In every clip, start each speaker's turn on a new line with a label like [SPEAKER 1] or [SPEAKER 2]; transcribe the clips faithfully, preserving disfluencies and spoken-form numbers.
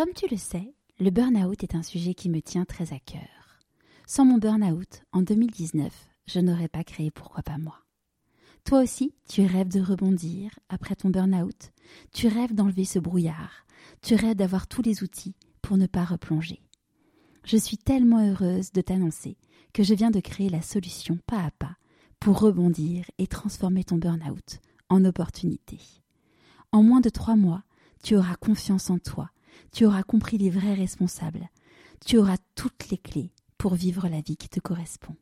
[SPEAKER 1] Comme tu le sais, le burn-out est un sujet qui me tient très à cœur. Sans mon burn-out, en deux mille dix-neuf, je n'aurais pas créé Pourquoi pas moi. Toi aussi, tu rêves de rebondir après ton burn-out. Tu rêves d'enlever ce brouillard. Tu rêves d'avoir tous les outils pour ne pas replonger. Je suis tellement heureuse de t'annoncer que je viens de créer la solution pas à pas pour rebondir et transformer ton burn-out en opportunité. En moins de trois mois, tu auras confiance en toi. Tu auras compris les vrais responsables. Tu auras toutes les clés pour vivre la vie qui te correspond.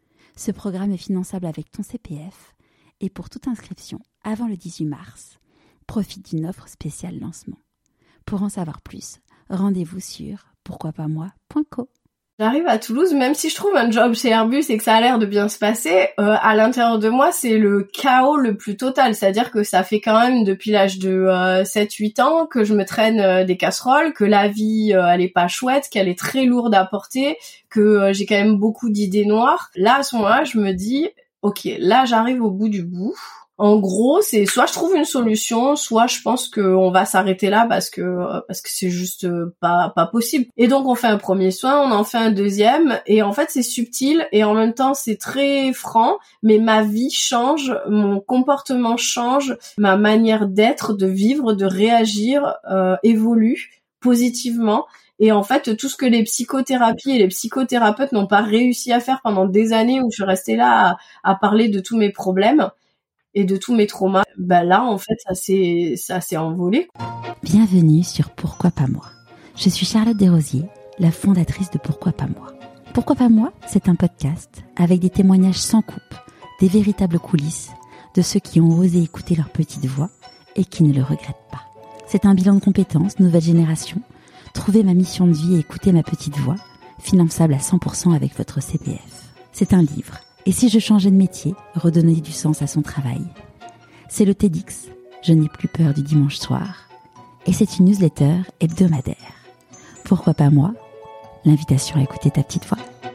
[SPEAKER 1] Ce programme est finançable avec ton C P F et pour toute inscription avant le dix-huit mars, profite d'une offre spéciale lancement. Pour en savoir plus, rendez-vous sur pourquoi pas moi point co.
[SPEAKER 2] J'arrive à Toulouse, même si je trouve un job chez Airbus et que ça a l'air de bien se passer, euh, à l'intérieur de moi, c'est le chaos le plus total. C'est-à-dire que ça fait quand même depuis l'âge de euh, sept huit ans que je me traîne euh, des casseroles, que la vie, euh, elle est pas chouette, qu'elle est très lourde à porter, que euh, j'ai quand même beaucoup d'idées noires. Là, à ce moment-là, je me dis, ok, là, j'arrive au bout du bout. En gros, c'est soit je trouve une solution, soit je pense qu'on va s'arrêter là parce que parce que c'est juste pas pas possible. Et donc on fait un premier soin, on en fait un deuxième, et en fait c'est subtil et en même temps c'est très franc, mais ma vie change, mon comportement change, ma manière d'être, de vivre, de réagir euh, évolue positivement. Et en fait, tout ce que les psychothérapies et les psychothérapeutes n'ont pas réussi à faire pendant des années où je suis restée là à, à parler de tous mes problèmes et de tous mes traumas, bah là, en fait, ça s'est, ça s'est envolé.
[SPEAKER 1] Bienvenue sur Pourquoi pas moi. Je suis Charlotte Desrosiers, la fondatrice de Pourquoi pas moi. Pourquoi pas moi, c'est un podcast avec des témoignages sans coupe, des véritables coulisses de ceux qui ont osé écouter leur petite voix et qui ne le regrettent pas. C'est un bilan de compétences, nouvelle génération, trouver ma mission de vie et écouter ma petite voix, finançable à cent pour cent avec votre C P F. C'est un livre. Et si je changeais de métier, redonner du sens à son travail. C'est le TEDx, je n'ai plus peur du dimanche soir. Et c'est une newsletter hebdomadaire. Pourquoi pas moi? L'invitation à écouter ta petite voix.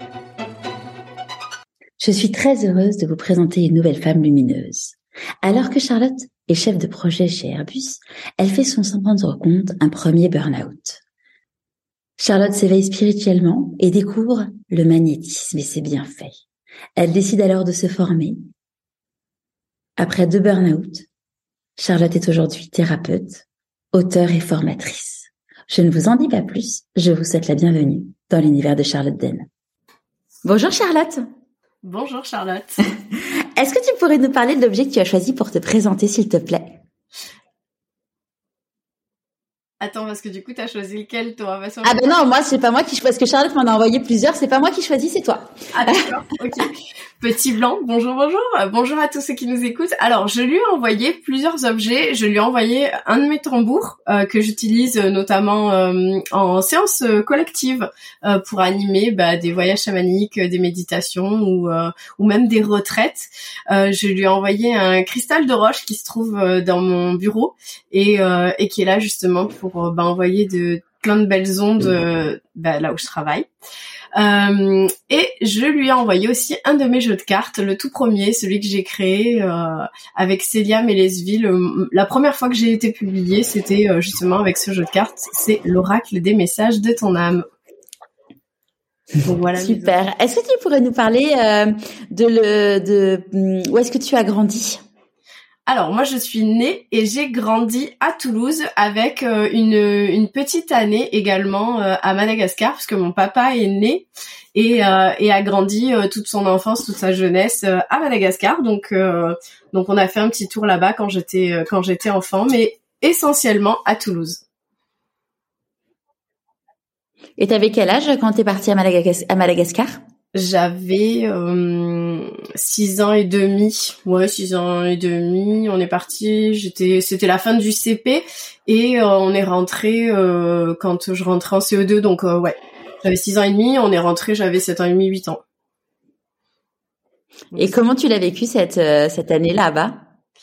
[SPEAKER 1] Je suis très heureuse de vous présenter une nouvelle femme lumineuse. Alors que Charlotte est chef de projet chez Airbus, elle fait son sans rendre compte un premier burn-out. Charlotte s'éveille spirituellement et découvre le magnétisme et c'est bien fait. Elle décide alors de se former. Après deux burn-out, Charlotte est aujourd'hui thérapeute, auteure et formatrice. Je ne vous en dis pas plus, je vous souhaite la bienvenue dans l'univers de Charlotte Den. Bonjour Charlotte.
[SPEAKER 2] Bonjour Charlotte.
[SPEAKER 1] Est-ce que tu pourrais nous parler de l'objet que tu as choisi pour te présenter, s'il te plaît?
[SPEAKER 2] Attends, parce que du coup, t'as choisi lequel, toi? Parce
[SPEAKER 1] Ah ben non, moi, c'est pas moi qui choisis, parce que Charlotte m'en a envoyé plusieurs, c'est pas moi qui choisis, c'est toi.
[SPEAKER 2] Ah d'accord, ok. Petit blanc, bonjour, bonjour. Bonjour à tous ceux qui nous écoutent. Alors, je lui ai envoyé plusieurs objets. Je lui ai envoyé un de mes tambours, euh, que j'utilise notamment euh, en séance collective euh, pour animer bah, des voyages chamaniques, des méditations ou, euh, ou même des retraites. Euh, je lui ai envoyé un cristal de roche qui se trouve euh, dans mon bureau et, euh, et qui est là justement pour pour bah, envoyer de plein de belles ondes euh, bah, là où je travaille. Euh, et je lui ai envoyé aussi un de mes jeux de cartes, le tout premier, celui que j'ai créé euh, avec Célia Mélesville. La première fois que j'ai été publiée, c'était euh, justement avec ce jeu de cartes. C'est l'oracle des messages de ton âme.
[SPEAKER 1] Donc, voilà. Super. Est-ce que tu pourrais nous parler euh, de le de où est-ce que tu as grandi?
[SPEAKER 2] Alors moi je suis née et j'ai grandi à Toulouse avec euh, une une petite année également euh, à Madagascar parce que mon papa est né et euh, et a grandi euh, toute son enfance, toute sa jeunesse euh, à Madagascar. Donc euh, donc on a fait un petit tour là-bas quand j'étais euh, quand j'étais enfant, mais essentiellement à Toulouse.
[SPEAKER 1] Et t'avais quel âge quand t'es partie à, Madagas- à Madagascar?
[SPEAKER 2] J'avais euh, six ans et demi. Ouais, six ans et demi. On est parti. J'étais, c'était la fin du C P et euh, on est rentré euh, quand je rentrais en C E deux. Donc euh, ouais, j'avais six ans et demi. On est rentré, j'avais sept ans et demi, huit ans.
[SPEAKER 1] Donc, et comment tu l'as vécu cette euh, cette année là-bas?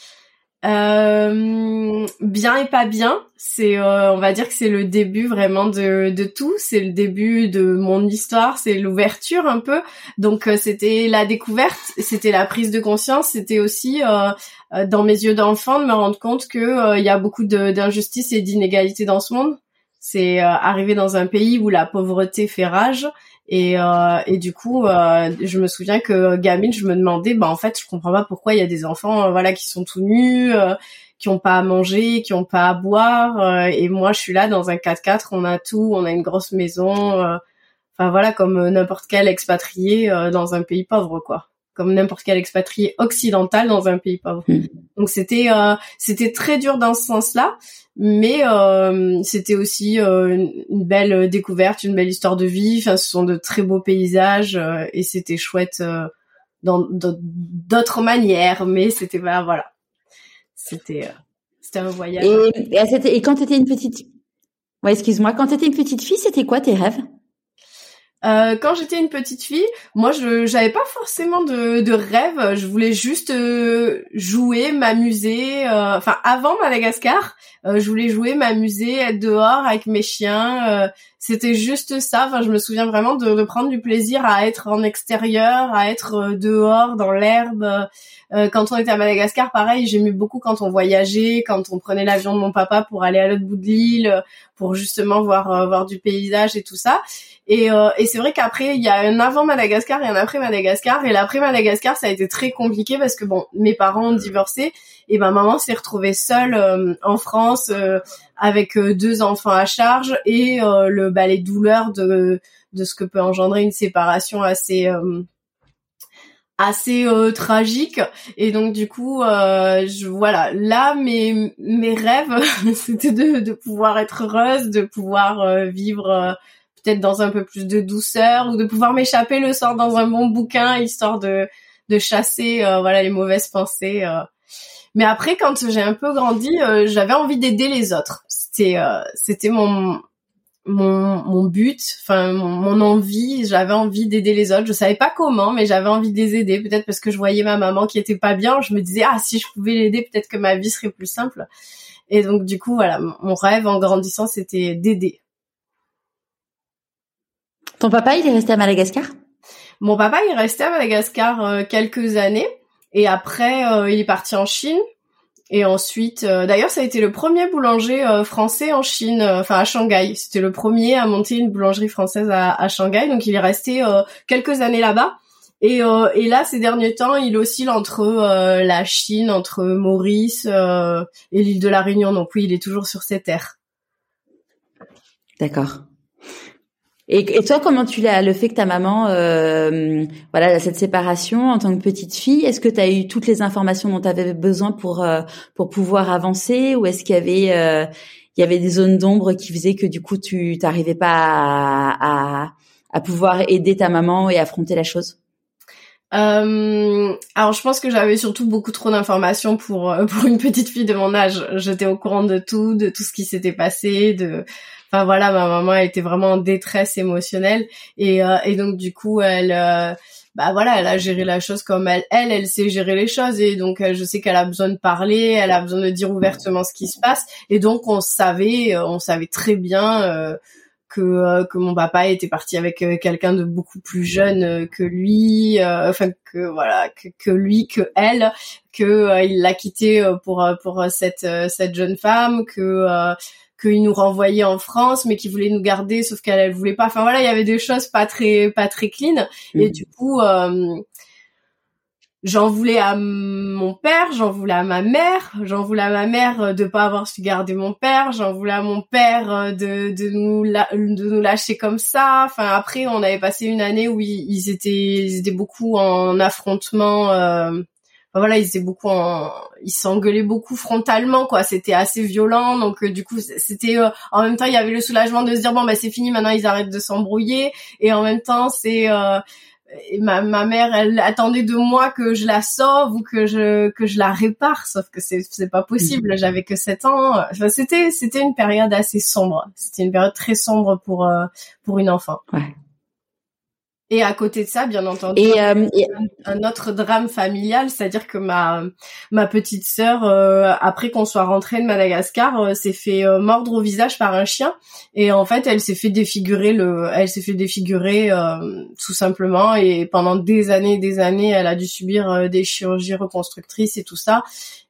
[SPEAKER 2] Euh, bien et pas bien. C'est, euh, on va dire que c'est le début vraiment de, de tout. C'est le début de mon histoire. C'est l'ouverture un peu. Donc euh, c'était la découverte, c'était la prise de conscience. C'était aussi euh, dans mes yeux d'enfant de me rendre compte que euh, il y a beaucoup de, d'injustice et d'inégalité dans ce monde. C'est euh, arriver dans un pays où la pauvreté fait rage. Et, euh, et du coup, euh, je me souviens que gamine, je me demandais, bah en fait, je comprends pas pourquoi il y a des enfants, euh, voilà, qui sont tout nus, euh, qui ont pas à manger, qui ont pas à boire. Euh, et moi, je suis là dans un quatre-quatre, on a tout, on a une grosse maison. Euh, enfin voilà, comme n'importe quel expatrié euh, dans un pays pauvre, quoi. Comme n'importe quel expatrié occidental dans un pays pauvre. Mmh. Donc c'était euh, c'était très dur dans ce sens-là. Mais euh, c'était aussi euh, une belle découverte, une belle histoire de vie. Enfin, ce sont de très beaux paysages euh, et c'était chouette euh, dans, dans d'autres manières. Mais c'était bah voilà, c'était euh, c'était un voyage.
[SPEAKER 1] Et, et, c'était, et quand t'étais une petite, ouais, excuse-moi, quand t'étais une petite fille, c'était quoi tes rêves?
[SPEAKER 2] Euh, quand j'étais une petite fille, moi je j'avais pas forcément de de rêve, je voulais juste euh, jouer, m'amuser, euh, enfin avant Madagascar, euh, je voulais jouer, m'amuser, être dehors avec mes chiens, euh, c'était juste ça. Enfin, je me souviens vraiment de, de prendre du plaisir à être en extérieur, à être euh, dehors dans l'herbe. Euh, quand on était à Madagascar, pareil, j'aimais beaucoup quand on voyageait, quand on prenait l'avion de mon papa pour aller à l'autre bout de l'île, pour justement voir euh, voir du paysage et tout ça. Et, euh, et c'est vrai qu'après, il y a un avant Madagascar et un après Madagascar. Et l'après Madagascar, ça a été très compliqué parce que bon, mes parents ont divorcé et ma maman s'est retrouvée seule euh, en France euh, avec euh, deux enfants à charge et euh, le bah, les douleurs de de ce que peut engendrer une séparation assez euh, assez euh, tragique. Et donc du coup, euh, je, voilà, là mes mes rêves, c'était de de pouvoir être heureuse, de pouvoir euh, vivre. Euh, peut-être dans un peu plus de douceur ou de pouvoir m'échapper le soir dans un bon bouquin histoire de de chasser euh, voilà les mauvaises pensées. Euh. Mais après quand j'ai un peu grandi, euh, j'avais envie d'aider les autres. C'était euh, c'était mon mon mon but, enfin mon, mon envie, j'avais envie d'aider les autres. Je savais pas comment, mais j'avais envie de les aider, peut-être parce que je voyais ma maman qui était pas bien, je me disais ah si je pouvais l'aider, peut-être que ma vie serait plus simple. Et donc du coup voilà, mon rêve en grandissant, c'était d'aider.
[SPEAKER 1] Ton papa, il est resté à Madagascar?
[SPEAKER 2] Mon papa, il est resté à Madagascar euh, quelques années et après, euh, il est parti en Chine. Et ensuite, euh, d'ailleurs, ça a été le premier boulanger euh, français en Chine, enfin euh, à Shanghai. C'était le premier à monter une boulangerie française à, à Shanghai. Donc, il est resté euh, quelques années là-bas. Et, euh, et là, ces derniers temps, il oscille entre euh, la Chine, entre Maurice euh, et l'île de la Réunion. Donc oui, il est toujours sur ces terres.
[SPEAKER 1] D'accord. Et, et toi, comment tu l'as, le fait que ta maman, euh, voilà, cette séparation en tant que petite fille, est-ce que tu as eu toutes les informations dont tu avais besoin pour euh, pour pouvoir avancer, ou est-ce qu'il y avait euh, il y avait des zones d'ombre qui faisaient que du coup tu t'arrivais pas à, à à pouvoir aider ta maman et affronter la chose?
[SPEAKER 2] Euh, alors je pense que j'avais surtout beaucoup trop d'informations pour pour une petite fille de mon âge. J'étais au courant de tout, de tout ce qui s'était passé, de enfin voilà, ma maman elle était vraiment en détresse émotionnelle et euh, et donc du coup elle euh, bah voilà, elle a géré la chose comme elle elle elle sait gérer les choses et donc euh, je sais qu'elle a besoin de parler, elle a besoin de dire ouvertement ce qui se passe et donc on savait on savait très bien euh, que euh, que mon papa était parti avec euh, quelqu'un de beaucoup plus jeune euh, que lui, euh, enfin que voilà que, que lui, que elle, que euh, il l'a quitté euh, pour pour cette euh, cette jeune femme, que euh, qu'il nous renvoyait en France, mais qu'il voulait nous garder, sauf qu'elle elle voulait pas. Enfin voilà, il y avait des choses pas très pas très clean mmh. Et du coup. Euh, J'en voulais à mon père, j'en voulais à ma mère, j'en voulais à ma mère de pas avoir su garder mon père, j'en voulais à mon père de de nous la, de nous lâcher comme ça. Enfin après on avait passé une année où ils, ils étaient ils étaient beaucoup en affrontement. Euh, enfin voilà, ils étaient beaucoup en ils s'engueulaient beaucoup frontalement quoi. C'était assez violent donc euh, du coup c'était euh, en même temps il y avait le soulagement de se dire bon bah c'est fini maintenant ils arrêtent de s'embrouiller et en même temps c'est euh, Et ma ma mère elle attendait de moi que je la sauve ou que je que je la répare sauf que c'est c'est pas possible, j'avais que sept ans. Enfin c'était c'était une période assez sombre, c'était une période très sombre pour euh, pour une enfant.
[SPEAKER 1] Ouais.
[SPEAKER 2] Et à côté de ça, bien entendu,
[SPEAKER 1] et, euh, et...
[SPEAKER 2] Un, un autre drame familial, c'est-à-dire que ma ma petite sœur, euh, après qu'on soit rentré de Madagascar, euh, s'est fait euh, mordre au visage par un chien. Et en fait, elle s'est fait défigurer le, elle s'est fait défigurer euh, tout simplement. Et pendant des années, et des années, elle a dû subir euh, des chirurgies reconstructrices et tout ça.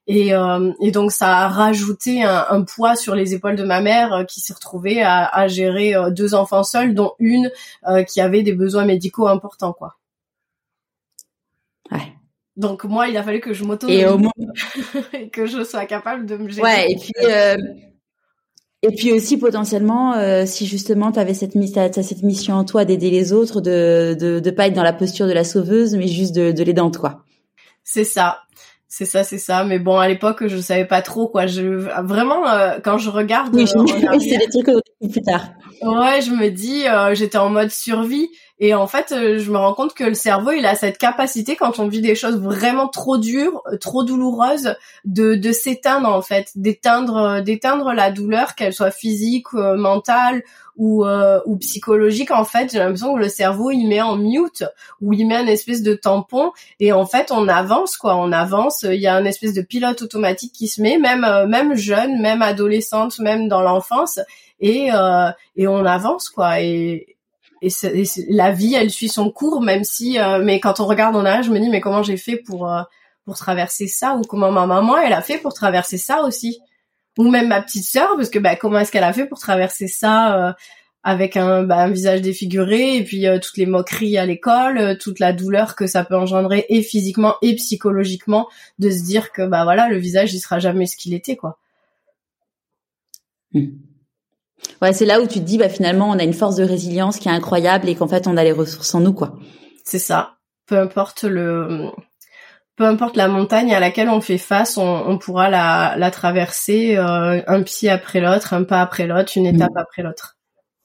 [SPEAKER 2] Et, euh, et donc ça a rajouté un, un poids sur les épaules de ma mère euh, qui s'est retrouvée à, à gérer euh, deux enfants seuls, dont une euh, qui avait des besoins médicaux importants, quoi.
[SPEAKER 1] Ouais.
[SPEAKER 2] Donc moi, il a fallu que je m'auto
[SPEAKER 1] et au moins
[SPEAKER 2] que je sois capable de me gérer.
[SPEAKER 1] Ouais, et puis euh, et puis aussi potentiellement, euh, si justement t'avais cette mission, t'as cette mission en toi d'aider les autres, de de de pas être dans la posture de la sauveuse, mais juste de de l'aidante, quoi.
[SPEAKER 2] C'est ça. C'est ça, c'est ça. Mais bon, à l'époque, je savais pas trop, quoi. Je, vraiment, euh, quand je regarde...
[SPEAKER 1] Oui,
[SPEAKER 2] euh, en arrière,
[SPEAKER 1] c'est des trucs qu'on découvre plus tard.
[SPEAKER 2] Ouais, je me dis, euh, j'étais en mode survie. Et en fait, euh, je me rends compte que le cerveau, il a cette capacité, quand on vit des choses vraiment trop dures, trop douloureuses, de, de s'éteindre, en fait. D'éteindre, d'éteindre la douleur, qu'elle soit physique, euh, mentale ou, euh, ou psychologique. En fait, j'ai l'impression que le cerveau, il met en mute, ou il met un espèce de tampon. Et en fait, on avance, quoi. On avance. Il y a un espèce de pilote automatique qui se met, même, euh, même jeune, même adolescente, même dans l'enfance. Et, euh, et on avance, quoi. Et, et, c'est, et c'est, la vie, elle suit son cours, même si... Euh, mais quand on regarde en arrière, je me dis, mais comment j'ai fait pour, euh, pour traverser ça? Ou comment ma maman, elle a fait pour traverser ça aussi? Ou même ma petite sœur, parce que bah, comment est-ce qu'elle a fait pour traverser ça euh, avec un, bah, un visage défiguré, et puis euh, toutes les moqueries à l'école, euh, toute la douleur que ça peut engendrer, et physiquement et psychologiquement, de se dire que bah voilà, le visage, il sera jamais ce qu'il était, quoi.
[SPEAKER 1] Mmh. Ouais, c'est là où tu te dis, bah finalement, on a une force de résilience qui est incroyable et qu'en fait, on a les ressources en nous, quoi.
[SPEAKER 2] C'est ça. Peu importe le, peu importe la montagne à laquelle on fait face, on, on pourra la, la traverser euh, un pied après l'autre, un pas après l'autre, une étape mmh. après l'autre.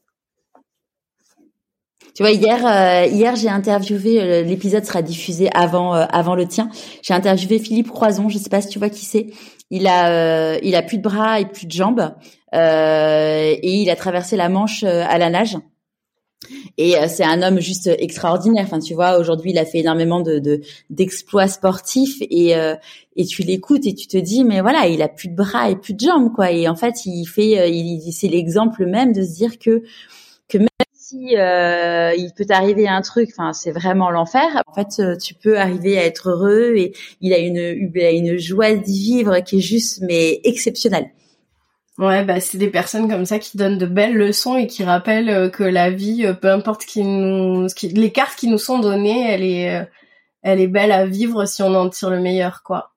[SPEAKER 1] Tu vois, hier, euh, hier, j'ai interviewé. Euh, l'épisode sera diffusé avant, euh, avant le tien. J'ai interviewé Philippe Croison. Je sais pas si tu vois qui c'est. Il a, euh, il a plus de bras et plus de jambes, euh, et il a traversé la Manche euh, à la nage. Et euh, c'est un homme juste extraordinaire. Enfin, tu vois, aujourd'hui, il a fait énormément de, de d'exploits sportifs, et euh, et tu l'écoutes et tu te dis, mais voilà, il a plus de bras et plus de jambes, quoi. Et en fait, il fait, il, c'est l'exemple même de se dire que que même si euh, il peut t'arriver un truc, enfin c'est vraiment l'enfer, en fait tu peux arriver à être heureux, et il a une il a une joie de vivre qui est juste mais exceptionnelle.
[SPEAKER 2] Ouais, bah c'est des personnes comme ça qui donnent de belles leçons et qui rappellent que la vie, peu importe qui nous, qui, les cartes qui nous sont données, elle est, elle est belle à vivre si on en tire le meilleur, quoi.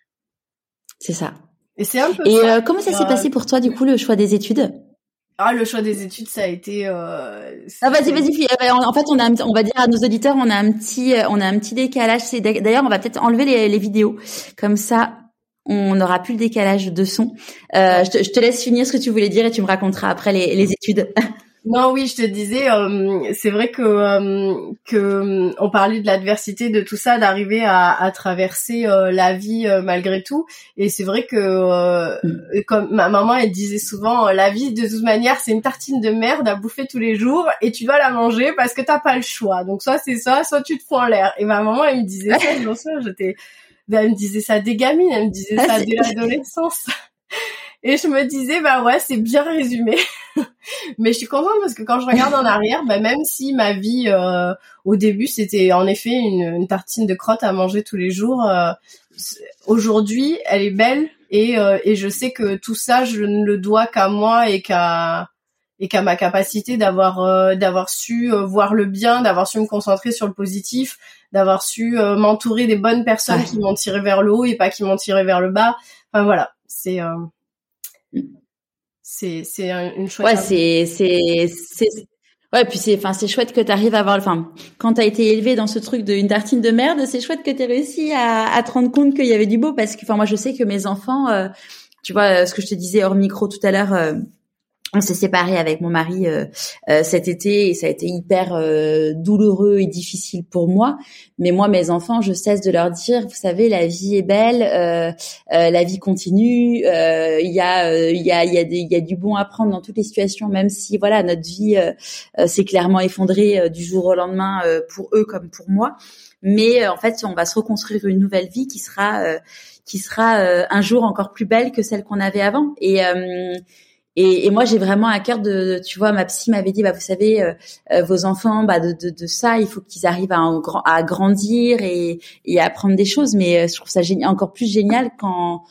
[SPEAKER 1] C'est ça.
[SPEAKER 2] Et c'est un peu.
[SPEAKER 1] Et
[SPEAKER 2] ça,
[SPEAKER 1] euh, comment ça euh... s'est passé pour toi du coup le choix des études?
[SPEAKER 2] Ah, le choix des études, ça a été. Euh,
[SPEAKER 1] ah vas-y, vas-y. En fait, on a, un, on va dire à nos auditeurs, on a un petit, on a un petit décalage. C'est d'ailleurs, on va peut-être enlever les, les vidéos, comme ça, on n'aura plus le décalage de son. Euh, je, te, je te laisse finir ce que tu voulais dire et tu me raconteras après les, les études.
[SPEAKER 2] Non, oui, je te disais, euh, c'est vrai que euh, que on parlait de l'adversité, de tout ça, d'arriver à, à traverser euh, la vie euh, malgré tout. Et c'est vrai que, euh, mm. comme ma maman, elle disait souvent, la vie de toute manière, c'est une tartine de merde à bouffer tous les jours, et tu dois la manger parce que t'as pas le choix. Donc soit c'est ça, soit tu te fous en l'air. Et ma maman, elle me disait ça, bien sûr, j'étais, elle me disait ça dès gamine, elle me disait ça dès l'adolescence. Et je me disais, bah ouais, c'est bien résumé. Mais je suis contente parce que quand je regarde en arrière, bah même si ma vie, euh, au début, c'était en effet une, une tartine de crotte à manger tous les jours, euh, aujourd'hui, elle est belle, et, euh, et je sais que tout ça, je ne le dois qu'à moi et qu'à, et qu'à ma capacité d'avoir, euh, d'avoir su euh, voir le bien, d'avoir su me concentrer sur le positif, d'avoir su euh, m'entourer des bonnes personnes, ouais, qui m'ont tiré vers le haut et pas qui m'ont tiré vers le bas. Enfin voilà, c'est... Euh... C'est c'est une chouette.
[SPEAKER 1] Ouais, c'est c'est c'est ouais, puis c'est enfin c'est chouette que tu arrives à avoir, enfin quand tu as été élevé dans ce truc de une tartine de merde, c'est chouette que tu aies réussi à à te rendre compte qu'il y avait du beau, parce que enfin moi je sais que mes enfants euh, tu vois ce que je te disais hors micro tout à l'heure, euh, on s'est séparés avec mon mari euh, euh, cet été, et ça a été hyper euh, douloureux et difficile pour moi. Mais moi, mes enfants, je cesse de leur dire, vous savez, la vie est belle, euh, euh, la vie continue. Il euh, y a, il euh, y a, il y a, il y a du bon à prendre dans toutes les situations, même si voilà, notre vie euh, euh, s'est clairement effondrée euh, du jour au lendemain euh, pour eux comme pour moi. Mais euh, en fait, on va se reconstruire une nouvelle vie qui sera, euh, qui sera euh, un jour encore plus belle que celle qu'on avait avant. Et euh,
[SPEAKER 3] Et, et moi, j'ai vraiment à cœur de, tu vois, ma psy m'avait dit, bah, vous savez, euh, euh, vos enfants, bah, de, de, de ça, il faut qu'ils arrivent à, en, à grandir et, et à apprendre des choses. Mais euh, je trouve ça génial, encore plus génial quand,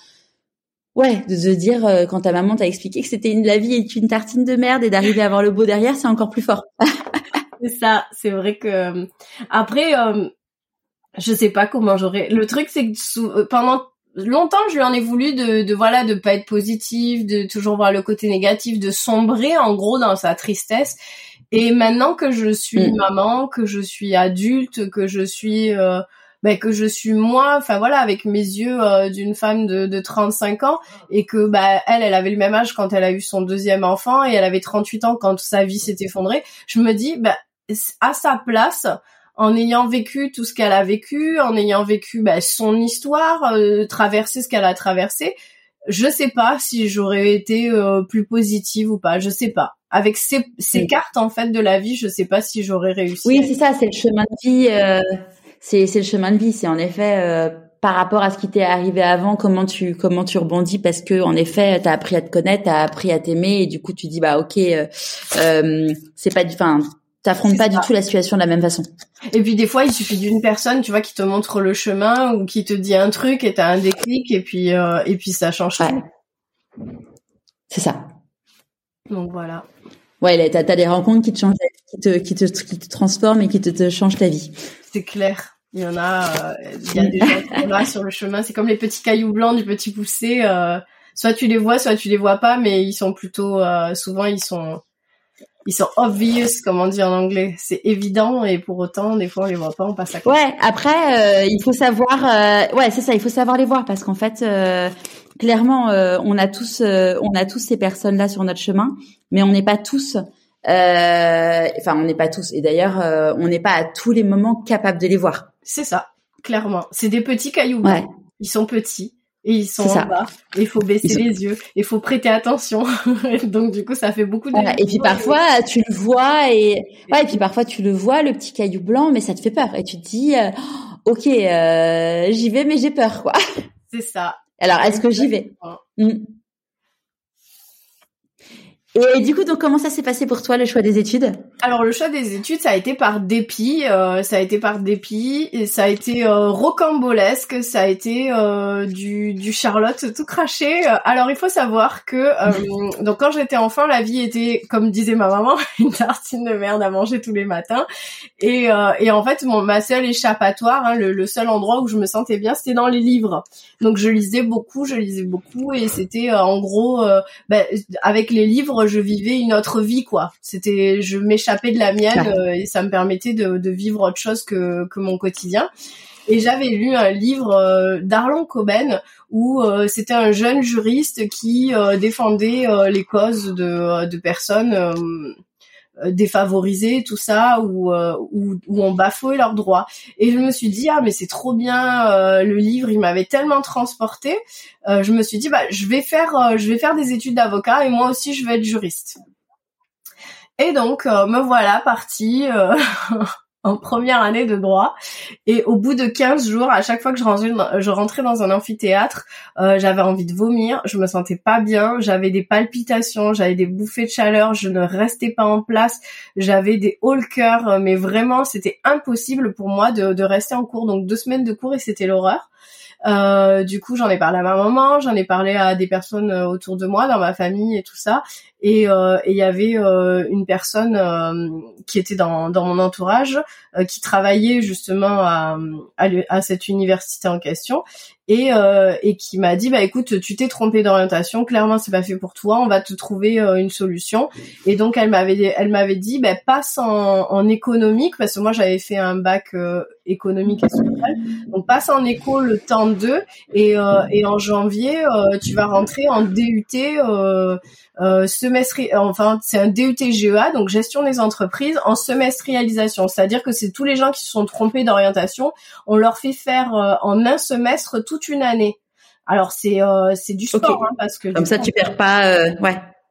[SPEAKER 3] ouais, de, de dire euh, quand ta maman t'a expliqué que c'était une, la vie est une tartine de merde et d'arriver à voir le beau derrière, c'est encore plus fort.
[SPEAKER 2] C'est ça. C'est vrai que après, euh, je sais pas comment j'aurais. Le truc, c'est que sous... pendant longtemps, je lui en ai voulu de, de voilà, de pas être positive, de toujours voir le côté négatif, de sombrer en gros dans sa tristesse. Et maintenant que je suis mmh. maman, que je suis adulte, que je suis, euh, ben que je suis moi, enfin voilà, avec mes yeux euh, d'une femme de, de trente-cinq ans, et que bah elle, elle avait le même âge quand elle a eu son deuxième enfant, et elle avait trente-huit ans quand sa vie s'est effondrée. Je me dis, bah à sa place, en ayant vécu tout ce qu'elle a vécu, en ayant vécu bah, son histoire, euh, traversé ce qu'elle a traversé, je sais pas si j'aurais été euh, plus positive ou pas, je sais pas. Avec ces, ces oui. cartes en fait de la vie, je sais pas si j'aurais réussi.
[SPEAKER 3] Oui, c'est ça, c'est le chemin de vie. Euh, c'est, c'est le chemin de vie, c'est en effet euh, par rapport à ce qui t'est arrivé avant, comment tu comment tu rebondis parce que en effet, t'as appris à te connaître, t'as appris à t'aimer et du coup tu dis bah ok, euh, euh, c'est pas du, enfin. T'affrontes pas ça. Du tout la situation de la même façon.
[SPEAKER 2] Et puis des fois, il suffit d'une personne, tu vois, qui te montre le chemin ou qui te dit un truc et t'as un déclic et puis euh, et puis ça change ouais. tout.
[SPEAKER 3] C'est ça.
[SPEAKER 2] Donc voilà.
[SPEAKER 3] Ouais, t'as, t'as des rencontres qui te changent, qui te qui te qui te transforment et qui te, te changent ta vie.
[SPEAKER 2] C'est clair. Il y en a, euh, il y a des gens qui sont là sur le chemin. C'est comme les petits cailloux blancs du petit poussé. Euh, soit tu les vois, soit tu les vois pas, mais ils sont plutôt euh, souvent ils sont Ils sont obvious, comme on dit en anglais. C'est évident et pour autant, des fois, on les voit pas, on passe à côté.
[SPEAKER 3] Ouais, après, euh, il faut savoir... Euh, ouais, c'est ça, il faut savoir les voir parce qu'en fait, euh, clairement, euh, on a tous euh, on a tous ces personnes-là sur notre chemin, mais on n'est pas tous... Euh, enfin, on n'est pas tous. Et d'ailleurs, euh, on n'est pas à tous les moments capables de les voir.
[SPEAKER 2] C'est ça, clairement. C'est des petits cailloux blancs. Ouais. Ils sont petits. Et ils sont c'est en ça. Bas. Et il faut baisser sont... les yeux. Il faut prêter attention. Donc du coup, ça fait beaucoup de.
[SPEAKER 3] Voilà. Et puis parfois, tu le vois et ouais. Et puis parfois, tu le vois, le petit caillou blanc, mais ça te fait peur. Et tu te dis, euh, ok, euh, j'y vais, mais j'ai peur, quoi.
[SPEAKER 2] C'est ça.
[SPEAKER 3] Alors, est-ce que j'y vais mmh. Et du coup, donc comment ça s'est passé pour toi le choix des études ?
[SPEAKER 2] Alors le choix des études, ça a été par dépit, euh, ça a été par dépit et ça a été euh, rocambolesque, ça a été euh, du, du Charlotte tout craché. Alors il faut savoir que euh, donc quand j'étais enfant, la vie était, comme disait ma maman, une tartine de merde à manger tous les matins. Et, euh, et en fait, mon ma seule échappatoire, hein, le, le seul endroit où je me sentais bien, c'était dans les livres. Donc je lisais beaucoup, je lisais beaucoup et c'était euh, en gros, euh, bah, avec les livres, je vivais une autre vie, quoi. C'était, je m'échappais de la mienne euh, et ça me permettait de, de vivre autre chose que, que mon quotidien. Et j'avais lu un livre euh, d'Arlan Coben où euh, c'était un jeune juriste qui euh, défendait euh, les causes de, de personnes euh, défavorisées, tout ça, où, euh, où, où on bafouait leurs droits. Et je me suis dit, ah mais c'est trop bien, euh, le livre, il m'avait tellement transportée. Euh, je me suis dit, bah je vais faire, euh, je vais faire des études d'avocat et moi aussi je vais être juriste. Et donc euh, me voilà partie euh, en première année de droit. Et au bout de quinze jours, à chaque fois que je rentrais dans, je rentrais dans un amphithéâtre, euh, j'avais envie de vomir, je me sentais pas bien, j'avais des palpitations, j'avais des bouffées de chaleur, je ne restais pas en place, j'avais des hauts le cœur, mais vraiment c'était impossible pour moi de, de rester en cours. Donc deux semaines de cours et c'était l'horreur. Euh, du coup, j'en ai parlé à ma maman, j'en ai parlé à des personnes autour de moi, dans ma famille et tout ça. Et euh, et il y avait euh, une personne euh, qui était dans dans mon entourage, euh, qui travaillait justement à, à à cette université en question et euh, et qui m'a dit bah écoute, tu t'es trompé d'orientation, clairement c'est pas fait pour toi, on va te trouver euh, une solution. Et donc elle m'avait elle m'avait dit bah passe en en économique, parce que moi j'avais fait un bac euh, économique et social. Donc passe en éco le temps deux et euh, et en janvier euh, tu vas rentrer en D U T euh, euh, semestri- enfin c'est un D U T G E A, donc gestion des entreprises en semestrialisation, c'est-à-dire que c'est tous les gens qui se sont trompés d'orientation, on leur fait faire euh, en un semestre toute une année. Alors c'est euh, c'est du sport,
[SPEAKER 3] okay.
[SPEAKER 2] hein, parce que
[SPEAKER 3] comme ça coup, tu perds pas euh, ouais.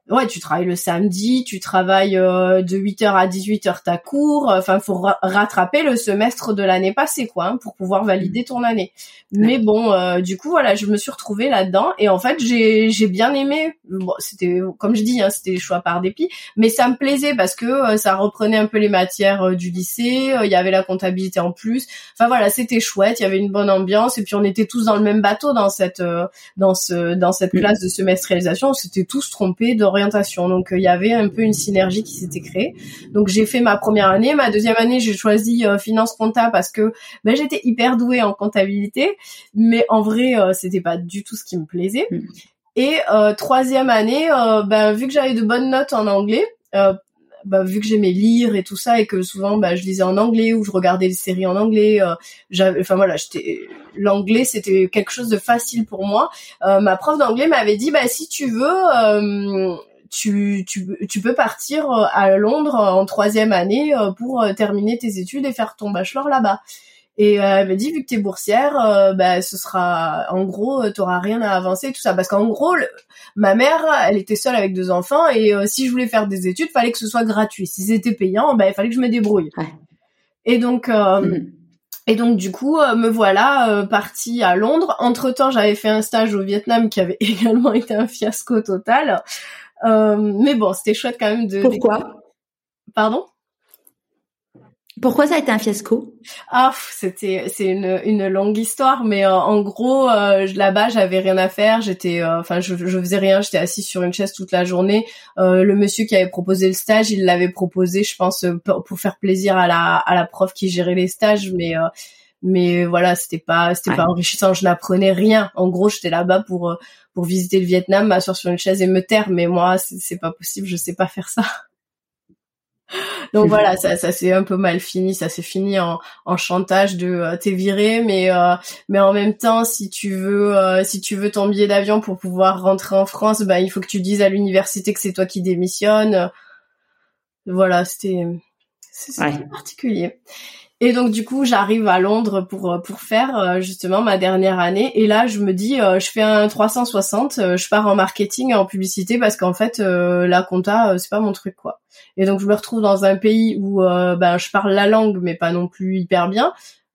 [SPEAKER 2] ouais, tu travailles le samedi, tu travailles euh, de huit heures à dix-huit heures ta cours. Enfin, faut ra- rattraper le semestre de l'année passée, quoi, hein, pour pouvoir valider ton année. Mais bon, euh, du coup, voilà, je me suis retrouvée là-dedans et en fait, j'ai j'ai bien aimé. Bon, c'était comme je dis, hein, c'était le choix par dépit, mais ça me plaisait parce que euh, ça reprenait un peu les matières euh, du lycée. Il euh, y avait la comptabilité en plus. Enfin voilà, c'était chouette. Il y avait une bonne ambiance et puis on était tous dans le même bateau dans cette euh, dans ce dans cette classe de semestrialisation. On s'était tous trompés d'orientation. Donc, il euh, y avait un peu une synergie qui s'était créée. Donc, j'ai fait ma première année. Ma deuxième année, j'ai choisi euh, finance compta parce que ben, j'étais hyper douée en comptabilité. Mais en vrai, euh, c'était pas du tout ce qui me plaisait. Mmh. Et euh, troisième année, euh, ben, vu que j'avais de bonnes notes en anglais, euh, bah, vu que j'aimais lire et tout ça et que souvent bah je lisais en anglais ou je regardais des séries en anglais, euh, j'avais enfin voilà, j'étais l'anglais c'était quelque chose de facile pour moi. Euh, ma prof d'anglais m'avait dit bah si tu veux euh, tu tu tu peux partir à Londres en troisième année pour terminer tes études et faire ton bachelor là-bas. Et euh, elle m'a dit, vu que t'es boursière, euh, bah, ce sera, en gros, t'auras rien à avancer, tout ça. Parce qu'en gros, le, ma mère, elle était seule avec deux enfants, et euh, si je voulais faire des études, fallait que ce soit gratuit. Si c'était payant, bah, il fallait que je me débrouille. Ouais. Et donc, euh, mmh. et donc, du coup, euh, me voilà euh, partie à Londres. Entre-temps, j'avais fait un stage au Vietnam qui avait également été un fiasco total. Euh, mais bon, c'était chouette quand même de...
[SPEAKER 3] Pourquoi ?
[SPEAKER 2] Pardon ?
[SPEAKER 3] Pourquoi ça a été un fiasco ?
[SPEAKER 2] Ah, c'était c'est une une longue histoire, mais euh, en gros euh, là-bas j'avais rien à faire, j'étais enfin euh, je je faisais rien, j'étais assise sur une chaise toute la journée. Euh, le monsieur qui avait proposé le stage, il l'avait proposé, je pense pour, pour faire plaisir à la à la prof qui gérait les stages, mais euh, mais voilà, c'était pas c'était ouais. pas enrichissant, je n'apprenais rien. En gros, j'étais là-bas pour pour visiter le Vietnam, m'asseoir sur une chaise et me taire, mais moi c'est, c'est pas possible, je sais pas faire ça. Donc voilà, ça, ça s'est un peu mal fini, ça s'est fini en, en chantage de euh, t'es viré, mais euh, mais en même temps, si tu veux, euh, si tu veux ton billet d'avion pour pouvoir rentrer en France, bah il faut que tu dises à l'université que c'est toi qui démissionnes. Voilà, c'était c'est ouais. particulier. Et donc du coup, j'arrive à Londres pour pour faire euh, justement ma dernière année. Et là, je me dis, euh, je fais un trois cent soixante, euh, je pars en marketing et en publicité parce qu'en fait, euh, la compta, euh, c'est pas mon truc, quoi. Et donc je me retrouve dans un pays où euh, ben je parle la langue, mais pas non plus hyper bien.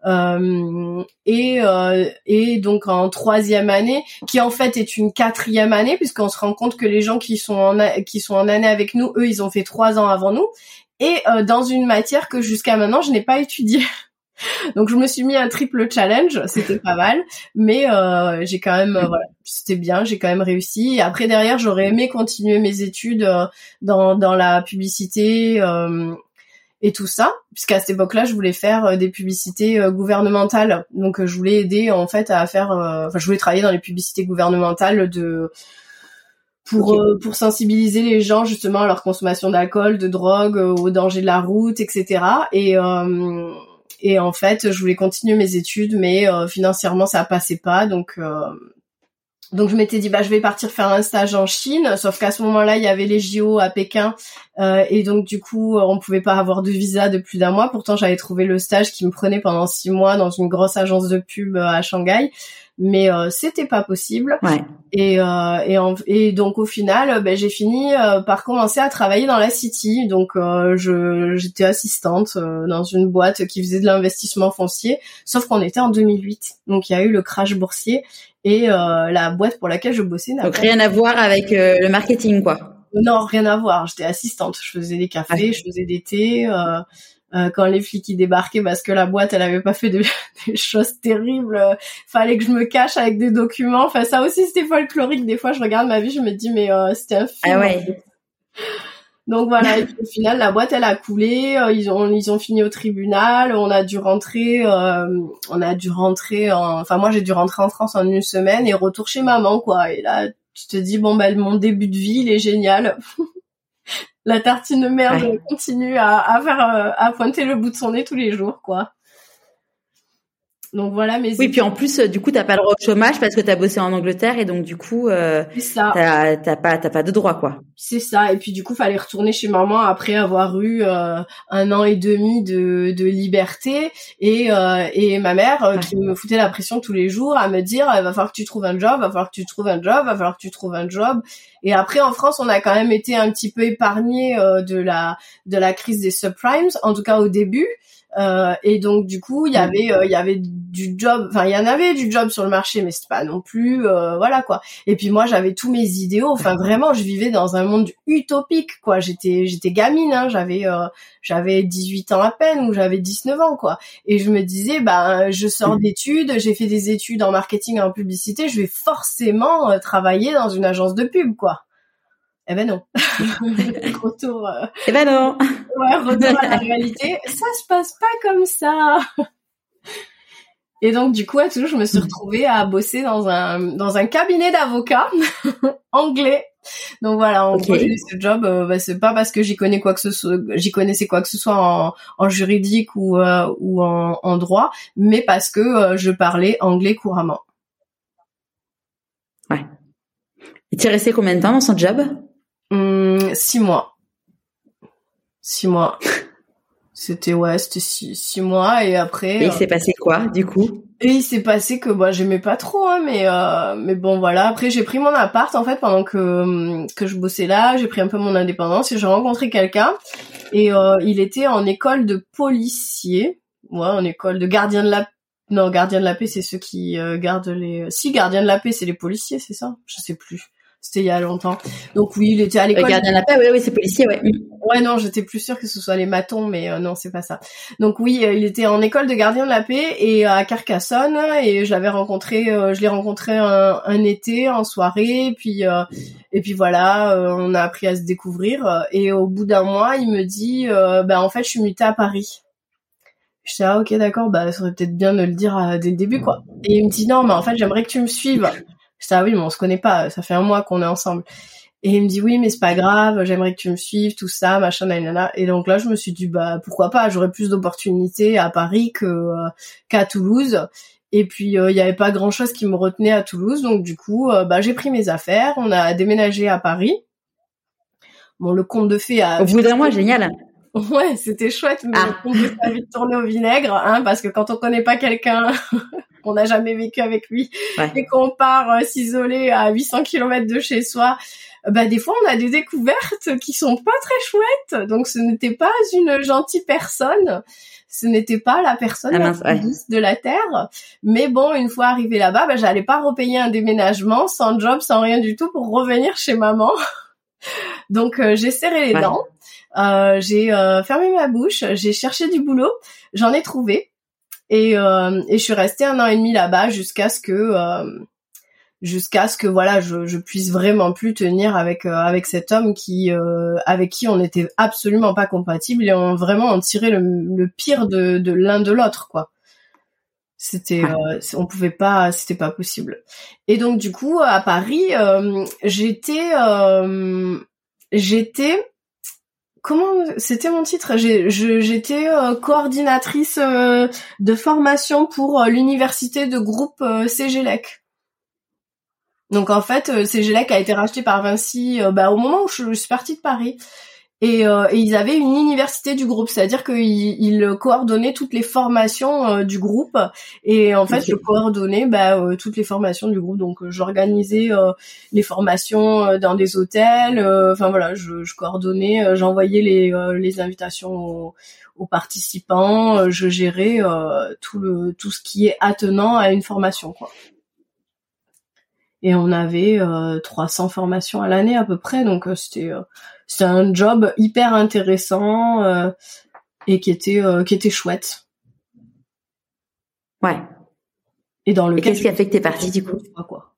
[SPEAKER 2] Euh, et euh, et donc en troisième année, qui en fait est une quatrième année, puisqu'on se rend compte que les gens qui sont en a- qui sont en année avec nous, eux, ils ont fait trois ans avant nous. Et euh, dans une matière que jusqu'à maintenant je n'ai pas étudiée. Donc je me suis mis un triple challenge, c'était pas mal, mais euh, j'ai quand même euh, voilà, c'était bien, j'ai quand même réussi. Et après derrière, j'aurais aimé continuer mes études euh, dans dans la publicité euh, et tout ça, puisqu'à cette époque-là, je voulais faire euh, des publicités euh, gouvernementales. Donc euh, je voulais aider en fait à faire euh, enfin je voulais travailler dans les publicités gouvernementales de pour okay. euh, pour sensibiliser les gens justement à leur consommation d'alcool, de drogue, euh, aux dangers de la route, et cetera. Et euh, et en fait, je voulais continuer mes études, mais euh, financièrement ça passait pas, donc euh, donc je m'étais dit bah je vais partir faire un stage en Chine, sauf qu'à ce moment-là il y avait les J O à Pékin euh, et donc du coup on pouvait pas avoir de visa de plus d'un mois. Pourtant j'avais trouvé le stage qui me prenait pendant six mois dans une grosse agence de pub à Shanghai. Mais euh, c'était pas possible. Ouais. Et euh, et, en, et donc au final, ben j'ai fini euh, par commencer à travailler dans la City. Donc euh, je j'étais assistante euh, dans une boîte qui faisait de l'investissement foncier. Sauf qu'on était en deux mille huit, donc il y a eu le crash boursier et euh, la boîte pour laquelle je bossais n'a
[SPEAKER 3] donc
[SPEAKER 2] pas
[SPEAKER 3] rien à voir avec euh, le marketing, quoi.
[SPEAKER 2] Non, rien à voir. J'étais assistante. Je faisais des cafés, ouais. je faisais des thés. Euh, Euh, quand les flics y débarquaient parce que la boîte elle avait pas fait de, des choses terribles, euh, fallait que je me cache avec des documents. Enfin ça aussi c'était folklorique. Des fois je regarde ma vie, je me dis mais euh, c'était un film.
[SPEAKER 3] Ah ouais.
[SPEAKER 2] Donc voilà, et puis, au final la boîte elle a coulé. Euh, ils ont ils ont fini au tribunal. On a dû rentrer, euh, on a dû rentrer. En... Enfin moi j'ai dû rentrer en France en une semaine et retour chez maman quoi. Et là tu te dis bon bah mon début de vie il est génial. La tartine de merde ouais. continue à, à faire, à pointer le bout de son nez tous les jours, quoi. Donc voilà mes.
[SPEAKER 3] Oui, puis en plus, du coup, t'as pas le droit au chômage parce que t'as bossé en Angleterre et donc du coup, euh,
[SPEAKER 2] c'est ça.
[SPEAKER 3] T'as, t'as pas, t'as pas de droit, quoi.
[SPEAKER 2] C'est ça. Et puis du coup, fallait retourner chez maman après avoir eu euh, un an et demi de, de liberté et euh, et ma mère euh, ouais. qui me foutait la pression tous les jours à me dire, il va falloir que tu trouves un job, va falloir que tu trouves un job, va falloir que tu trouves un job. Et après, en France, on a quand même été un petit peu épargné euh, de la de la crise des subprimes, en tout cas au début. Euh, et donc du coup il y avait euh, il y avait du job, enfin il y en avait du job sur le marché, mais c'était pas non plus euh, voilà quoi. Et puis moi j'avais tous mes idéaux, enfin vraiment je vivais dans un monde utopique quoi. J'étais j'étais gamine, hein, j'avais euh, j'avais dix-huit ans à peine ou j'avais dix-neuf ans quoi. Et je me disais ben je sors d'études, j'ai fait des études en marketing et en publicité, je vais forcément euh, travailler dans une agence de pub quoi. Eh ben non. Retour. Euh...
[SPEAKER 3] Eh ben non.
[SPEAKER 2] Ouais, retour à la réalité. Ça se passe pas comme ça. Et donc du coup à Toulouse, je me suis retrouvée à bosser dans un dans un cabinet d'avocats anglais. Donc voilà, en okay. gros, j'ai eu ce job. Euh, bah, c'est pas parce que j'y connais quoi que ce soit, j'y connaissais quoi que ce soit en, en juridique ou euh, ou en, en droit, mais parce que euh, je parlais anglais couramment.
[SPEAKER 3] Ouais. Et tu es resté combien de temps dans son job?
[SPEAKER 2] Hum, six mois. Six mois. C'était ouais, c'était six, six mois et après.
[SPEAKER 3] Et il
[SPEAKER 2] euh...
[SPEAKER 3] s'est passé quoi du coup?
[SPEAKER 2] Et il s'est passé que bah j'aimais pas trop, hein, mais euh, mais bon voilà. Après j'ai pris mon appart en fait pendant que que je bossais là, j'ai pris un peu mon indépendance et j'ai rencontré quelqu'un et euh, il était en école de policier, ouais, en école de gardien de la non gardien de la paix c'est ceux qui euh, gardent les si gardien de la paix c'est les policiers c'est ça, je sais plus. C'était il y a longtemps. Donc oui, il était à l'école.
[SPEAKER 3] Le gardien de la paix, oui, oui, c'est policier, ouais.
[SPEAKER 2] Ouais, non, j'étais plus sûre que ce soit les matons, mais euh, non, c'est pas ça. Donc oui, euh, il était en école de gardien de la paix et à Carcassonne, et je l'avais rencontré, euh, je l'ai rencontré un, un été en soirée, puis euh, et puis voilà, euh, on a appris à se découvrir. Et au bout d'un mois, il me dit, euh, bah en fait, je suis mutée à Paris. Je dis ah ok d'accord, bah ça serait peut-être bien de le dire euh, dès le début quoi. Et il me dit non, mais en fait, j'aimerais que tu me suives. Je dis ah oui, mais on se connaît pas, ça fait un mois qu'on est ensemble. Et il me dit oui, mais c'est pas grave, j'aimerais que tu me suives, tout ça, machin, nanana. Et donc là, je me suis dit bah pourquoi pas, j'aurais plus d'opportunités à Paris que euh, qu'à Toulouse. Et puis il euh, y avait pas grand chose qui me retenait à Toulouse, donc du coup, euh, bah j'ai pris mes affaires, on a déménagé à Paris. Bon, le conte de fées a.
[SPEAKER 3] Au bout d'un mois, génial.
[SPEAKER 2] Ouais, c'était chouette, mais ah. le conte de fées a vite tourné au vinaigre, hein, parce que quand on connaît pas quelqu'un. qu'on n'a jamais vécu avec lui, ouais. et qu'on part euh, s'isoler à huit cents kilomètres de chez soi, euh, bah des fois on a des découvertes qui sont pas très chouettes. Donc ce n'était pas une gentille personne, ce n'était pas la personne ah, la plus douce de la terre. Mais bon, une fois arrivée là-bas, bah j'allais pas repayer un déménagement sans job, sans rien du tout pour revenir chez maman. Donc euh, j'ai serré les ouais. dents, euh, j'ai euh, fermé ma bouche, j'ai cherché du boulot, j'en ai trouvé. Et, euh, et je suis restée un an et demi là-bas jusqu'à ce que euh, jusqu'à ce que voilà je, je puisse vraiment plus tenir avec euh, avec cet homme qui euh, avec qui on n'était absolument pas compatibles et on vraiment en tirait le, le pire de, de l'un de l'autre quoi. C'était euh, on pouvait pas, c'était pas possible. Et donc du coup à Paris euh, j'étais euh, j'étais Comment c'était mon titre? J'ai, je, j'étais euh, coordinatrice euh, de formation pour euh, l'université de groupe euh, Cégélec. Donc en fait, euh, Cégélec a été racheté par Vinci euh, bah, au moment où je, je suis partie de Paris. Et, euh, et ils avaient une université du groupe, c'est-à-dire qu'ils ils coordonnaient toutes les formations euh, du groupe. Et en fait, okay. je coordonnais bah, euh, toutes les formations du groupe. Donc, euh, j'organisais euh, les formations euh, dans des hôtels. Enfin euh, voilà, je, je coordonnais, euh, j'envoyais les, euh, les invitations aux, aux participants. Euh, je gérais euh, tout le tout ce qui est attenant à une formation, quoi. Et on avait euh, trois cents formations à l'année à peu près, donc euh, c'était euh, c'était un job hyper intéressant euh, et qui était euh, qui était chouette.
[SPEAKER 3] Ouais.
[SPEAKER 2] Et dans le
[SPEAKER 3] et qu'est-ce qui a fait que t'es partie du coup?
[SPEAKER 2] Quoi.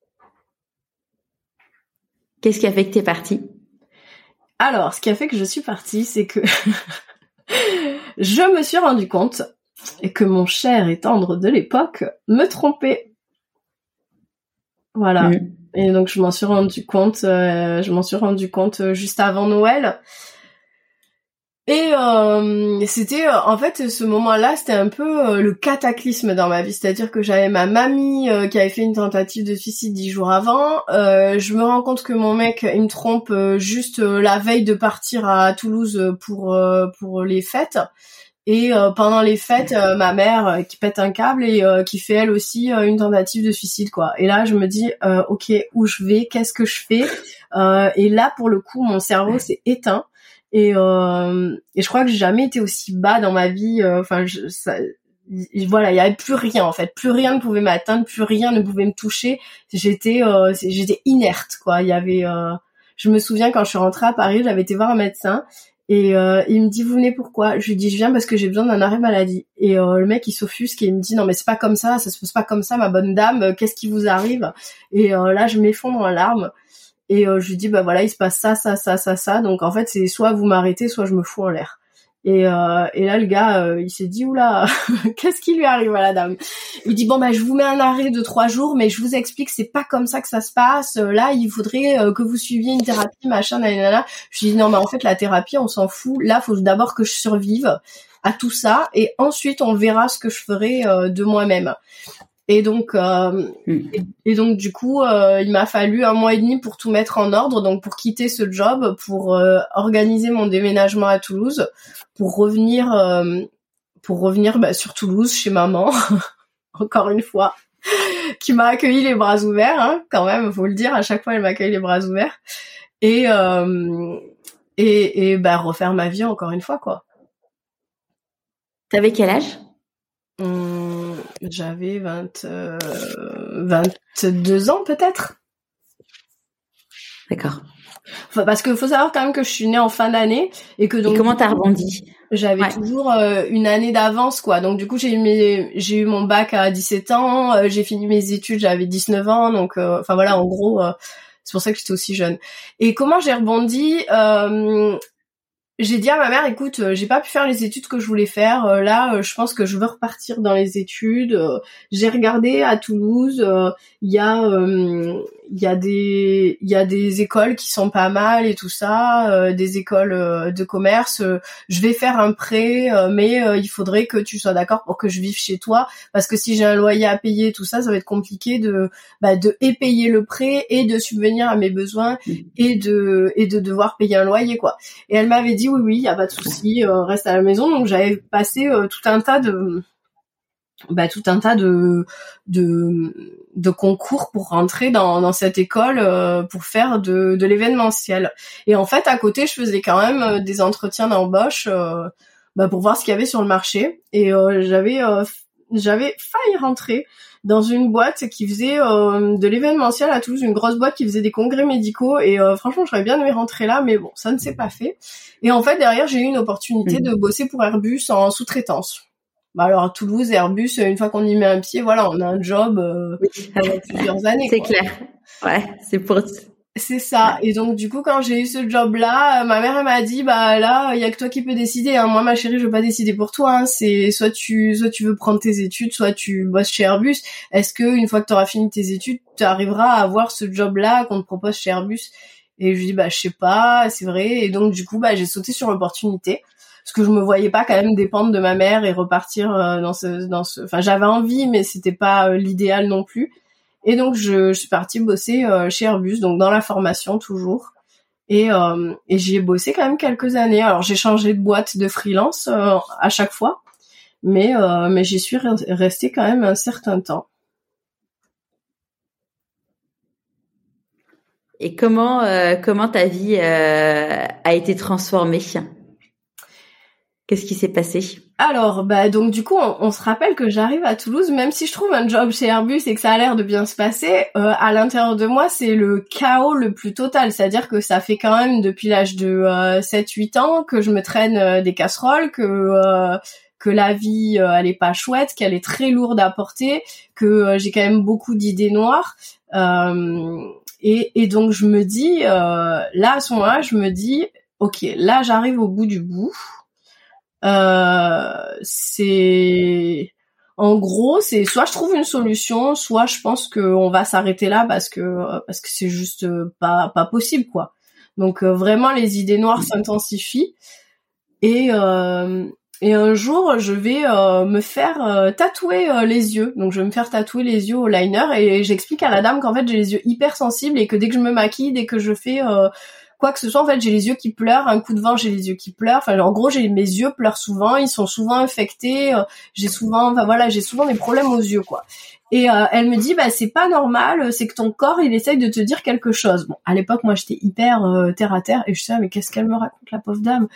[SPEAKER 3] Qu'est-ce qui a fait que t'es partie?
[SPEAKER 2] Alors, ce qui a fait que je suis partie, c'est que je me suis rendu compte que mon cher et tendre de l'époque me trompait. Voilà. Mmh. Et donc je m'en suis rendu compte, euh, je m'en suis rendu compte juste avant Noël. Et euh, c'était euh, en fait ce moment-là, c'était un peu euh, le cataclysme dans ma vie, c'est-à-dire que j'avais ma mamie euh, qui avait fait une tentative de suicide dix jours avant. Euh, je me rends compte que mon mec il me trompe euh, juste euh, la veille de partir à Toulouse pour euh, pour les fêtes. Et euh, pendant les fêtes, euh, ma mère euh, qui pète un câble et euh, qui fait elle aussi euh, une tentative de suicide, quoi. Et là, je me dis, euh, ok, où je vais, qu'est-ce que je fais euh, Et là, pour le coup, mon cerveau s'est éteint. Et, euh, et je crois que j'ai jamais été aussi bas dans ma vie. Enfin, euh, ça, voilà, il y avait plus rien en fait, plus rien ne pouvait m'atteindre, plus rien ne pouvait me toucher. J'étais, euh, j'étais inerte, quoi. Il y avait, euh, je me souviens quand je suis rentrée à Paris, j'avais été voir un médecin. Et euh, il me dit vous venez pourquoi? Je lui dis je viens parce que j'ai besoin d'un arrêt maladie. Et euh, le mec il s'offusque et il me dit non mais c'est pas comme ça, ça se passe pas comme ça ma bonne dame, qu'est-ce qui vous arrive? Et euh, là je m'effondre en larmes et euh, je lui dis bah voilà il se passe ça ça ça ça ça donc en fait c'est soit vous m'arrêtez soit je me fous en l'air. Et, euh, et là le gars euh, il s'est dit oula qu'est-ce qui lui arrive à la dame? Il dit bon bah je vous mets un arrêt de trois jours mais je vous explique c'est pas comme ça que ça se passe, là il faudrait euh, que vous suiviez une thérapie machin nanana. Je lui dis non mais en fait la thérapie on s'en fout, là faut d'abord que je survive à tout ça et ensuite on verra ce que je ferai euh, de moi-même. Et donc, euh, et, et donc du coup, euh, il m'a fallu un mois et demi pour tout mettre en ordre, donc pour quitter ce job, pour euh, organiser mon déménagement à Toulouse, pour revenir, euh, pour revenir bah, sur Toulouse chez maman, encore une fois, qui m'a accueilli les bras ouverts, hein, quand même, faut le dire, à chaque fois elle m'accueille les bras ouverts, et euh, et, et bah refaire ma vie encore une fois, quoi.
[SPEAKER 3] T'avais quel âge?
[SPEAKER 2] Hum, j'avais vingt, euh, vingt-deux ans peut-être.
[SPEAKER 3] D'accord.
[SPEAKER 2] Enfin, parce que faut savoir quand même que je suis née en fin d'année et que donc.
[SPEAKER 3] Et comment t'as rebondi?
[SPEAKER 2] J'avais ouais. toujours euh, une année d'avance, quoi. Donc du coup j'ai eu mes, j'ai eu mon bac à dix-sept ans, euh, j'ai fini mes études, j'avais dix-neuf ans, donc euh, enfin voilà en gros euh, c'est pour ça que j'étais aussi jeune. Et comment j'ai rebondi? euh, J'ai dit à ma mère, écoute, euh, j'ai pas pu faire les études que je voulais faire. Euh, là, euh, je pense que je veux repartir dans les études. Euh, j'ai regardé à Toulouse, il euh, y a, il euh, y a des, il y a des écoles qui sont pas mal et tout ça, euh, des écoles euh, de commerce. Euh, je vais faire un prêt, euh, mais euh, il faudrait que tu sois d'accord pour que je vive chez toi, parce que si j'ai un loyer à payer, tout ça, ça va être compliqué de, bah, de et payer le prêt et de subvenir à mes besoins et de, et de devoir payer un loyer, quoi. Et elle m'avait dit oui oui y a pas de souci, euh, reste à la maison. Donc j'avais passé euh, tout un tas de bah tout un tas de de de concours pour rentrer dans dans cette école euh, pour faire de de l'événementiel. Et en fait à côté je faisais quand même euh, des entretiens d'embauche euh, bah pour voir ce qu'il y avait sur le marché et euh, j'avais euh, j'avais failli rentrer dans une boîte qui faisait euh, de l'événementiel à Toulouse, une grosse boîte qui faisait des congrès médicaux et euh, franchement j'aurais bien aimé rentrer là mais bon ça ne s'est pas fait. Et en fait derrière j'ai eu une opportunité mmh. de bosser pour Airbus en sous-traitance. Bah alors à Toulouse Airbus une fois qu'on y met un pied voilà on a un job euh,
[SPEAKER 3] oui.
[SPEAKER 2] pendant plusieurs années.
[SPEAKER 3] C'est
[SPEAKER 2] quoi.
[SPEAKER 3] Clair. Ouais c'est pour.
[SPEAKER 2] C'est ça. Et donc du coup quand j'ai eu ce job là, ma mère elle m'a dit bah là il y a que toi qui peux décider. Hein. Moi ma chérie je veux pas décider pour toi. Hein. C'est soit tu soit tu veux prendre tes études, soit tu bosses chez Airbus. Est-ce que une fois que t'auras fini tes études, tu arriveras à avoir ce job là qu'on te propose chez Airbus? Et je lui dis bah je sais pas, c'est vrai. Et donc du coup bah j'ai sauté sur l'opportunité parce que je me voyais pas quand même dépendre de ma mère et repartir euh, dans ce dans ce. Enfin j'avais envie mais c'était pas euh, l'idéal non plus. Et donc je, je suis partie bosser euh, chez Airbus, donc dans la formation toujours. Et, euh, et j'y ai bossé quand même quelques années. Alors j'ai changé de boîte de freelance euh, à chaque fois, mais euh, mais j'y suis restée quand même un certain temps.
[SPEAKER 3] Et comment euh, comment ta vie euh, a été transformée? Qu'est-ce qui s'est passé?
[SPEAKER 2] Alors, bah donc du coup, on, on se rappelle que j'arrive à Toulouse, même si je trouve un job chez Airbus et que ça a l'air de bien se passer, euh, à l'intérieur de moi, c'est le chaos le plus total. C'est-à-dire que ça fait quand même depuis l'âge de euh, sept huit ans que je me traîne euh, des casseroles, que euh, que la vie, euh, elle est pas chouette, qu'elle est très lourde à porter, que euh, j'ai quand même beaucoup d'idées noires. Euh, et, et donc je me dis, euh, là à ce moment-là, je me dis, ok, là j'arrive au bout du bout. Euh, c'est en gros c'est soit je trouve une solution, soit je pense que on va s'arrêter là parce que parce que c'est juste pas pas possible quoi. Donc euh, vraiment les idées noires s'intensifient Et euh, et un jour, je vais euh, me faire euh, tatouer euh, les yeux. Donc, je vais me faire tatouer les yeux au liner et j'explique à la dame qu'en fait, j'ai les yeux hyper sensibles et que dès que je me maquille, dès que je fais euh, quoi que ce soit, en fait, j'ai les yeux qui pleurent. Un coup de vent, j'ai les yeux qui pleurent. Enfin, en gros, j'ai mes yeux pleurent souvent. Ils sont souvent infectés. Euh, j'ai souvent, enfin voilà, j'ai souvent des problèmes aux yeux, quoi. Et euh, elle me dit, bah c'est pas normal, c'est que ton corps il essaye de te dire quelque chose. Bon, à l'époque, moi, j'étais hyper euh, terre à terre et je sais, mais qu'est-ce qu'elle me raconte, la pauvre dame?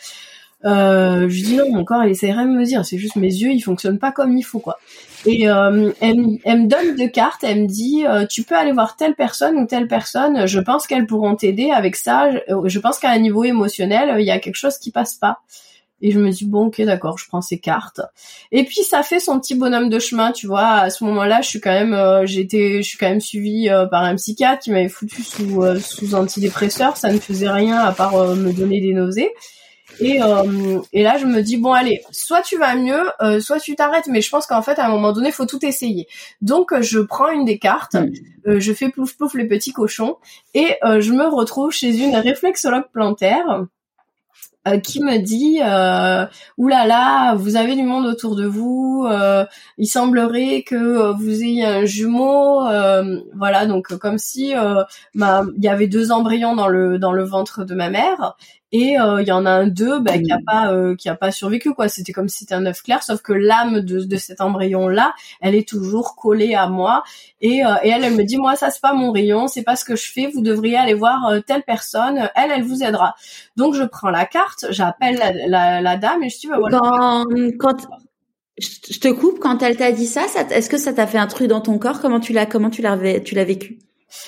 [SPEAKER 2] Euh, je dis non, mon corps il essaierait de me dire, c'est juste mes yeux ils fonctionnent pas comme il faut, quoi. Et euh, elle, elle me donne deux cartes, elle me dit euh, tu peux aller voir telle personne ou telle personne, je pense qu'elles pourront t'aider avec ça, je, je pense qu'à un niveau émotionnel il y a quelque chose qui passe pas. Et je me dis bon ok d'accord, je prends ces cartes. Et puis ça fait son petit bonhomme de chemin, tu vois. À ce moment-là, je suis quand même, euh, j'étais, je suis quand même suivie euh, par un psychiatre qui m'avait foutu sous euh, sous antidépresseur. Ça ne faisait rien à part euh, me donner des nausées. Et, euh, et là, je me dis, bon, allez, soit tu vas mieux, euh, soit tu t'arrêtes. Mais je pense qu'en fait, à un moment donné, il faut tout essayer. Donc, euh, je prends une des cartes, euh, je fais plouf plouf les petits cochons, et euh, je me retrouve chez une réflexologue plantaire euh, qui me dit, euh, oulala, là là, vous avez du monde autour de vous, euh, il semblerait que vous ayez un jumeau, euh, voilà, donc comme si euh, ma, il y avait deux embryons dans le dans le ventre de ma mère. Et il euh, y en a un d'eux bah, qui a pas euh, qui a pas survécu, quoi. C'était comme si c'était un œuf clair, sauf que l'âme de, de cet embryon là, elle est toujours collée à moi. Et, euh, et elle, elle me dit moi ça c'est pas mon rayon, c'est pas ce que je fais. Vous devriez aller voir euh, telle personne. Elle, elle vous aidera. Donc je prends la carte, j'appelle la, la, la dame et je dis bah voilà.
[SPEAKER 3] Quand, quand je te coupe, quand elle t'a dit ça, ça est-ce que ça t'a fait un truc dans ton corps? Comment tu l'as comment tu l'as tu l'as vécu?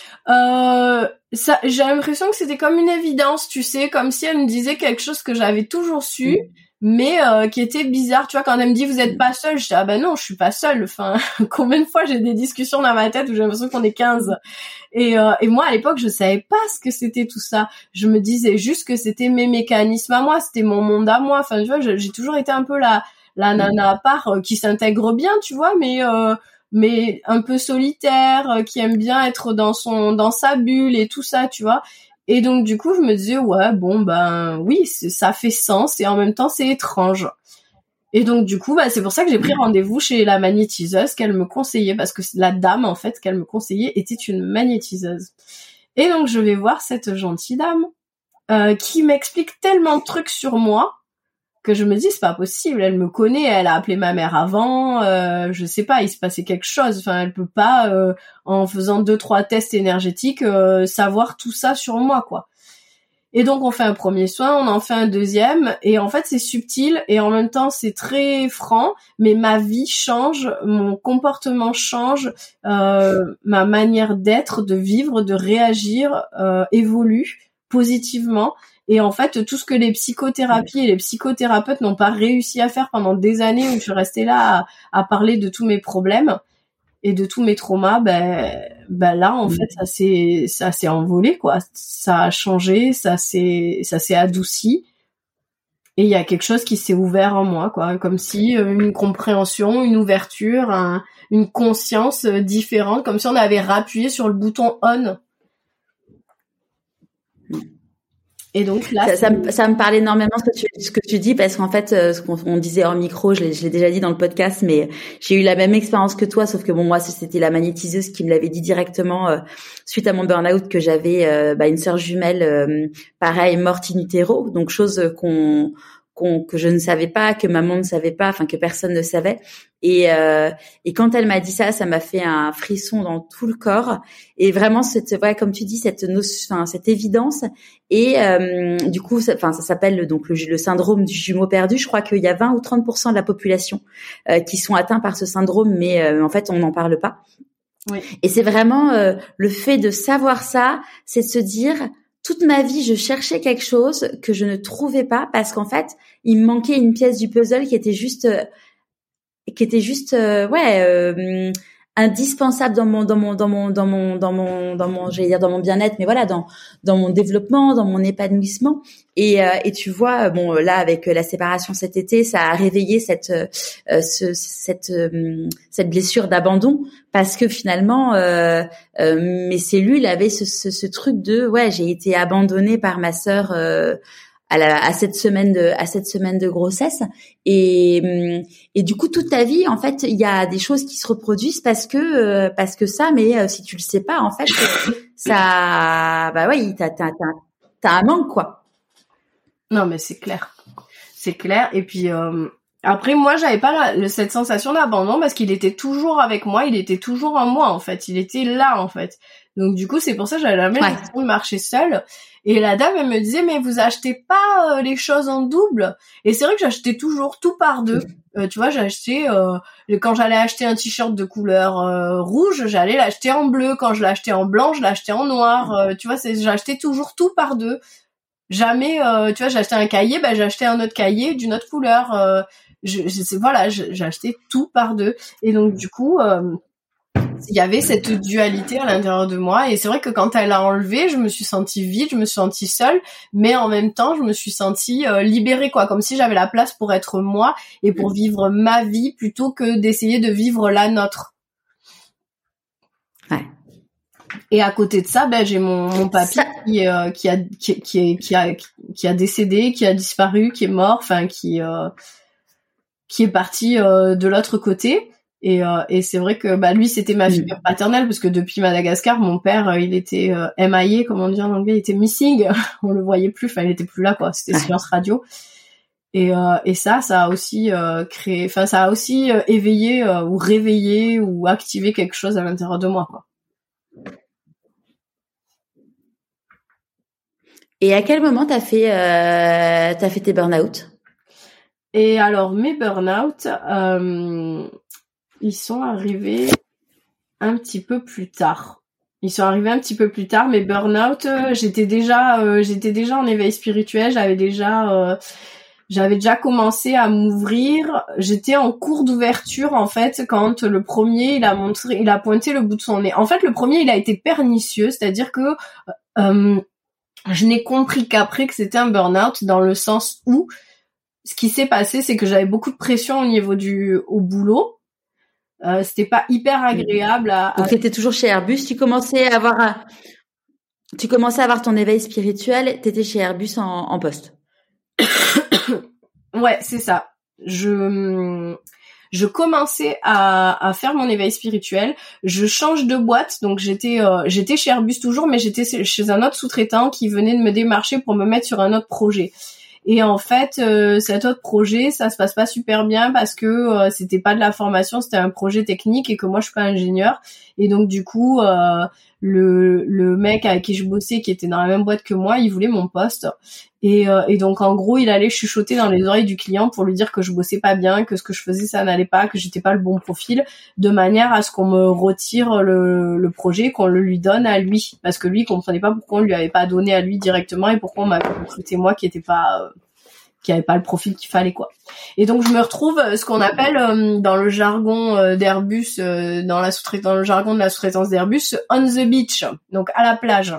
[SPEAKER 2] Euh, ça, j'ai l'impression que c'était comme une évidence, tu sais, comme si elle me disait quelque chose que j'avais toujours su, mmh. mais euh, qui était bizarre. Tu vois, quand elle me dit vous êtes pas seule, je dis ah ben non, je suis pas seule. Enfin, combien de fois j'ai des discussions dans ma tête où j'ai l'impression qu'on est quinze. Et, euh, et moi à l'époque je savais pas ce que c'était tout ça. Je me disais juste que c'était mes mécanismes à moi, c'était mon monde à moi. Enfin, tu vois, j'ai toujours été un peu la la nana à part euh, qui s'intègre bien, tu vois, mais euh, mais un peu solitaire, euh, qui aime bien être dans son dans sa bulle et tout ça, tu vois. Et donc du coup, je me disais ouais, bon ben oui, ça fait sens et en même temps c'est étrange. Et donc du coup, bah c'est pour ça que j'ai pris rendez-vous chez la magnétiseuse qu'elle me conseillait, parce que la dame en fait qu'elle me conseillait était une magnétiseuse. Et donc je vais voir cette gentille dame euh, qui m'explique tellement de trucs sur moi que je me dis c'est pas possible, elle me connaît, elle a appelé ma mère avant, euh, je sais pas, il se passait quelque chose, enfin elle peut pas euh, en faisant deux trois tests énergétiques euh, savoir tout ça sur moi, quoi. Et donc on fait un premier soin, on en fait un deuxième, et en fait c'est subtil et en même temps c'est très franc, mais ma vie change, mon comportement change, euh, ma manière d'être, de vivre, de réagir euh, évolue positivement. Et en fait, tout ce que les psychothérapies et les psychothérapeutes n'ont pas réussi à faire pendant des années où je suis restée là à, à parler de tous mes problèmes et de tous mes traumas, ben, ben là, en fait, ça s'est, ça s'est envolé, quoi. Ça a changé, ça s'est, ça s'est adouci. Et il y a quelque chose qui s'est ouvert en moi, quoi. Comme si une compréhension, une ouverture, un, une conscience différente, comme si on avait rappuyé sur le bouton on. Et donc là,
[SPEAKER 3] ça, ça, me, ça me parle énormément ce que tu, ce que tu dis, parce qu'en fait, euh, ce qu'on on disait en micro, je l'ai, je l'ai déjà dit dans le podcast, mais j'ai eu la même expérience que toi, sauf que bon, moi, c'était la magnétiseuse qui me l'avait dit directement euh, suite à mon burn-out, que j'avais euh, bah, une sœur jumelle, euh, pareil, morte in utero, donc chose qu'on Qu'on, que je ne savais pas, que maman ne savait pas, enfin que personne ne savait. Et, euh, et quand elle m'a dit ça, ça m'a fait un frisson dans tout le corps. Et vraiment, cette, ouais, comme tu dis, cette notion, enfin, cette évidence. Et euh, du coup, ça, enfin, ça s'appelle donc le, le syndrome du jumeau perdu. Je crois qu'il y a vingt ou trente pour cent de la population euh, qui sont atteints par ce syndrome, mais euh, en fait, on n'en parle pas.
[SPEAKER 2] Oui.
[SPEAKER 3] Et c'est vraiment euh, le fait de savoir ça, c'est de se dire. Toute ma vie, je cherchais quelque chose que je ne trouvais pas parce qu'en fait, il me manquait une pièce du puzzle qui était juste, euh, qui était juste, euh, ouais, euh, indispensable dans mon, dans mon, dans mon, dans mon, dans mon, dans mon, j'allais dire dans mon bien-être, mais voilà, dans, dans mon développement, dans mon épanouissement. Et, euh, et tu vois, bon, là, avec la séparation cet été, ça a réveillé cette, euh, ce, cette, euh, cette blessure d'abandon, parce que finalement, euh, euh, mes cellules avaient ce, ce, ce truc de, ouais, j'ai été abandonnée par ma sœur. Euh, à, la, à cette semaine de à cette semaine de grossesse et et du coup toute ta vie en fait il y a des choses qui se reproduisent parce que euh, parce que ça mais euh, si tu le sais pas en fait ça bah ouais t'as t'as t'as, t'as un manque quoi.
[SPEAKER 2] Non mais c'est clair, c'est clair et puis euh, après moi j'avais pas la, cette sensation d'abandon parce qu'il était toujours avec moi, il était toujours en moi en fait, il était là en fait. Donc du coup c'est pour ça que j'avais jamais l'impression de marcher seule. Et la dame elle me disait mais vous achetez pas euh, les choses en double. Et c'est vrai que j'achetais toujours tout par deux. Euh, tu vois j'achetais euh, quand j'allais acheter un t-shirt de couleur euh, rouge j'allais l'acheter en bleu, quand je l'achetais en blanc je l'achetais en noir. Euh, tu vois c'est j'achetais toujours tout par deux. Jamais euh, tu vois j'achetais un cahier ben j'achetais un autre cahier d'une autre couleur. Euh, je, je voilà j'ai acheté tout par deux. Et donc du coup euh, il y avait cette dualité à l'intérieur de moi et c'est vrai que quand elle a enlevé, je me suis sentie vide, je me suis sentie seule, mais en même temps, je me suis sentie euh, libérée quoi, comme si j'avais la place pour être moi et pour vivre ma vie plutôt que d'essayer de vivre la nôtre.
[SPEAKER 3] Ouais.
[SPEAKER 2] Et à côté de ça, ben j'ai mon mon papy ça... qui euh, qui a qui qui, qui a qui a décédé, qui a disparu, qui est mort, enfin qui euh, qui est parti euh, de l'autre côté. Et, euh, et c'est vrai que bah lui c'était ma figure mmh. paternelle parce que depuis Madagascar mon père euh, il était euh, M I A comme on dit en anglais, il était missing, on le voyait plus, enfin il était plus là quoi, c'était ouais. silence radio. Et euh, et ça ça a aussi euh, créé, enfin ça a aussi euh, éveillé euh, ou réveillé ou activé quelque chose à l'intérieur de moi quoi.
[SPEAKER 3] Et à quel moment t'as fait euh, t'as fait tes burn-out?
[SPEAKER 2] Et alors mes burn-out euh, ils sont arrivés un petit peu plus tard. Ils sont arrivés un petit peu plus tard, mais burn-out, euh, j'étais déjà, euh, j'étais déjà en éveil spirituel, j'avais déjà, euh, j'avais déjà commencé à m'ouvrir. J'étais en cours d'ouverture en fait quand le premier il a montré, il a pointé le bout de son nez. En fait, le premier il a été pernicieux, c'est-à-dire que euh, je n'ai compris qu'après que c'était un burn-out dans le sens où ce qui s'est passé, c'est que j'avais beaucoup de pression au niveau du, au boulot. Euh, c'était pas hyper agréable à, à...
[SPEAKER 3] Donc t'étais toujours chez Airbus, tu commençais à avoir un... tu commençais à avoir ton éveil spirituel, t'étais chez Airbus en, en poste.
[SPEAKER 2] Ouais, c'est ça. Je je commençais à, à faire mon éveil spirituel, je change de boîte, donc j'étais euh, j'étais chez Airbus toujours, mais j'étais chez un autre sous-traitant qui venait de me démarcher pour me mettre sur un autre projet. Et en fait, euh, cet autre projet, ça se passe pas super bien parce que euh, c'était pas de la formation, c'était un projet technique et que moi je suis pas ingénieure. Et donc du coup, euh, le le mec avec qui je bossais, qui était dans la même boîte que moi, il voulait mon poste. Et, euh, et donc en gros, il allait chuchoter dans les oreilles du client pour lui dire que je bossais pas bien, que ce que je faisais ça n'allait pas, que j'étais pas le bon profil, de manière à ce qu'on me retire le, le projet, qu'on le lui donne à lui, parce que lui il comprenait pas pourquoi on lui avait pas donné à lui directement et pourquoi on m'avait recruté moi qui était pas, euh, qui avait pas le profil qu'il fallait quoi. Et donc je me retrouve ce qu'on appelle euh, dans le jargon euh, d'Airbus, euh, dans la sous dans le jargon de la sous-traitance d'Airbus, on the beach, donc à la plage.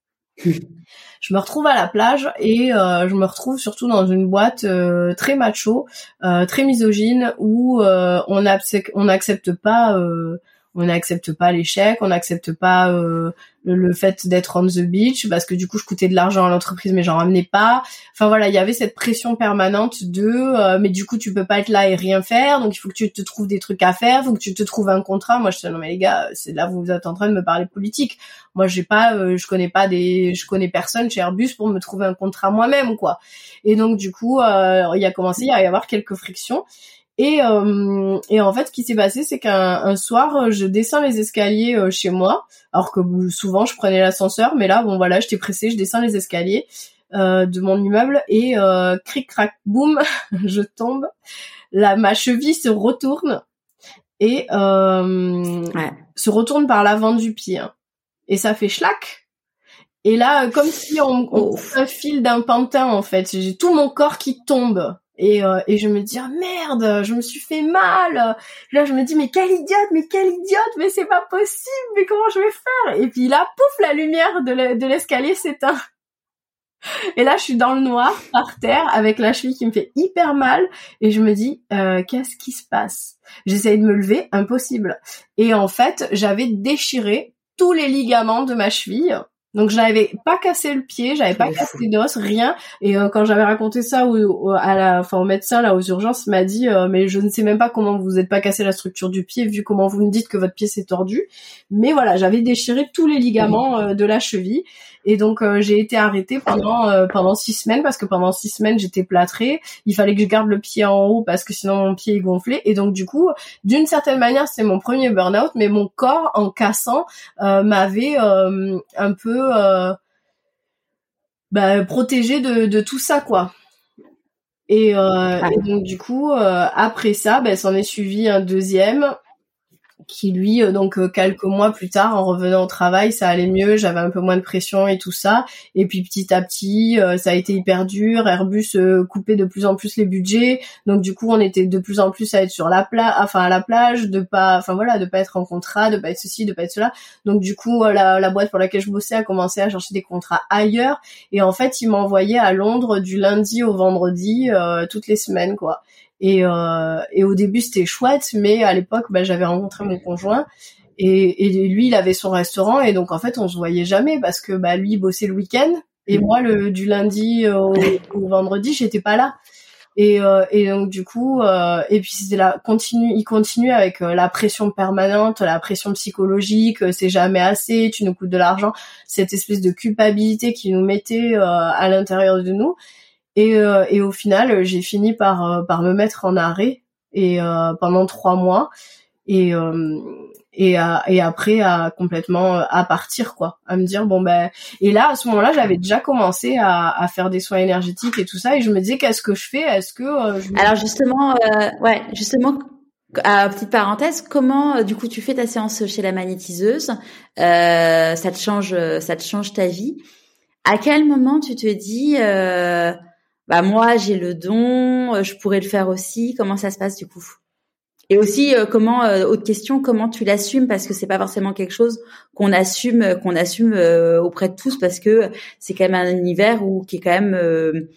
[SPEAKER 2] Je me retrouve à la plage et euh, je me retrouve surtout dans une boîte euh, très macho, euh, très misogyne où euh, on n'accepte on n'accepte pas euh, on n'accepte pas l'échec, on n'accepte pas euh, le, le fait d'être on the beach parce que du coup je coûtais de l'argent à l'entreprise mais j'en ramenais pas. Enfin voilà, il y avait cette pression permanente de euh, mais du coup tu peux pas être là et rien faire, donc il faut que tu te trouves des trucs à faire, il faut que tu te trouves un contrat. Moi je dis non mais les gars, c'est là vous êtes en train de me parler politique. Moi j'ai pas euh, je connais pas des je connais personne chez Airbus pour me trouver un contrat moi-même quoi. Et donc du coup euh, il y a commencé à y avoir quelques frictions. Et, euh, et en fait, ce qui s'est passé, c'est qu'un un soir, je descends les escaliers euh, chez moi, alors que souvent je prenais l'ascenseur, mais là, bon voilà, j'étais pressée, je descends les escaliers euh, de mon immeuble et euh, cric crac boum, je tombe, là ma cheville se retourne et euh, ouais. se retourne par l'avant du pied, hein, et ça fait schlac. Et là, comme si on, on coupe un fil d'un pantin en fait, j'ai tout mon corps qui tombe. Et, euh, et je me dis, ah merde, je me suis fait mal. Là, je me dis, mais quelle idiote, mais quelle idiote, mais c'est pas possible, mais comment je vais faire? Et puis là, pouf, la lumière de, le, de l'escalier s'éteint. Et là, je suis dans le noir, par terre, avec la cheville qui me fait hyper mal. Et je me dis, euh, qu'est-ce qui se passe? J'essaye de me lever, impossible. Et en fait, j'avais déchiré tous les ligaments de ma cheville. Donc, je n'avais pas cassé le pied, j'avais pas cassé d'os, rien. Et euh, quand j'avais raconté ça au, au, à la, enfin, au médecin là aux urgences, il m'a dit euh, mais je ne sais même pas comment vous n'êtes pas cassé la structure du pied vu comment vous me dites que votre pied s'est tordu. Mais voilà, j'avais déchiré tous les ligaments euh, de la cheville. Et donc euh, j'ai été arrêtée pendant euh, pendant six semaines parce que pendant six semaines j'étais plâtrée. Il fallait que je garde le pied en haut parce que sinon mon pied il gonflait. Et donc du coup, d'une certaine manière, c'est mon premier burn-out, mais mon corps en cassant euh, m'avait euh, un peu euh, bah, protégée de, de tout ça quoi. Et, euh, ah. et donc du coup euh, après ça, ben s'en est suivi un deuxième. Qui lui euh, donc euh, quelques mois plus tard en revenant au travail ça allait mieux, j'avais un peu moins de pression et tout ça, et puis petit à petit euh, ça a été hyper dur. Airbus euh, coupait de plus en plus les budgets, donc du coup on était de plus en plus à être sur la plage, enfin à la plage, de pas enfin voilà de pas être en contrat, de pas être ceci, de pas être cela. Donc du coup euh, la, la boîte pour laquelle je bossais a commencé à chercher des contrats ailleurs, et en fait ils m'envoyaient à Londres du lundi au vendredi euh, toutes les semaines quoi. Et, euh, et au début c'était chouette, mais à l'époque bah, j'avais rencontré mon conjoint et, et lui il avait son restaurant, et donc en fait on se voyait jamais parce que bah lui il bossait le week-end et moi le du lundi au, au vendredi j'étais pas là. Et, euh, et donc du coup euh, et puis c'était la continue il continue avec euh, la pression permanente, la pression psychologique, euh, c'est jamais assez, tu nous coûtes de l'argent, cette espèce de culpabilité qui nous mettait euh, à l'intérieur de nous. Et, euh, et au final, j'ai fini par euh, par me mettre en arrêt et euh, pendant trois mois et euh, et à, et après à complètement à partir quoi, à me dire bon ben et là à ce moment-là, j'avais déjà commencé à à faire des soins énergétiques et tout ça, et je me disais qu'est-ce que je fais, est-ce que euh, je...
[SPEAKER 3] Alors justement euh, ouais, justement à petite parenthèse, comment euh, du coup tu fais ta séance chez la magnétiseuse, euh, ça te change ça te change ta vie. À quel moment tu te dis euh, bah moi j'ai le don, je pourrais le faire aussi. Comment ça se passe du coup? Et aussi euh, comment euh, autre question, comment tu l'assumes, parce que c'est pas forcément quelque chose qu'on assume qu'on assume euh, auprès de tous, parce que c'est quand même un univers où qui est quand même euh,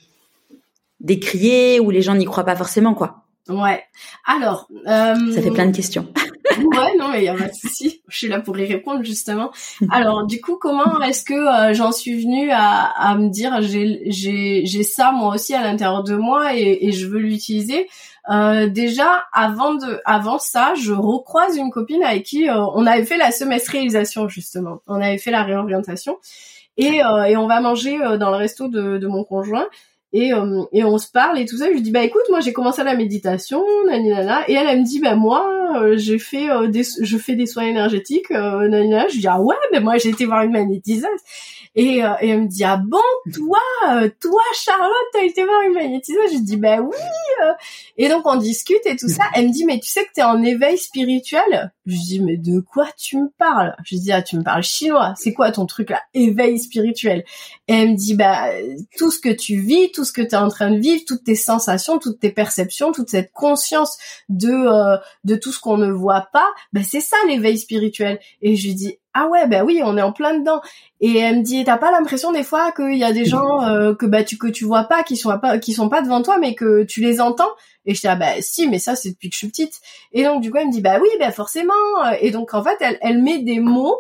[SPEAKER 3] décrié, où les gens n'y croient pas forcément quoi.
[SPEAKER 2] Ouais. Alors euh...
[SPEAKER 3] ça fait plein de questions.
[SPEAKER 2] Ouais, non, mais il y a pas de souci. Je suis là pour y répondre, justement. Alors, du coup, comment est-ce que euh, j'en suis venue à, à me dire, j'ai, j'ai, j'ai ça moi aussi à l'intérieur de moi et, et je veux l'utiliser. Euh, déjà, avant de, avant ça, je recroise une copine avec qui euh, on avait fait la semestrialisation, justement. On avait fait la réorientation et, euh, et on va manger euh, dans le resto de, de mon conjoint. Et, euh, et on se parle et tout ça. Je lui dis bah écoute, moi j'ai commencé la méditation, nanana. Et elle, elle me dit bah moi euh, j'ai fait euh, des, je fais des soins énergétiques, euh, nanana. Je lui dis ah ouais, mais moi j'ai été voir une magnétiseuse. Et, euh, et elle me dit ah bon, toi, euh, toi Charlotte, t'as été voir une magnétiseuse? Je dis bah oui. Euh. Et donc on discute et tout ça. Elle me dit mais tu sais que t'es en éveil spirituel? Je dis mais de quoi tu me parles? Je dis ah tu me parles chinois. C'est quoi ton truc là, éveil spirituel? Et elle me dit bah tout ce que tu vis, tout ce que tu es en train de vivre, toutes tes sensations, toutes tes perceptions, toute cette conscience de euh, de tout ce qu'on ne voit pas, ben c'est ça l'éveil spirituel. Et je lui dis ah ouais ben oui, on est en plein dedans. Et elle me dit t'as pas l'impression des fois qu'il y a des gens euh, que bah tu que tu vois pas, qui sont pas qui sont pas devant toi mais que tu les entends? Et je dis ah bah si, mais ça c'est depuis que je suis petite. Et donc du coup elle me dit bah oui ben forcément. Et donc en fait elle elle met des mots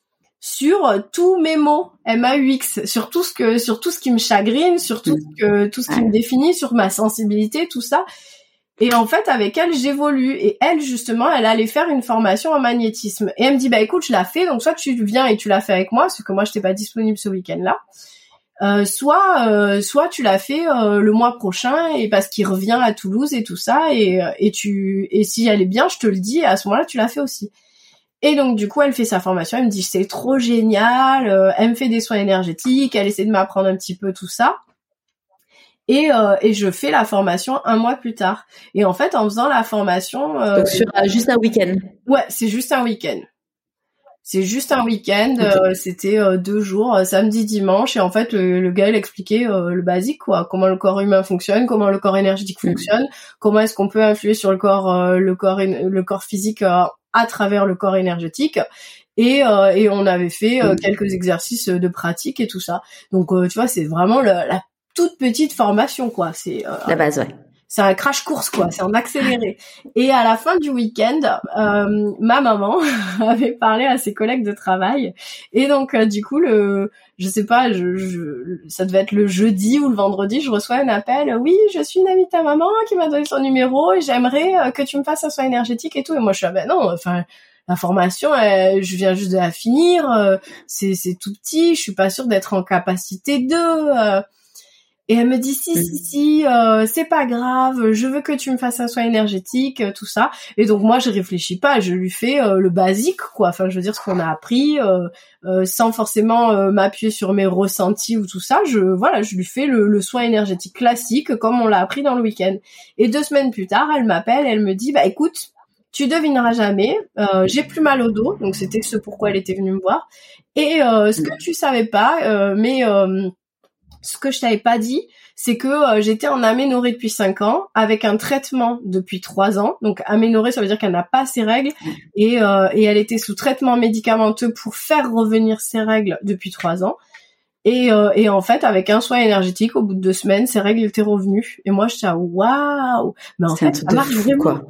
[SPEAKER 2] sur tous mes mots M A U X, sur tout ce que sur tout ce qui me chagrine, sur tout ce que tout ce qui me définit, sur ma sensibilité, tout ça. Et en fait avec elle j'évolue, et elle justement elle allait faire une formation en magnétisme et elle me dit bah écoute je la fais, donc soit tu viens et tu la fais avec moi parce que moi j'étais pas disponible ce week-end-là, euh, soit euh, soit tu la fais euh, le mois prochain, et parce qu'il revient à Toulouse et tout ça, et et tu et si elle est bien je te le dis, et à ce moment-là tu la fais aussi. Et donc du coup elle fait sa formation, elle me dit c'est trop génial, euh, elle me fait des soins énergétiques, elle essaie de m'apprendre un petit peu tout ça, et euh, et je fais la formation un mois plus tard. Et en fait en faisant la formation euh,
[SPEAKER 3] donc sur euh, juste un week-end.
[SPEAKER 2] Ouais, c'est juste un week-end. C'est juste un week-end, okay. euh, c'était euh, deux jours, euh, samedi, dimanche, et en fait le, le gars il expliquait euh, le basique quoi, comment le corps humain fonctionne, comment le corps énergétique fonctionne, mmh. comment est-ce qu'on peut influer sur le corps, euh, le corps, le corps physique euh, à travers le corps énergétique. Et, euh, et on avait fait euh, quelques exercices de pratique et tout ça. Donc euh, tu vois, c'est vraiment le, la toute petite formation quoi. C'est euh,
[SPEAKER 3] la base, ouais.
[SPEAKER 2] c'est un crash course quoi, c'est en accéléré. Et à la fin du week-end, euh, ma maman avait parlé à ses collègues de travail et donc euh, du coup le, je sais pas, je, je, ça devait être le jeudi ou le vendredi, je reçois un appel. Oui, je suis une amie de ta maman qui m'a donné son numéro et j'aimerais euh, que tu me fasses un soin énergétique et tout. Et moi je suis ah ben non, enfin la formation, euh, je viens juste de la finir, euh, c'est c'est tout petit, je suis pas sûre d'être en capacité de. Euh, Et elle me dit si si si euh, c'est pas grave, je veux que tu me fasses un soin énergétique, euh, tout ça. Et donc moi je réfléchis pas, je lui fais euh, le basique quoi. Enfin je veux dire ce qu'on a appris euh, euh, sans forcément euh, m'appuyer sur mes ressentis ou tout ça. Je voilà, je lui fais le, le soin énergétique classique comme on l'a appris dans le week-end. Et deux semaines plus tard, elle m'appelle, elle me dit bah écoute, tu devineras jamais, euh, j'ai plus mal au dos, donc c'était ce pourquoi elle était venue me voir. Et euh, ce que tu savais pas, euh, mais euh, ce que je t'avais pas dit, c'est que euh, j'étais en aménorrhée depuis cinq ans, avec un traitement depuis trois ans. Donc aménorrhée, ça veut dire qu'elle n'a pas ses règles, et, euh, et elle était sous traitement médicamenteux pour faire revenir ses règles depuis trois ans. Et, euh, et en fait, avec un soin énergétique, au bout de deux semaines, ses règles étaient revenues. Et moi, je disais waouh, mais en
[SPEAKER 3] c'est
[SPEAKER 2] fait, ça marche vraiment. Quoi.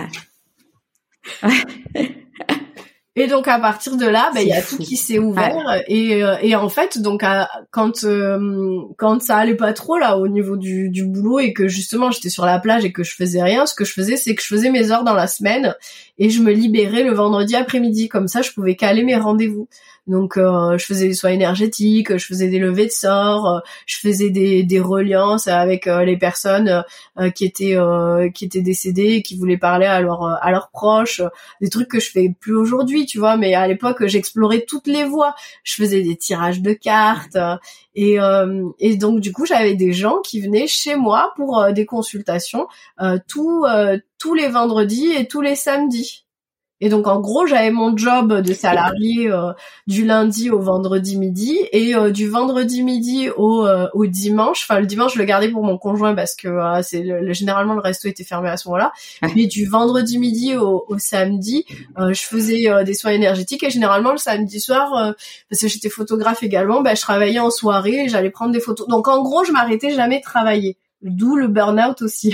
[SPEAKER 2] Ouais. Et donc à partir de là, ben il y a fou. Tout qui s'est ouvert ouais. et euh, et en fait donc à, quand euh, quand ça allait pas trop là au niveau du du boulot et que justement j'étais sur la plage et que je faisais rien, ce que je faisais c'est que je faisais mes heures dans la semaine et je me libérais le vendredi après-midi, comme ça je pouvais caler mes rendez-vous. Donc euh, je faisais des soins énergétiques, je faisais des levées de sorts, euh, je faisais des des reliances avec euh, les personnes euh, qui étaient euh, qui étaient décédées et qui voulaient parler à leurs à leurs proches, euh, des trucs que je fais plus aujourd'hui, tu vois, mais à l'époque j'explorais toutes les voies. Je faisais des tirages de cartes euh, et euh, et donc du coup, j'avais des gens qui venaient chez moi pour euh, des consultations euh, tous euh, tous les vendredis et tous les samedis. Et donc en gros j'avais mon job de salarié euh, du lundi au vendredi midi et euh, du vendredi midi au euh, au dimanche. Enfin le dimanche je le gardais pour mon conjoint parce que euh, c'est le, le, généralement le resto était fermé à ce moment-là. Mais du vendredi midi au, au samedi, euh, je faisais euh, des soins énergétiques et généralement le samedi soir euh, parce que j'étais photographe également, ben je travaillais en soirée et j'allais prendre des photos. Donc en gros je m'arrêtais jamais de travailler. D'où le burn-out aussi.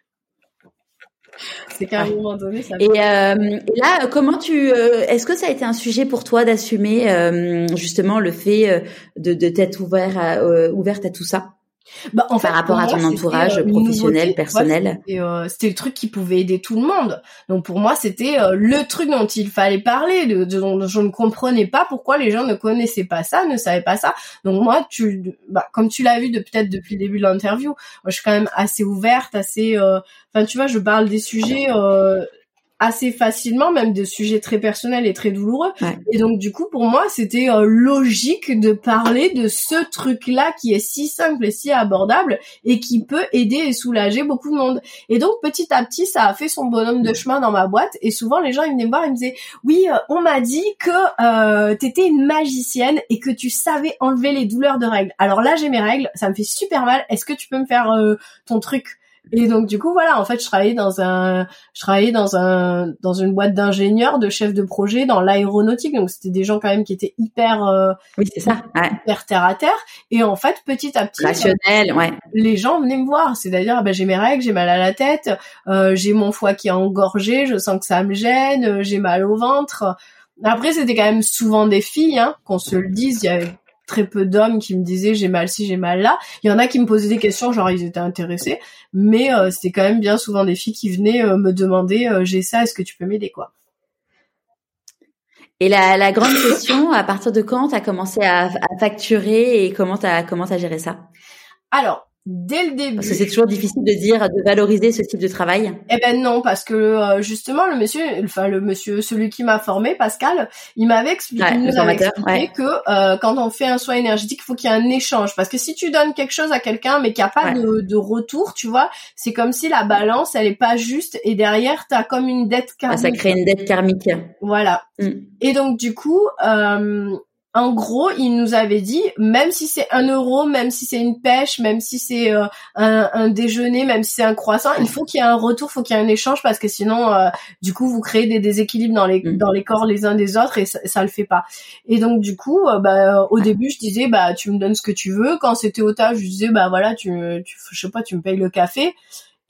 [SPEAKER 2] C'est qu'à un moment donné, ça.
[SPEAKER 3] Et, euh, et là, comment tu, euh, est-ce que ça a été un sujet pour toi d'assumer euh, justement le fait euh, de, de t'être ouvert à, euh, ouverte à tout ça?
[SPEAKER 2] Bah, en fait,
[SPEAKER 3] par rapport à ton entourage euh, professionnel, nouveauté,
[SPEAKER 2] personnel. C'était, euh, c'était le truc qui pouvait aider tout le monde. Donc pour moi, c'était euh, le truc dont il fallait parler, de, de, dont je ne comprenais pas pourquoi les gens ne connaissaient pas ça, ne savaient pas ça. Donc moi, tu, bah, comme tu l'as vu de, peut-être depuis le début de l'interview, moi, je suis quand même assez ouverte, assez. Enfin, euh, tu vois, je parle des sujets. Euh, assez facilement, même de sujets très personnels et très douloureux. Ouais. Et donc, du coup, pour moi, c'était euh, logique de parler de ce truc-là qui est si simple et si abordable et qui peut aider et soulager beaucoup de monde. Et donc, petit à petit, ça a fait son bonhomme de chemin dans ma boîte. Et souvent, les gens, ils venaient me voir, ils me disaient « Oui, euh, on m'a dit que euh, t'étais une magicienne et que tu savais enlever les douleurs de règles. Alors là, j'ai mes règles, ça me fait super mal. Est-ce que tu peux me faire euh, ton truc ?» Et donc du coup voilà, en fait je travaillais dans un je travaillais dans un dans une boîte d'ingénieurs, de chefs de projet dans l'aéronautique, donc c'était des gens quand même qui étaient hyper euh,
[SPEAKER 3] oui c'est ça ouais.
[SPEAKER 2] hyper terre à terre. Et en fait petit à petit
[SPEAKER 3] rationnel
[SPEAKER 2] euh,
[SPEAKER 3] ouais
[SPEAKER 2] les gens venaient me voir, c'est-à-dire ben j'ai mes règles, j'ai mal à la tête, euh, j'ai mon foie qui est engorgé, je sens que ça me gêne, euh, j'ai mal au ventre. Après c'était quand même souvent des filles, hein, qu'on se le dise, il y avait très peu d'hommes qui me disaient j'ai mal ci, j'ai mal là. Il y en a qui me posaient des questions, genre ils étaient intéressés, mais euh, c'était quand même bien souvent des filles qui venaient euh, me demander euh, j'ai ça, est-ce que tu peux m'aider quoi.
[SPEAKER 3] Et la, la grande question, à partir de quand t'as commencé à, à facturer et comment t'as comment t'as géré ça?
[SPEAKER 2] Alors dès le début.
[SPEAKER 3] Parce que c'est toujours difficile de dire, de valoriser ce type de travail.
[SPEAKER 2] Eh ben non, parce que euh, justement le monsieur, enfin le monsieur, celui qui m'a formé, Pascal, il m'avait expliqué,
[SPEAKER 3] ouais,
[SPEAKER 2] il nous avait expliqué
[SPEAKER 3] ouais.
[SPEAKER 2] que euh, quand on fait un soin énergétique, il faut qu'il y ait un échange. Parce que si tu donnes quelque chose à quelqu'un mais qu'il n'y a pas ouais. de, de retour, tu vois, c'est comme si la balance, elle est pas juste et derrière t'as comme une dette karmique.
[SPEAKER 3] Ah, ça crée une dette karmique.
[SPEAKER 2] Voilà. Mm. Et donc du coup. Euh, En gros, il nous avait dit, même si c'est un euro, même si c'est une pêche, même si c'est euh, un, un déjeuner, même si c'est un croissant, il faut qu'il y ait un retour, il faut qu'il y ait un échange parce que sinon, euh, du coup, vous créez des déséquilibres dans les mmh. dans les corps les uns des autres et ça, ça le fait pas. Et donc du coup, euh, bah au début, je disais, bah tu me donnes ce que tu veux. Quand c'était au taf, je disais, bah voilà, tu, tu je sais pas, tu me payes le café.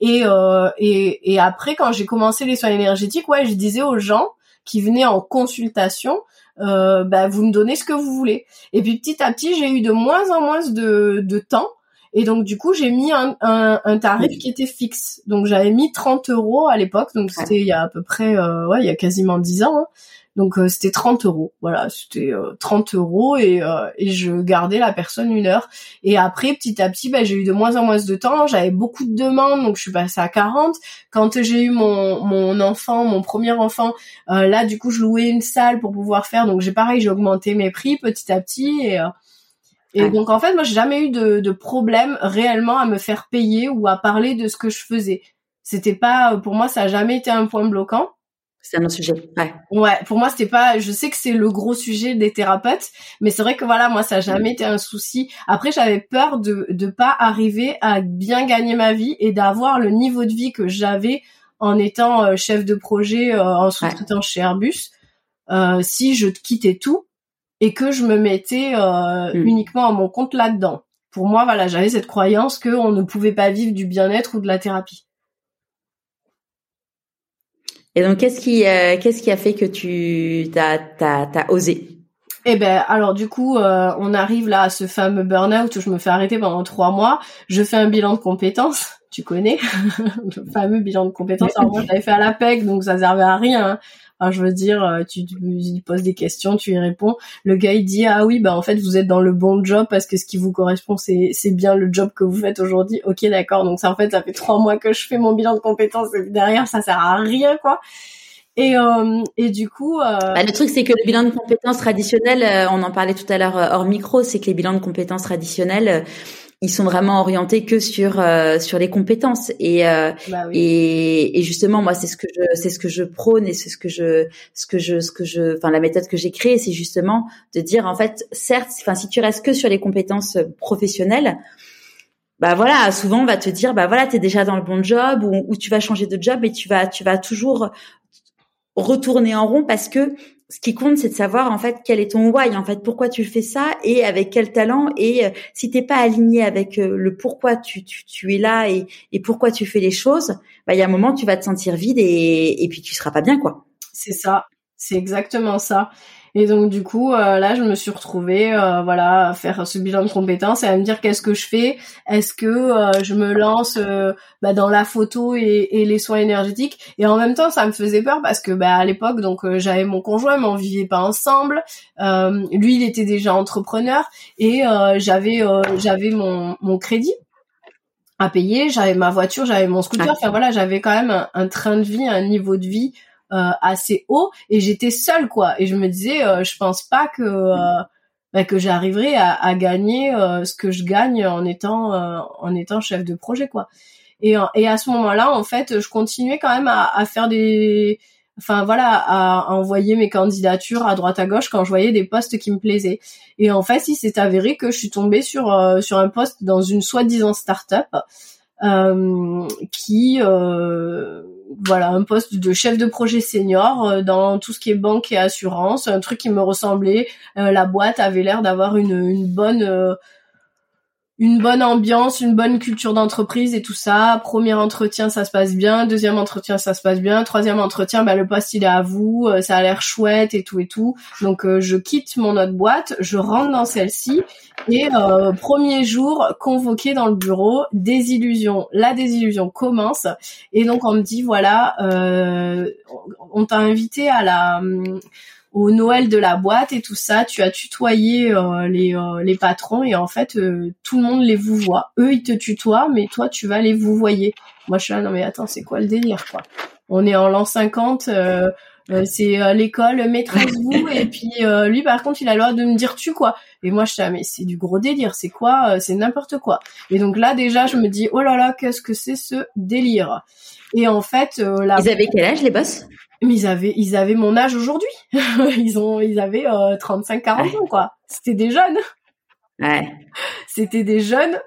[SPEAKER 2] Et, euh, et, et après, quand j'ai commencé les soins énergétiques, ouais, je disais aux gens qui venaient en consultation, euh, bah, vous me donnez ce que vous voulez. Et puis petit à petit, j'ai eu de moins en moins de, de temps. Et donc, du coup, j'ai mis un, un, un tarif qui était fixe. Donc, j'avais mis trente euros à l'époque. Donc, c'était il y a à peu près, euh, ouais, il y a quasiment dix ans. Hein. Donc, euh, c'était trente euros. Voilà, c'était euh, trente euros et, euh, et je gardais la personne une heure. Et après, petit à petit, bah, j'ai eu de moins en moins de temps. J'avais beaucoup de demandes, donc je suis passée à quarante. Quand j'ai eu mon, mon enfant, mon premier enfant, euh, là, du coup, je louais une salle pour pouvoir faire. Donc, j'ai pareil, j'ai augmenté mes prix petit à petit et... Euh, Et ouais. donc, en fait, moi, j'ai jamais eu de, de problème réellement à me faire payer ou à parler de ce que je faisais. C'était pas, pour moi, ça a jamais été un point bloquant.
[SPEAKER 3] C'est un autre sujet. Ouais.
[SPEAKER 2] Ouais. Pour moi, c'était pas, je sais que c'est le gros sujet des thérapeutes, mais c'est vrai que voilà, moi, ça a jamais été un souci. Après, j'avais peur de, de pas arriver à bien gagner ma vie et d'avoir le niveau de vie que j'avais en étant euh, chef de projet, euh, en sous-traitant ouais. chez Airbus. Euh, si je quittais tout, et que je me mettais euh, mmh. uniquement à mon compte là-dedans. Pour moi, voilà, j'avais cette croyance qu'on ne pouvait pas vivre du bien-être ou de la thérapie.
[SPEAKER 3] Et donc, qu'est-ce qui, euh, qu'est-ce qui a fait que tu t'as, t'as, t'as osé ?
[SPEAKER 2] Eh ben, alors du coup, euh, on arrive là à ce fameux burn-out où je me fais arrêter pendant trois mois. Je fais un bilan de compétences, tu connais, le fameux bilan de compétences. Alors moi, je l'avais fait à l'A P E C, donc ça servait à rien. Hein. Alors, je veux dire, tu, tu lui poses des questions, tu y réponds. Le gars, il dit, ah oui, bah en fait, vous êtes dans le bon job parce que ce qui vous correspond, c'est c'est bien le job que vous faites aujourd'hui. Ok, d'accord. Donc ça, en fait, ça fait trois mois que je fais mon bilan de compétences et derrière, ça sert à rien, quoi. Et euh, et du coup, euh...
[SPEAKER 3] bah, le truc, c'est que le bilan de compétences traditionnel, euh, on en parlait tout à l'heure hors micro, c'est que les bilans de compétences traditionnels, euh, ils sont vraiment orientés que sur euh, sur les compétences et euh, bah oui. et et justement moi c'est ce que je c'est ce que je prône et c'est ce que je ce que je ce que je enfin la méthode que j'ai créée, c'est justement de dire en fait certes enfin si tu restes que sur les compétences professionnelles, bah voilà, souvent on va te dire bah voilà, tu es déjà dans le bon job ou, ou tu vas changer de job et tu vas tu vas toujours retourner en rond parce que ce qui compte, c'est de savoir en fait quel est ton why, en fait pourquoi tu fais ça et avec quel talent. Et euh, si t'es pas aligné avec euh, le pourquoi tu, tu tu es là et et pourquoi tu fais les choses, bah il y a un moment tu vas te sentir vide et et puis tu seras pas bien quoi.
[SPEAKER 2] C'est ça, c'est exactement ça. Et donc du coup, euh, là, je me suis retrouvée, euh, voilà, à faire ce bilan de compétences et à me dire qu'est-ce que je fais. Est-ce que euh, je me lance euh, bah, dans la photo et, et les soins énergétiques. Et en même temps, ça me faisait peur parce que bah à l'époque, donc euh, j'avais mon conjoint, mais on vivait pas ensemble. Euh, lui, il était déjà entrepreneur et euh, j'avais euh, j'avais mon mon crédit à payer, j'avais ma voiture, j'avais mon scooter. Enfin voilà, j'avais quand même un, un train de vie, un niveau de vie Euh, assez haut et j'étais seule quoi et je me disais euh, je pense pas que euh, bah, que j'arriverai à, à gagner euh, ce que je gagne en étant euh, en étant chef de projet quoi et et à ce moment-là en fait je continuais quand même à, à faire des enfin voilà à, à envoyer mes candidatures à droite à gauche quand je voyais des postes qui me plaisaient et en fait il s'est avéré que je suis tombée sur euh, sur un poste dans une soi-disant start-up euh, qui euh, voilà, un poste de chef de projet senior euh, dans tout ce qui est banque et assurance, un truc qui me ressemblait. Euh, la boîte avait l'air d'avoir une, une bonne euh, une bonne ambiance, une bonne culture d'entreprise et tout ça. Premier entretien, ça se passe bien. Deuxième entretien, ça se passe bien. Troisième entretien, bah le poste il est à vous, euh, ça a l'air chouette et tout et tout. Donc euh, je quitte mon autre boîte, je rentre dans celle-ci et euh, premier jour convoqué dans le bureau, désillusion. La désillusion commence et donc on me dit voilà, euh, on t'a invité à la au Noël de la boîte et tout ça, tu as tutoyé euh, les euh, les patrons et en fait euh, tout le monde les vouvoie. Eux ils te tutoient mais toi tu vas les vouvoyer. Moi je suis là non mais attends, c'est quoi le délire quoi. On est en l'an cinquante, euh, euh, c'est euh, l'école maîtresse vous et puis euh, lui par contre il a le droit de me dire tu quoi. Et moi je suis là mais c'est du gros délire, c'est quoi euh, c'est n'importe quoi. Et donc là déjà je me dis oh là là, qu'est-ce que c'est ce délire. Et en fait euh, là
[SPEAKER 3] ils avaient quel âge les boss?
[SPEAKER 2] Mais ils avaient, ils avaient mon âge aujourd'hui. ils ont, ils avaient euh, trente-cinq quarante ouais. ans, quoi. C'était des jeunes.
[SPEAKER 3] Ouais.
[SPEAKER 2] C'était des jeunes.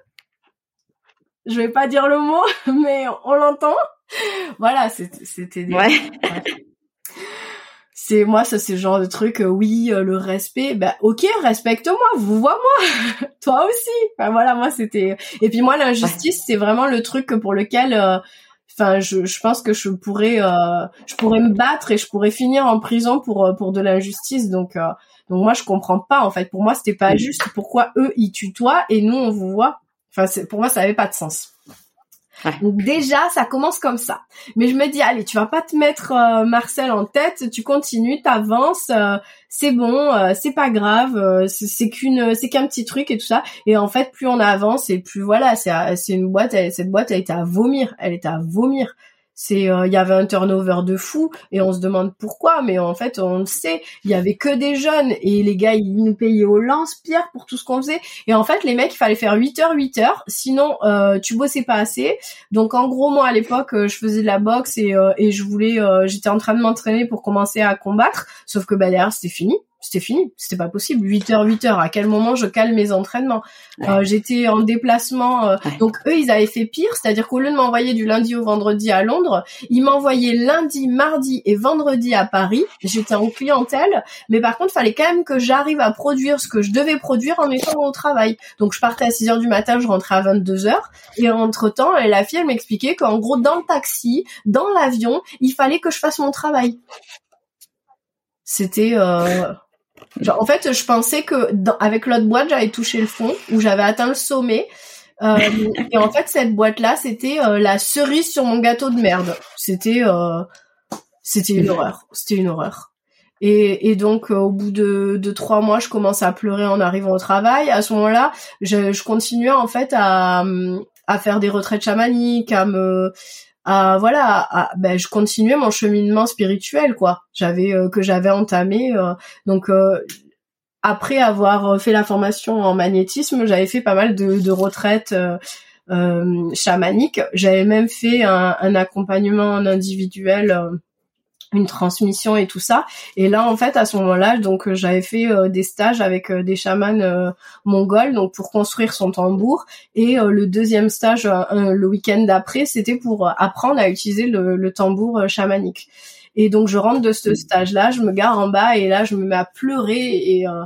[SPEAKER 2] Je vais pas dire le mot, mais on l'entend. Voilà, c'était, c'était des...
[SPEAKER 3] Ouais.
[SPEAKER 2] ouais. C'est, moi, ça, c'est le genre de truc, euh, oui, euh, le respect, bah, ok, respecte-moi, vous vois moi. Toi aussi. Enfin, voilà, moi, c'était... Et puis moi, l'injustice, ouais. c'est vraiment le truc pour lequel... Euh, enfin, je, je pense que je pourrais, euh, je pourrais me battre et je pourrais finir en prison pour pour de l'injustice. Donc, euh, donc moi, je comprends pas. En fait, pour moi, c'était pas juste. Pourquoi eux ils tutoient et nous on vous voit? Enfin, c'est, pour moi, ça avait pas de sens.
[SPEAKER 3] Ouais.
[SPEAKER 2] Donc déjà, ça commence comme ça. Mais je me dis, allez, tu vas pas te mettre euh, Marcel en tête, tu continues, t'avances, euh, c'est bon, euh, c'est pas grave, euh, c'est, c'est qu'une, c'est qu'un petit truc et tout ça. Et en fait, plus on avance et plus voilà, c'est, c'est une boîte, elle, cette boîte, elle était à vomir, elle était à vomir. C'est, il euh, y avait un turnover de fou et on se demande pourquoi, mais en fait, on le sait, il y avait que des jeunes et les gars, ils nous payaient au lance-pierre pour tout ce qu'on faisait. Et en fait, les mecs, il fallait faire huit heures, huit heures, sinon euh, tu bossais pas assez. Donc en gros, moi à l'époque, euh, je faisais de la boxe et euh, et je voulais, euh, j'étais en train de m'entraîner pour commencer à combattre, sauf que bah derrière c'était fini. C'était fini, c'était pas possible. huit heures, huit heures, à quel moment je cale mes entraînements? Ouais. euh, J'étais en déplacement, euh, ouais. Donc eux, ils avaient fait pire, c'est-à-dire qu'au lieu de m'envoyer du lundi au vendredi à Londres, ils m'envoyaient lundi, mardi et vendredi à Paris. J'étais en clientèle, mais par contre, il fallait quand même que j'arrive à produire ce que je devais produire en étant au travail. Donc je partais à six heures du matin, je rentrais à vingt-deux heures, et entre-temps, la fille, elle m'expliquait qu'en gros, dans le taxi, dans l'avion, il fallait que je fasse mon travail. C'était... Euh... Genre, en fait, je pensais que dans, avec l'autre boîte, j'avais touché le fond, où j'avais atteint le sommet. Euh, et en fait, cette boîte-là, c'était euh, la cerise sur mon gâteau de merde. C'était, euh, c'était une horreur. C'était une horreur. Et, et donc, euh, au bout de, de trois mois, je commence à pleurer en arrivant au travail. À ce moment-là, je, je continuais en fait à, à faire des retraites chamaniques, à me à voilà à, ben je continuais mon cheminement spirituel quoi j'avais euh, que j'avais entamé euh, donc euh, après avoir fait la formation en magnétisme, j'avais fait pas mal de, de retraites euh, euh, chamaniques. J'avais même fait un, un accompagnement en individuel, euh, une transmission et tout ça. Et là, en fait, à ce moment-là, donc j'avais fait euh, des stages avec euh, des chamans euh, mongols, donc pour construire son tambour. Et euh, le deuxième stage, euh, le week-end d'après, c'était pour apprendre à utiliser le, le tambour euh, chamanique. Et donc je rentre de ce stage-là, je me gare en bas et là je me mets à pleurer et euh,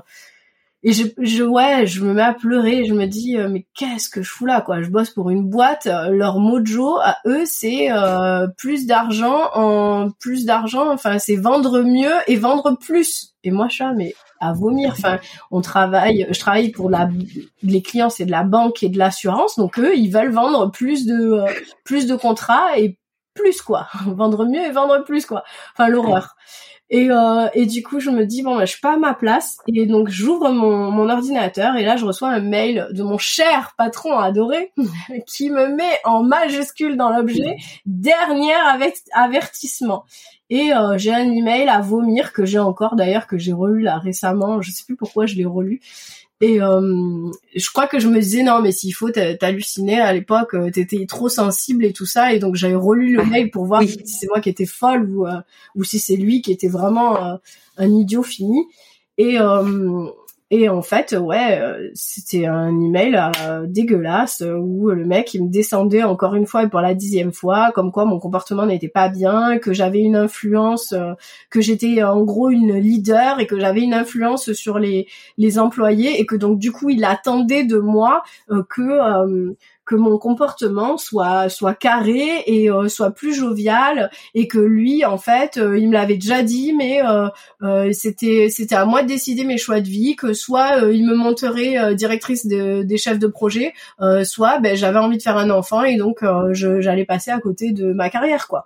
[SPEAKER 2] et je, je ouais, je me mets à pleurer et je me dis euh, mais qu'est-ce que je fous là quoi? Je bosse pour une boîte, leur mojo à eux c'est euh, plus d'argent en plus d'argent, enfin c'est vendre mieux et vendre plus. Et moi je suis là, mais à vomir. Enfin, on travaille, je travaille pour la les clients c'est de la banque et de l'assurance, donc eux ils veulent vendre plus de euh, plus de contrats et plus quoi, vendre mieux et vendre plus quoi, enfin l'horreur. Et euh, et du coup je me dis bon bah, je suis pas à ma place et donc j'ouvre mon mon ordinateur et là je reçois un mail de mon cher patron adoré qui me met en majuscule dans l'objet dernier avertissement. Et euh, j'ai un email à vomir que j'ai encore d'ailleurs, que j'ai relu là récemment, je sais plus pourquoi je l'ai relu. Et euh, je crois que je me disais non mais s'il faut t'halluciner à l'époque, t'étais trop sensible et tout ça, et donc j'avais relu le mail pour voir oui. si c'est moi qui étais folle ou euh, ou si c'est lui qui était vraiment euh, un idiot fini. Et euh, et en fait ouais euh, c'était un email euh, dégueulasse euh, où le mec il me descendait encore une fois et pour la dixième fois comme quoi mon comportement n'était pas bien, que j'avais une influence, euh, que j'étais en gros une leader et que j'avais une influence sur les les employés et que donc du coup il attendait de moi euh, que euh, que mon comportement soit soit carré et euh, soit plus jovial, et que lui en fait euh, il me l'avait déjà dit mais euh, euh, c'était c'était à moi de décider mes choix de vie, que soit euh, il me monterait euh, directrice de, des chefs de projet, euh, soit ben j'avais envie de faire un enfant et donc euh, je j'allais passer à côté de ma carrière quoi.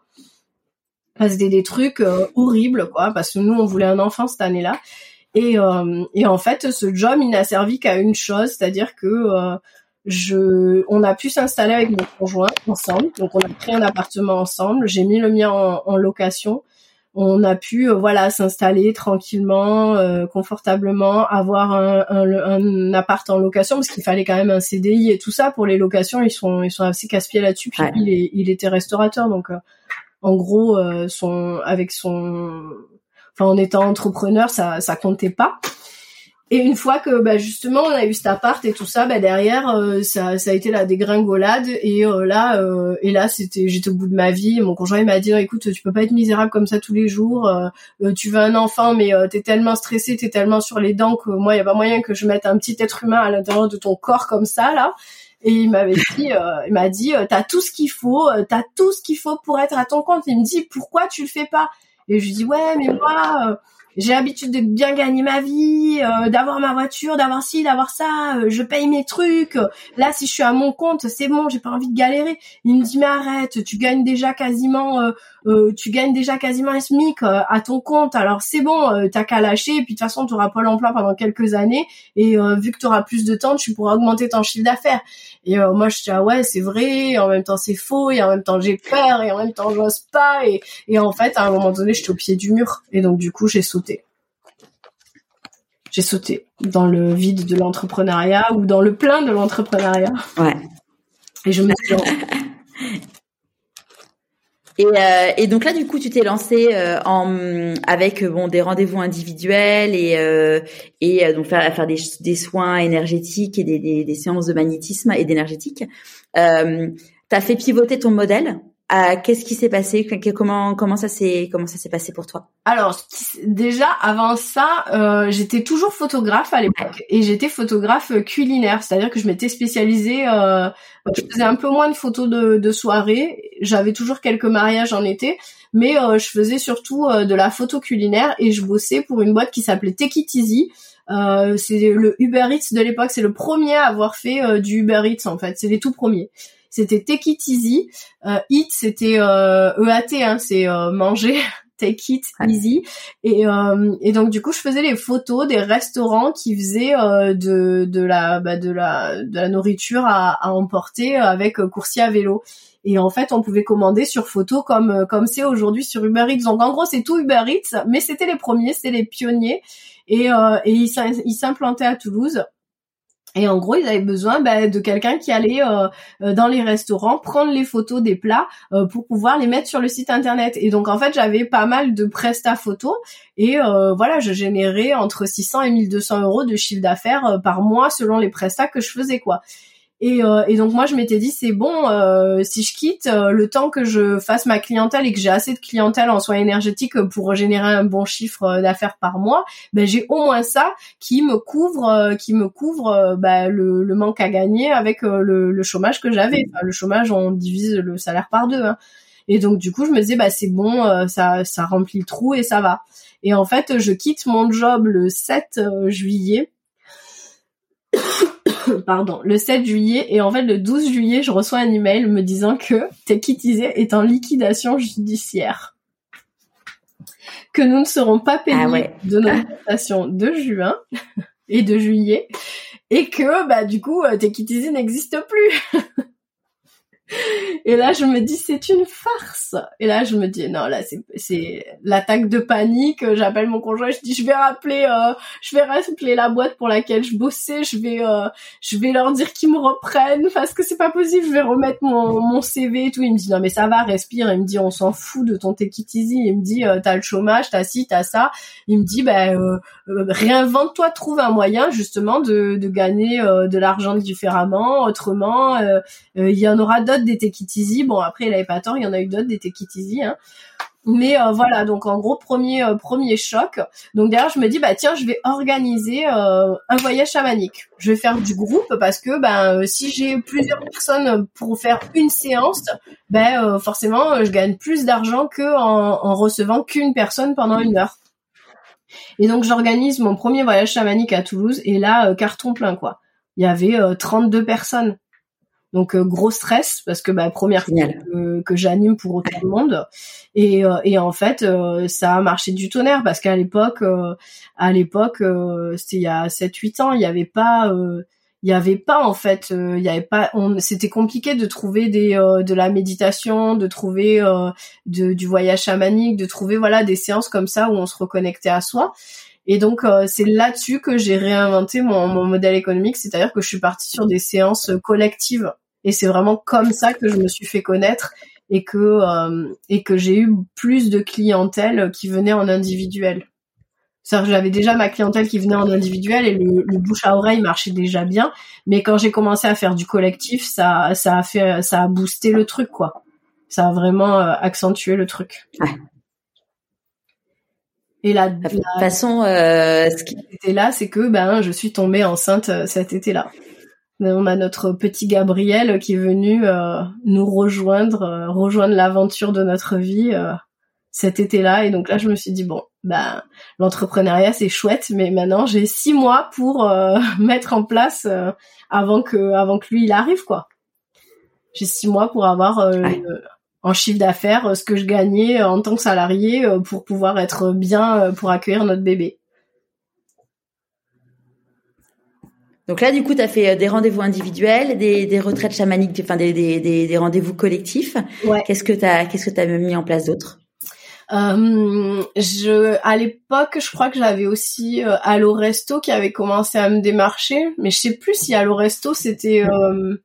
[SPEAKER 2] Enfin, c'était des trucs euh, horribles quoi, parce que nous on voulait un enfant cette année-là. Et euh, et en fait ce job il n'a servi qu'à une chose, c'est-à-dire que euh, je, on a pu s'installer avec mon conjoint ensemble, donc on a pris un appartement ensemble. J'ai mis le mien en, en location. On a pu, euh, voilà, s'installer tranquillement, euh, confortablement, avoir un, un, un appart en location parce qu'il fallait quand même un C D I et tout ça pour les locations. Ils sont, ils sont assez casse-pieds là-dessus. Puis ouais. il, est, il était restaurateur, donc euh, en gros, euh, son, avec son, enfin en étant entrepreneur, ça, ça comptait pas. Et une fois que bah justement on a eu cet appart et tout ça, bah derrière euh, ça ça a été la dégringolade et euh, là euh, et là c'était j'étais au bout de ma vie. Mon conjoint il m'a dit non, écoute, tu peux pas être misérable comme ça tous les jours, euh, euh, tu veux un enfant mais euh, t'es tellement stressé, t'es tellement sur les dents que moi il y a pas moyen que je mette un petit être humain à l'intérieur de ton corps comme ça là. Et il m'avait dit, euh, il m'a dit, euh, t'as tout ce qu'il faut, euh, t'as tout ce qu'il faut pour être à ton compte. Il me dit, pourquoi tu le fais pas? Et je lui dis, ouais, mais moi, euh, j'ai l'habitude de bien gagner ma vie, euh, d'avoir ma voiture, d'avoir ci, d'avoir ça. Euh, je paye mes trucs. Là, si je suis à mon compte, c'est bon, j'ai pas envie de galérer. Il me dit, mais arrête, tu gagnes déjà quasiment, euh, euh, tu gagnes déjà quasiment un SMIC euh, à ton compte. Alors c'est bon, euh, t'as qu'à lâcher. Et puis de toute façon, tu auras Pôle emploi pendant quelques années. Et euh, vu que tu auras plus de temps, tu pourras augmenter ton chiffre d'affaires. Et euh, moi, je dis, ah ouais, c'est vrai. Et en même temps, c'est faux. Et en même temps, j'ai peur. Et en même temps, j'ose pas. Et, et en fait, à un moment donné, j'étais au pied du mur. Et donc, du coup, j'ai sauté. J'ai sauté dans le vide de l'entrepreneuriat ou dans le plein de l'entrepreneuriat.
[SPEAKER 3] Ouais.
[SPEAKER 2] Et je me suis lancée.
[SPEAKER 3] Et, euh, et donc là, du coup, tu t'es lancée euh, en avec bon des rendez-vous individuels et euh, et euh, donc faire faire des des soins énergétiques et des des, des séances de magnétisme et d'énergétique. Euh, t'as fait pivoter ton modèle. Euh, qu'est-ce qui s'est passé? Comment comment ça s'est comment ça s'est passé pour toi?
[SPEAKER 2] Alors déjà avant ça, euh, j'étais toujours photographe à l'époque et j'étais photographe culinaire, c'est-à-dire que je m'étais spécialisée. Euh, je faisais un peu moins de photos de, de soirée. J'avais toujours quelques mariages en été, mais euh, je faisais surtout euh, de la photo culinaire et je bossais pour une boîte qui s'appelait Take It Easy. Euh, c'est le Uber Eats de l'époque, c'est le premier à avoir fait euh, du Uber Eats en fait, c'est les tout premiers. C'était Take It Easy. Euh, Eat, c'était euh, E A T, hein, c'est euh, manger. Take It Easy. Et, euh, et donc du coup, je faisais les photos des restaurants qui faisaient euh, de de la bah, de la de la nourriture à, à emporter avec euh, coursier à vélo. Et en fait, on pouvait commander sur photo comme comme c'est aujourd'hui sur Uber Eats. Donc en gros, c'est tout Uber Eats, mais c'était les premiers, c'était les pionniers. Et euh, et ils ils s'implantaient à Toulouse. Et en gros, ils avaient besoin bah, de quelqu'un qui allait euh, dans les restaurants prendre les photos des plats euh, pour pouvoir les mettre sur le site internet. Et donc, en fait, j'avais pas mal de prestats photos et euh, voilà, je générais entre six cents et mille deux cents euros de chiffre d'affaires euh, par mois selon les prestats que je faisais, quoi. Et, euh, et donc moi je m'étais dit c'est bon, euh, si je quitte euh, le temps que je fasse ma clientèle et que j'ai assez de clientèle en soins énergétiques pour générer un bon chiffre d'affaires par mois, ben j'ai au moins ça qui me couvre, euh, qui me couvre euh, ben, le, le manque à gagner avec euh, le, le chômage que j'avais. Enfin, le chômage, on divise le salaire par deux. Hein. Et donc du coup je me disais bah c'est bon, euh, ça ça remplit le trou et ça va. Et en fait je quitte mon job le sept juillet. Pardon, le sept juillet, et en fait le douze juillet, je reçois un email me disant que Take It Easy est en liquidation judiciaire, que nous ne serons pas payés ah ouais. de notre prestation de juin et de juillet, et que bah du coup Take It Easy n'existe plus. Et là, je me dis, c'est une farce. Et là, je me dis, non, là, c'est, c'est l'attaque de panique. J'appelle mon conjoint, je dis, je vais rappeler, euh, je vais rappeler la boîte pour laquelle je bossais. Je vais, euh, je vais leur dire qu'ils me reprennent parce que c'est pas possible. Je vais remettre mon, mon C V et tout. Il me dit, non, mais ça va, respire. Il me dit, on s'en fout de ton Take It Easy. Il me dit, euh, t'as le chômage, t'as ci, t'as ça. Il me dit, bah, euh, euh, réinvente-toi, trouve un moyen, justement, de, de gagner euh, de l'argent différemment, autrement. Euh, euh, il y en aura d'autres des Take It Easy. Bon, après, il avait pas tort, il y en a eu d'autres des Take It Easy, hein. Mais euh, voilà, donc en gros, premier euh, premier choc. Donc derrière, je me dis, bah tiens, je vais organiser euh, un voyage chamanique. Je vais faire du groupe parce que ben euh, si j'ai plusieurs personnes pour faire une séance, ben euh, forcément, je gagne plus d'argent que en, en recevant qu'une personne pendant une heure. Et donc, j'organise mon premier voyage chamanique à Toulouse et là, euh, carton plein, quoi. Il y avait euh, trente-deux personnes. Donc euh, gros stress parce que bah première fois que, que j'anime pour autant de monde et euh, et en fait euh, ça a marché du tonnerre parce qu'à l'époque euh, à l'époque euh, c'était il y a sept huit ans, il y avait pas euh, il y avait pas en fait euh, il y avait pas on c'était compliqué de trouver des euh, de la méditation, de trouver euh, de du voyage chamanique, de trouver voilà des séances comme ça où on se reconnectait à soi. Et donc euh, c'est là-dessus que j'ai réinventé mon, mon modèle économique, c'est-à-dire que je suis partie sur des séances collectives et c'est vraiment comme ça que je me suis fait connaître et que euh, et que j'ai eu plus de clientèle qui venait en individuel. C'est-à-dire que j'avais déjà ma clientèle qui venait en individuel et le, le bouche à oreille marchait déjà bien, mais quand j'ai commencé à faire du collectif, ça ça a fait ça a boosté le truc quoi. Ça a vraiment euh, accentué le truc.
[SPEAKER 3] Ouais.
[SPEAKER 2] Et la,
[SPEAKER 3] de toute façon, euh, ce qui
[SPEAKER 2] était là, c'est que ben je suis tombée enceinte cet été-là. On a notre petit Gabriel qui est venu euh, nous rejoindre, euh, rejoindre l'aventure de notre vie euh, cet été-là. Et donc là, je me suis dit, bon, bah, l'entrepreneuriat, c'est chouette, mais maintenant, j'ai six mois pour euh, mettre en place euh, avant que avant que lui, il arrive, quoi. J'ai six mois pour avoir euh, ouais. le, en chiffre d'affaires ce que je gagnais en tant que salarié euh, pour pouvoir être bien euh, pour accueillir notre bébé.
[SPEAKER 3] Donc là, du coup, tu as fait des rendez-vous individuels, des, des retraites chamaniques, enfin des, des, des, des rendez-vous collectifs.
[SPEAKER 2] Ouais.
[SPEAKER 3] Qu'est-ce que tu as qu'est-ce que tu as mis en place d'autre?
[SPEAKER 2] Euh, je, à l'époque, je crois que j'avais aussi euh, Allo Resto qui avait commencé à me démarcher, mais je sais plus si Allo Resto c'était euh,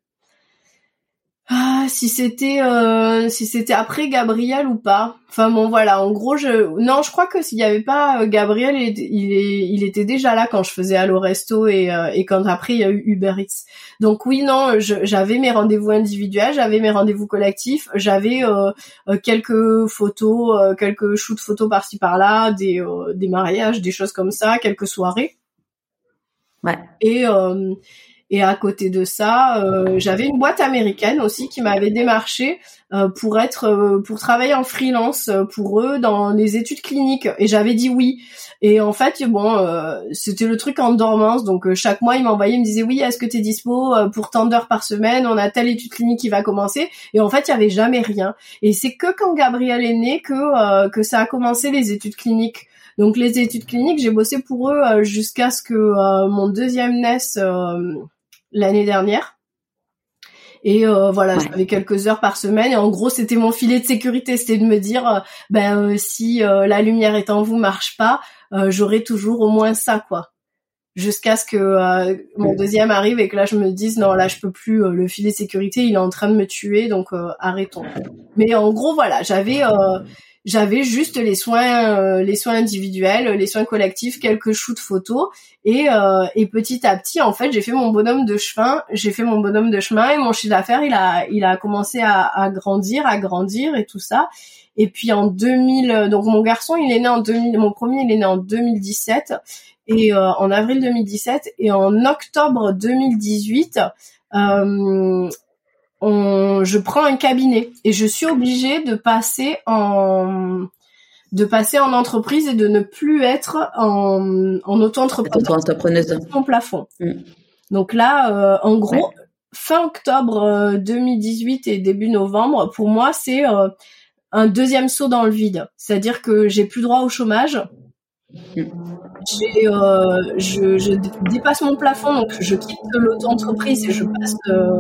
[SPEAKER 2] ah, si c'était euh, si c'était après Gabriel ou pas. Enfin bon voilà, en gros je non, je crois que s'il y avait pas euh, Gabriel, il, il est il était déjà là quand je faisais Allo Resto et euh, et quand après il y a eu Uber Eats. Donc oui non, je, j'avais mes rendez-vous individuels, j'avais mes rendez-vous collectifs, j'avais euh, euh, quelques photos, euh, quelques shoots photos par-ci par-là, des euh, des mariages, des choses comme ça, quelques soirées.
[SPEAKER 3] Ouais.
[SPEAKER 2] Et euh, Et à côté de ça, euh, j'avais une boîte américaine aussi qui m'avait démarché euh, pour être, euh, pour travailler en freelance euh, pour eux dans les études cliniques. Et j'avais dit oui. Et en fait, bon, euh, c'était le truc en dormance. Donc euh, chaque mois, ils m'envoyaient, ils me disaient oui, est-ce que t'es dispo euh, pour tant d'heures par semaine? On a telle étude clinique qui va commencer. Et en fait, il y avait jamais rien. Et c'est que quand Gabriel est né que euh, que ça a commencé les études cliniques. Donc les études cliniques, j'ai bossé pour eux euh, jusqu'à ce que euh, mon deuxième naisse. Euh, l'année dernière. Et euh, voilà, ouais. J'avais quelques heures par semaine et en gros, c'était mon filet de sécurité, c'était de me dire euh, ben euh, si euh, la lumière est en vous marche pas, euh, j'aurai toujours au moins ça quoi. Jusqu'à ce que euh, mon deuxième arrive et que là je me dise non, là je peux plus, euh, le filet de sécurité, il est en train de me tuer donc euh, arrêtons. Mais en gros, voilà, j'avais euh, j'avais juste les soins euh, les soins individuels, les soins collectifs, quelques shoots photos et euh, et petit à petit en fait j'ai fait mon bonhomme de chemin j'ai fait mon bonhomme de chemin et mon chiffre d'affaires il a il a commencé à, à grandir à grandir et tout ça. Et puis en deux mille, donc mon garçon il est né en deux mille, mon premier il est né en deux mille dix-sept et euh, en avril deux mille dix-sept et en octobre deux mille dix-huit euh, on, je prends un cabinet et je suis obligée de passer en de passer en entreprise et de ne plus être en, en auto-entrepreneuse. Mon plafond. Mm. Donc là, euh, en gros, ouais. Fin octobre euh, deux mille dix-huit et début novembre, pour moi, c'est euh, un deuxième saut dans le vide. C'est-à-dire que j'ai plus droit au chômage. Mm. J'ai, euh, je, je dépasse mon plafond, donc je quitte l'auto-entreprise et je passe euh,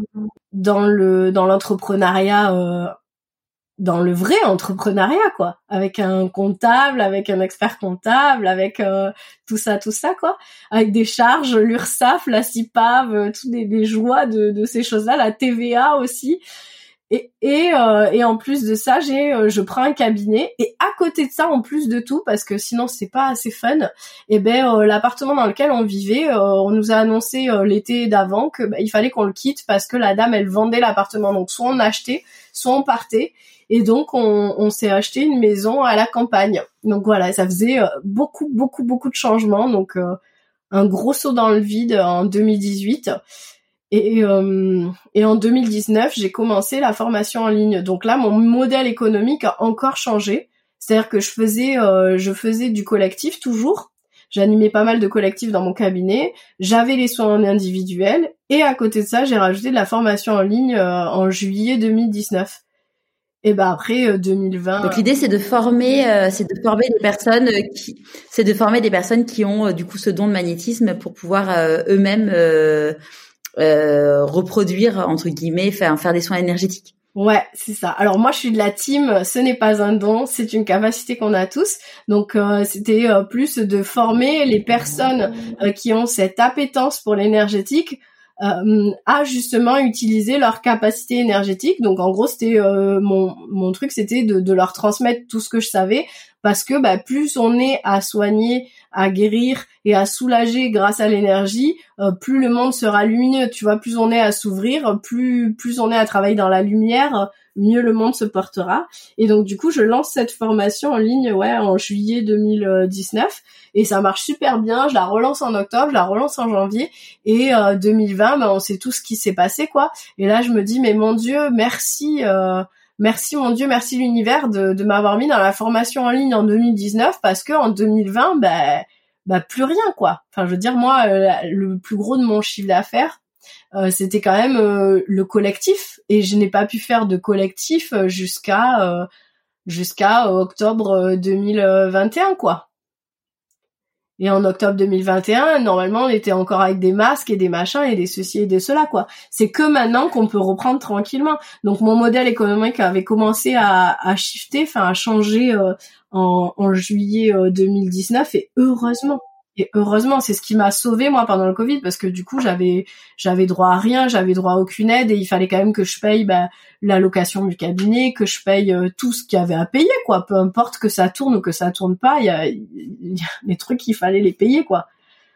[SPEAKER 2] dans le dans l'entrepreneuriat. Euh, dans le vrai entrepreneuriat quoi, avec un comptable, avec un expert comptable, avec euh, tout ça tout ça quoi, avec des charges, l'URSSAF, la CIPAV, euh, toutes des, des joies de de ces choses-là, la T V A aussi. Et et euh, et en plus de ça, j'ai euh, je prends un cabinet et à côté de ça, en plus de tout, parce que sinon c'est pas assez fun, et ben euh, l'appartement dans lequel on vivait, euh, on nous a annoncé euh, l'été d'avant que bah, il fallait qu'on le quitte parce que la dame elle vendait l'appartement, donc soit on achetait, soit on partait. Et donc, on, on s'est acheté une maison à la campagne. Donc voilà, ça faisait euh, beaucoup, beaucoup, beaucoup de changements. Donc, euh, un gros saut dans le vide en deux mille dix-huit. Et, euh, et en deux mille dix-neuf, j'ai commencé la formation en ligne. Donc là, mon modèle économique a encore changé. C'est-à-dire que je faisais, euh, je faisais du collectif toujours. J'animais pas mal de collectifs dans mon cabinet. J'avais les soins individuels. Et à côté de ça, j'ai rajouté de la formation en ligne euh, en juillet deux mille dix-neuf. Et ben après euh, deux mille vingt.
[SPEAKER 3] Donc l'idée c'est de former, euh, c'est de former des personnes qui, c'est de former des personnes qui ont euh, du coup ce don de magnétisme pour pouvoir euh, eux-mêmes euh, euh, reproduire entre guillemets, faire faire des soins énergétiques.
[SPEAKER 2] Ouais, c'est ça. Alors moi je suis de la team, ce n'est pas un don, c'est une capacité qu'on a tous. Donc euh, c'était euh, plus de former les personnes euh, qui ont cette appétence pour l'énergétique. Euh, à justement utiliser leur capacité énergétique. Donc en gros c'était euh, mon mon truc c'était de de leur transmettre tout ce que je savais parce que bah plus on est à soigner, à guérir et à soulager grâce à l'énergie, euh, plus le monde sera lumineux, tu vois, plus on est à s'ouvrir, plus plus on est à travailler dans la lumière, mieux le monde se portera. Et donc du coup, je lance cette formation en ligne ouais en juillet deux mille dix-neuf et ça marche super bien, je la relance en octobre, je la relance en janvier et euh, deux mille vingt, ben on sait tout ce qui s'est passé quoi. Et là, je me dis mais mon Dieu, merci euh, merci mon Dieu, merci l'univers de de m'avoir mis dans la formation en ligne en deux mille dix-neuf parce que en deux mille vingt ben bah plus rien quoi. Enfin, je veux dire moi euh, le plus gros de mon chiffre d'affaires Euh, c'était quand même euh, le collectif et je n'ai pas pu faire de collectif euh, jusqu'à euh, jusqu'à octobre deux mille vingt et un quoi. Et en octobre deux mille vingt et un, normalement, on était encore avec des masques et des machins et des ceci et des cela quoi. C'est que maintenant qu'on peut reprendre tranquillement. Donc mon modèle économique avait commencé à à shifter, enfin à changer euh, en en juillet euh, deux mille dix-neuf et heureusement. Et heureusement, c'est ce qui m'a sauvée moi pendant le Covid parce que du coup j'avais j'avais droit à rien, j'avais droit à aucune aide et il fallait quand même que je paye bah, la location du cabinet, que je paye euh, tout ce qu'il y avait à payer quoi. Peu importe que ça tourne ou que ça tourne pas, il y a, y a des trucs qu'il fallait les payer quoi.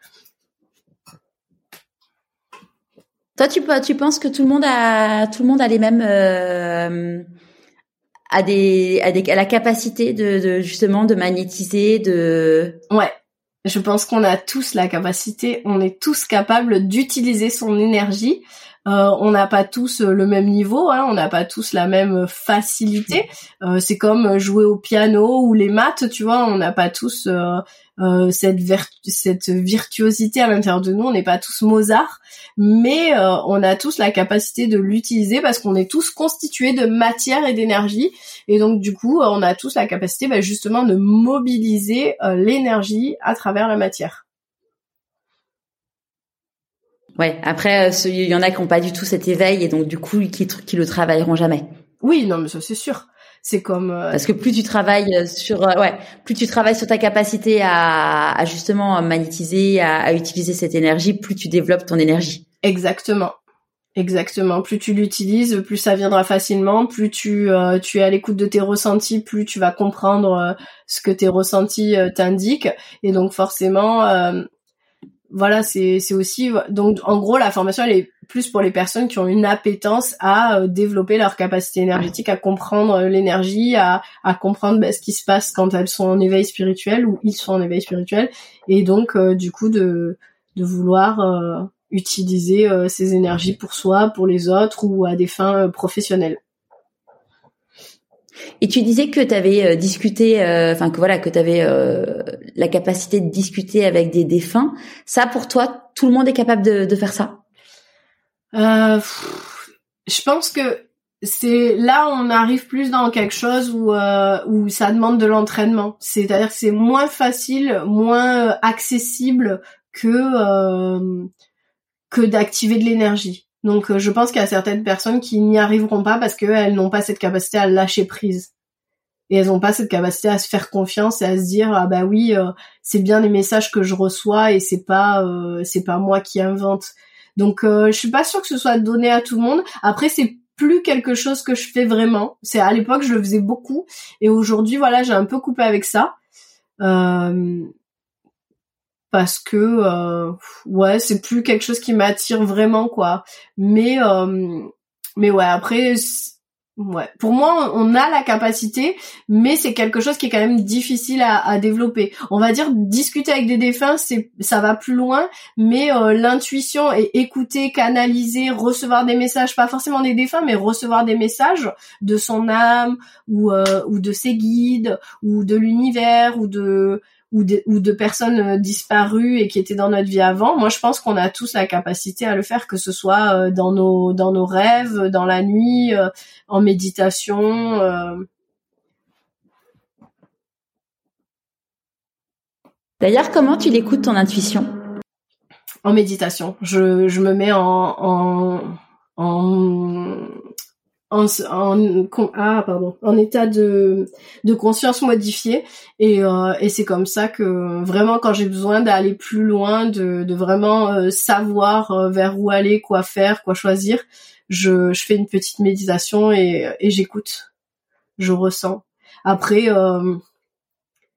[SPEAKER 3] Toi, tu tu penses que tout le monde a tout le monde a les mêmes euh, a des a des a la capacité de, de justement de magnétiser de
[SPEAKER 2] ouais. Je pense qu'on a tous la capacité, on est tous capables d'utiliser son énergie. Euh, on n'a pas tous le même niveau, hein, on n'a pas tous la même facilité. Euh, c'est comme jouer au piano ou les maths, tu vois, on n'a pas tous euh, euh, cette, vertu- cette virtuosité à l'intérieur de nous, on n'est pas tous Mozart, mais euh, on a tous la capacité de l'utiliser parce qu'on est tous constitués de matière et d'énergie. Et donc du coup, on a tous la capacité bah, justement de mobiliser euh, l'énergie à travers la matière.
[SPEAKER 3] Ouais, après il y en a qui n'ont pas du tout cet éveil et donc du coup qui qui le travailleront jamais.
[SPEAKER 2] Oui, non mais ça c'est sûr. C'est comme euh...
[SPEAKER 3] parce que plus tu travailles sur euh, ouais, plus tu travailles sur ta capacité à, à justement magnétiser, à, à utiliser cette énergie, plus tu développes ton énergie.
[SPEAKER 2] Exactement. Exactement. Plus tu l'utilises, plus ça viendra facilement, plus tu euh, tu es à l'écoute de tes ressentis, plus tu vas comprendre euh, ce que tes ressentis euh, t'indiquent et donc forcément euh, voilà, c'est c'est aussi donc en gros la formation elle est plus pour les personnes qui ont une appétence à euh, développer leur capacité énergétique, à comprendre euh, l'énergie, à à comprendre bah, ce qui se passe quand elles sont en éveil spirituel ou ils sont en éveil spirituel et donc euh, du coup de de vouloir euh, utiliser euh, ces énergies pour soi, pour les autres ou à des fins euh, professionnelles.
[SPEAKER 3] Et tu disais que tu avais euh, discuté, enfin euh, que voilà, que tu avais euh, la capacité de discuter avec des défunts. Ça, pour toi, tout le monde est capable de, de faire ça?
[SPEAKER 2] euh, pff, Je pense que c'est là on arrive plus dans quelque chose où euh, où ça demande de l'entraînement. C'est-à-dire que c'est moins facile, moins accessible que euh, que d'activer de l'énergie. Donc euh, je pense qu'il y a certaines personnes qui n'y arriveront pas parce qu'elles n'ont pas cette capacité à lâcher prise. Et elles n'ont pas cette capacité à se faire confiance et à se dire ah bah oui, euh, c'est bien les messages que je reçois et c'est pas euh, c'est pas moi qui invente. Donc euh, je suis pas sûre que ce soit donné à tout le monde. Après c'est plus quelque chose que je fais vraiment. C'est à l'époque je le faisais beaucoup et aujourd'hui voilà, j'ai un peu coupé avec ça. Euh parce que euh, ouais c'est plus quelque chose qui m'attire vraiment quoi mais euh, mais ouais après ouais pour moi on a la capacité mais c'est quelque chose qui est quand même difficile à, à développer. On va dire discuter avec des défunts c'est ça va plus loin mais euh, l'intuition et écouter, canaliser, recevoir des messages, pas forcément des défunts mais recevoir des messages de son âme ou euh, ou de ses guides ou de l'univers ou de ou de, ou de personnes disparues et qui étaient dans notre vie avant. Moi, je pense qu'on a tous la capacité à le faire, que ce soit dans nos dans nos rêves, dans la nuit, euh, en méditation. Euh...
[SPEAKER 3] D'ailleurs, comment tu l'écoutes ton intuition?
[SPEAKER 2] En méditation. Je je me mets en en en En, en ah pardon en état de de conscience modifié et euh, et c'est comme ça que vraiment quand j'ai besoin d'aller plus loin de de vraiment euh, savoir euh, vers où aller, quoi faire, quoi choisir, je je fais une petite méditation et et j'écoute, je ressens. Après euh,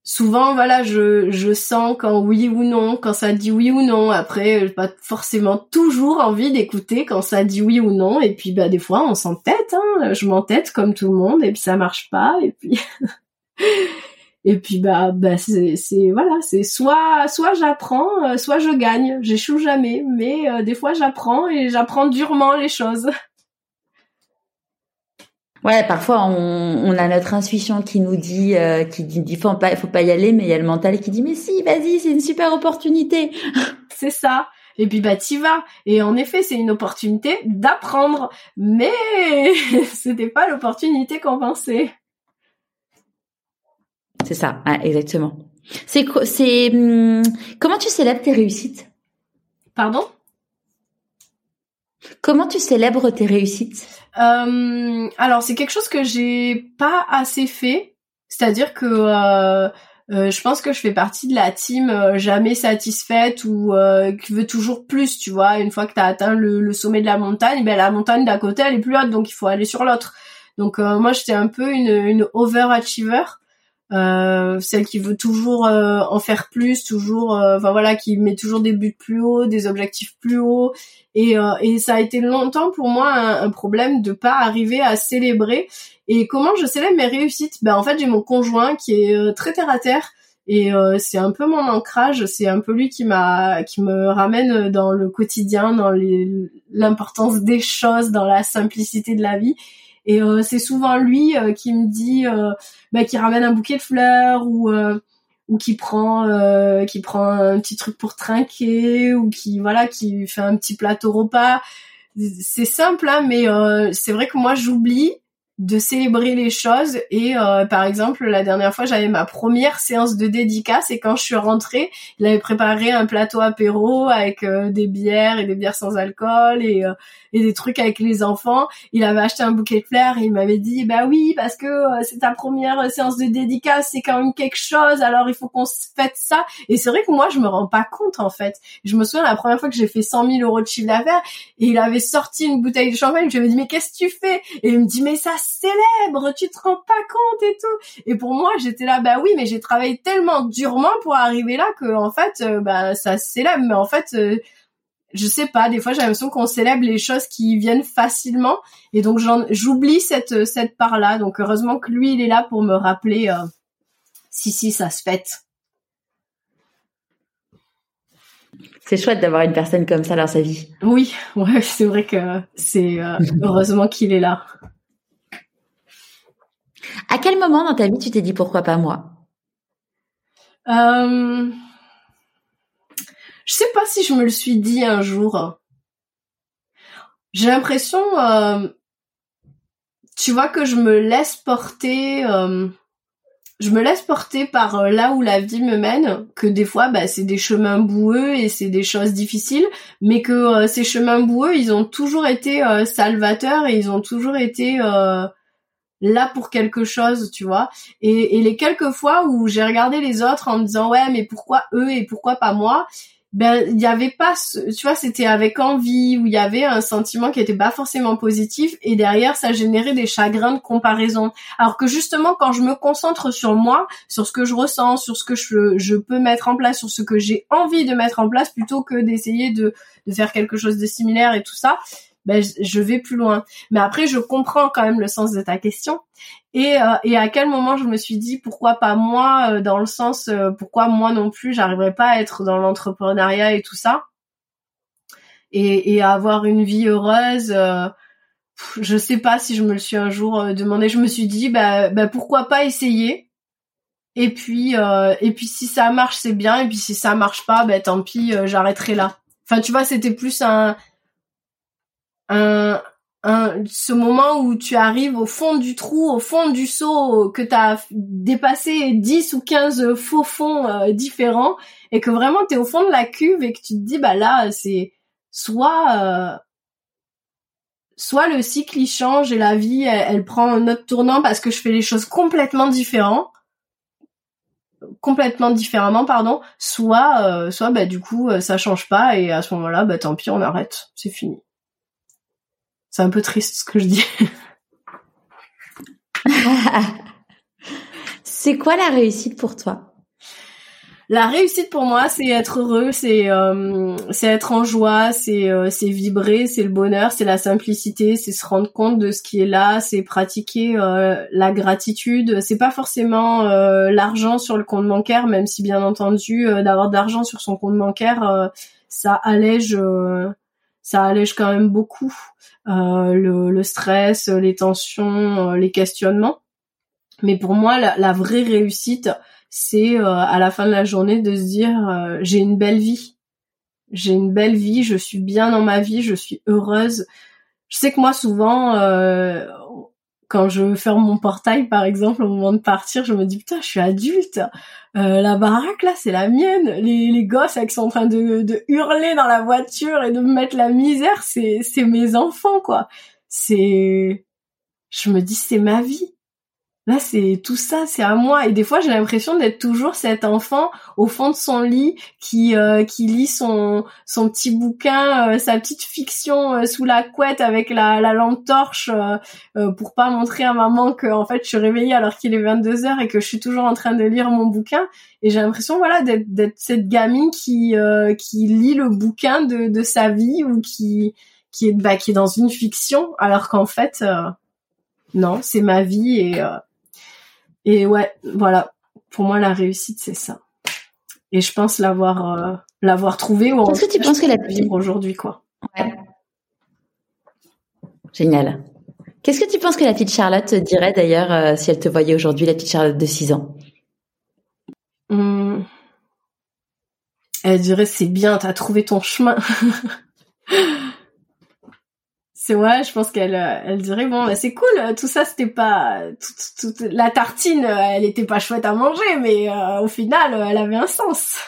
[SPEAKER 2] souvent, voilà, je, je sens quand oui ou non, quand ça dit oui ou non. Après, j'ai pas forcément toujours envie d'écouter quand ça dit oui ou non. Et puis, bah, des fois, on s'entête, hein. Je m'entête comme tout le monde, et puis ça marche pas, et puis, et puis, bah, bah, c'est, c'est, voilà, c'est soit, soit j'apprends, soit je gagne. J'échoue jamais, mais euh, des fois, j'apprends et j'apprends durement les choses.
[SPEAKER 3] Ouais, parfois on, on a notre intuition qui nous dit, euh, qui dit, dit faut pas, faut pas y aller, mais il y a le mental qui dit mais si, vas-y, c'est une super opportunité.
[SPEAKER 2] C'est ça. Et puis bah t'y vas. Et en effet, c'est une opportunité d'apprendre, mais c'était pas l'opportunité qu'on pensait.
[SPEAKER 3] C'est ça, ouais, exactement. C'est c'est hum, comment tu célèbres tes réussites?
[SPEAKER 2] Pardon?
[SPEAKER 3] Comment tu célèbres tes réussites?
[SPEAKER 2] Euh, alors c'est quelque chose que j'ai pas assez fait, c'est-à-dire que euh, euh, je pense que je fais partie de la team euh, jamais satisfaite ou euh, qui veut toujours plus, tu vois. Une fois que t'as atteint le, le sommet de la montagne, ben la montagne d'à côté elle est plus haute, donc il faut aller sur l'autre. Donc euh, moi j'étais un peu une, une overachiever. Euh, celle qui veut toujours euh, en faire plus, toujours, euh, enfin voilà, qui met toujours des buts plus hauts, des objectifs plus hauts, et, euh, et ça a été longtemps pour moi un, un problème de pas arriver à célébrer. Et comment je célèbre mes réussites? Ben en fait j'ai mon conjoint qui est euh, très terre à terre, et euh, c'est un peu mon ancrage, c'est un peu lui qui m'a, qui me ramène dans le quotidien, dans les, l'importance des choses, dans la simplicité de la vie. Et euh, c'est souvent lui euh, qui me dit, euh, bah, qui ramène un bouquet de fleurs ou euh, ou qui prend euh, qui prend un petit truc pour trinquer ou qui voilà qui fait un petit plateau repas. C'est simple, hein, mais euh, c'est vrai que moi j'oublie de célébrer les choses. Et euh, par exemple, la dernière fois, j'avais ma première séance de dédicace et quand je suis rentrée, il avait préparé un plateau apéro avec euh, des bières et des bières sans alcool et euh, et des trucs avec les enfants. Il avait acheté un bouquet de fleurs et il m'avait dit bah oui parce que euh, c'est ta première séance de dédicace, c'est quand même quelque chose, alors il faut qu'on se fête ça. Et c'est vrai que moi je me rends pas compte en fait. Je me souviens la première fois que j'ai fait cent mille euros de chiffre d'affaires et il avait sorti une bouteille de champagne. Je lui avais dit mais qu'est-ce que tu fais? Et il me dit mais ça célèbre, tu te rends pas compte et tout. Et pour moi j'étais là bah oui mais j'ai travaillé tellement durement pour arriver là que en fait euh, bah ça célèbre. Mais en fait euh, je sais pas, des fois j'ai l'impression qu'on célèbre les choses qui viennent facilement et donc j'en, j'oublie cette cette part-là. Donc heureusement que lui il est là pour me rappeler euh, si si ça se fête.
[SPEAKER 3] C'est chouette d'avoir une personne comme ça dans sa vie.
[SPEAKER 2] Oui, ouais, c'est vrai que c'est euh, heureusement qu'il est là.
[SPEAKER 3] À quel moment dans ta vie tu t'es dit pourquoi pas moi?
[SPEAKER 2] Euh... Je sais pas si je me le suis dit un jour. J'ai l'impression, euh, tu vois, que je me laisse porter, euh, je me laisse porter par euh, là où la vie me mène, que des fois, bah, c'est des chemins boueux et c'est des choses difficiles, mais que euh, ces chemins boueux, ils ont toujours été euh, salvateurs et ils ont toujours été euh, là pour quelque chose, tu vois. Et, et les quelques fois où j'ai regardé les autres en me disant ouais, mais pourquoi eux et pourquoi pas moi? Ben il y avait pas ce, tu vois, c'était avec envie, où il y avait un sentiment qui était pas forcément positif et derrière ça générait des chagrins de comparaison. Alors que justement quand je me concentre sur moi, sur ce que je ressens, sur ce que je je peux mettre en place, sur ce que j'ai envie de mettre en place plutôt que d'essayer de de faire quelque chose de similaire et tout ça, ben je vais plus loin. Mais après je comprends quand même le sens de ta question. Et, euh, et à quel moment je me suis dit pourquoi pas moi, euh, dans le sens euh, pourquoi moi non plus j'arriverais pas à être dans l'entrepreneuriat et tout ça et, et à avoir une vie heureuse. Euh, je sais pas si je me le suis un jour euh, demandé. Je me suis dit bah, bah pourquoi pas essayer. Et puis euh, et puis si ça marche c'est bien et puis si ça marche pas bah tant pis euh, j'arrêterai là. Enfin tu vois c'était plus un un Un, ce moment où tu arrives au fond du trou, au fond du seau, que t'as dépassé dix ou quinze faux fonds euh, différents et que vraiment t'es au fond de la cuve et que tu te dis bah là c'est soit euh, soit le cycle il change et la vie elle, elle prend un autre tournant parce que je fais les choses complètement différemment complètement différemment pardon soit euh, soit bah du coup ça change pas et à ce moment-là bah tant pis on arrête, c'est fini. C'est un peu triste ce que je dis.
[SPEAKER 3] C'est quoi la réussite pour toi?
[SPEAKER 2] La réussite pour moi, c'est être heureux, c'est euh, c'est être en joie, c'est euh, c'est vibrer, c'est le bonheur, c'est la simplicité, c'est se rendre compte de ce qui est là, c'est pratiquer euh, la gratitude. C'est pas forcément euh, l'argent sur le compte bancaire, même si bien entendu euh, d'avoir de l'argent sur son compte bancaire, euh, ça allège euh, ça allège quand même beaucoup euh, le, le stress, les tensions, euh, les questionnements. Mais pour moi, la, la vraie réussite, c'est euh, à la fin de la journée de se dire euh, j'ai une belle vie, j'ai une belle vie, je suis bien dans ma vie, je suis heureuse. Je sais que moi souvent, euh, quand je ferme mon portail par exemple au moment de partir, je me dis putain je suis adulte, euh, la baraque là c'est la mienne, les, les gosses là, qui sont en train de, de hurler dans la voiture et de me mettre la misère, c'est c'est mes enfants quoi. C'est, je me dis c'est ma vie. Là, c'est tout ça, c'est à moi. Et des fois, j'ai l'impression d'être toujours cet enfant au fond de son lit qui euh, qui lit son son petit bouquin, euh, sa petite fiction euh, sous la couette avec la la lampe torche euh, euh, pour pas montrer à maman que en fait je suis réveillée alors qu'il est vingt-deux heures et que je suis toujours en train de lire mon bouquin. Et j'ai l'impression voilà d'être d'être cette gamine qui euh, qui lit le bouquin de de sa vie ou qui qui est bah qui est dans une fiction alors qu'en fait euh, non, c'est ma vie et euh, Et ouais, voilà. Pour moi, la réussite, c'est ça. Et je pense l'avoir, euh, l'avoir trouvé. Ou
[SPEAKER 3] Qu'est-ce que tu penses que la
[SPEAKER 2] vivre aujourd'hui, quoi.
[SPEAKER 3] Ouais. Génial. Qu'est-ce que tu penses que la petite Charlotte te dirait d'ailleurs euh, si elle te voyait aujourd'hui, la petite Charlotte de six ans?
[SPEAKER 2] Hum. Elle dirait c'est bien, t'as trouvé ton chemin. C'est ouais, je pense qu'elle elle dirait bon bah c'est cool, tout ça c'était pas toute, toute la tartine, elle était pas chouette à manger mais euh, au final elle avait un sens.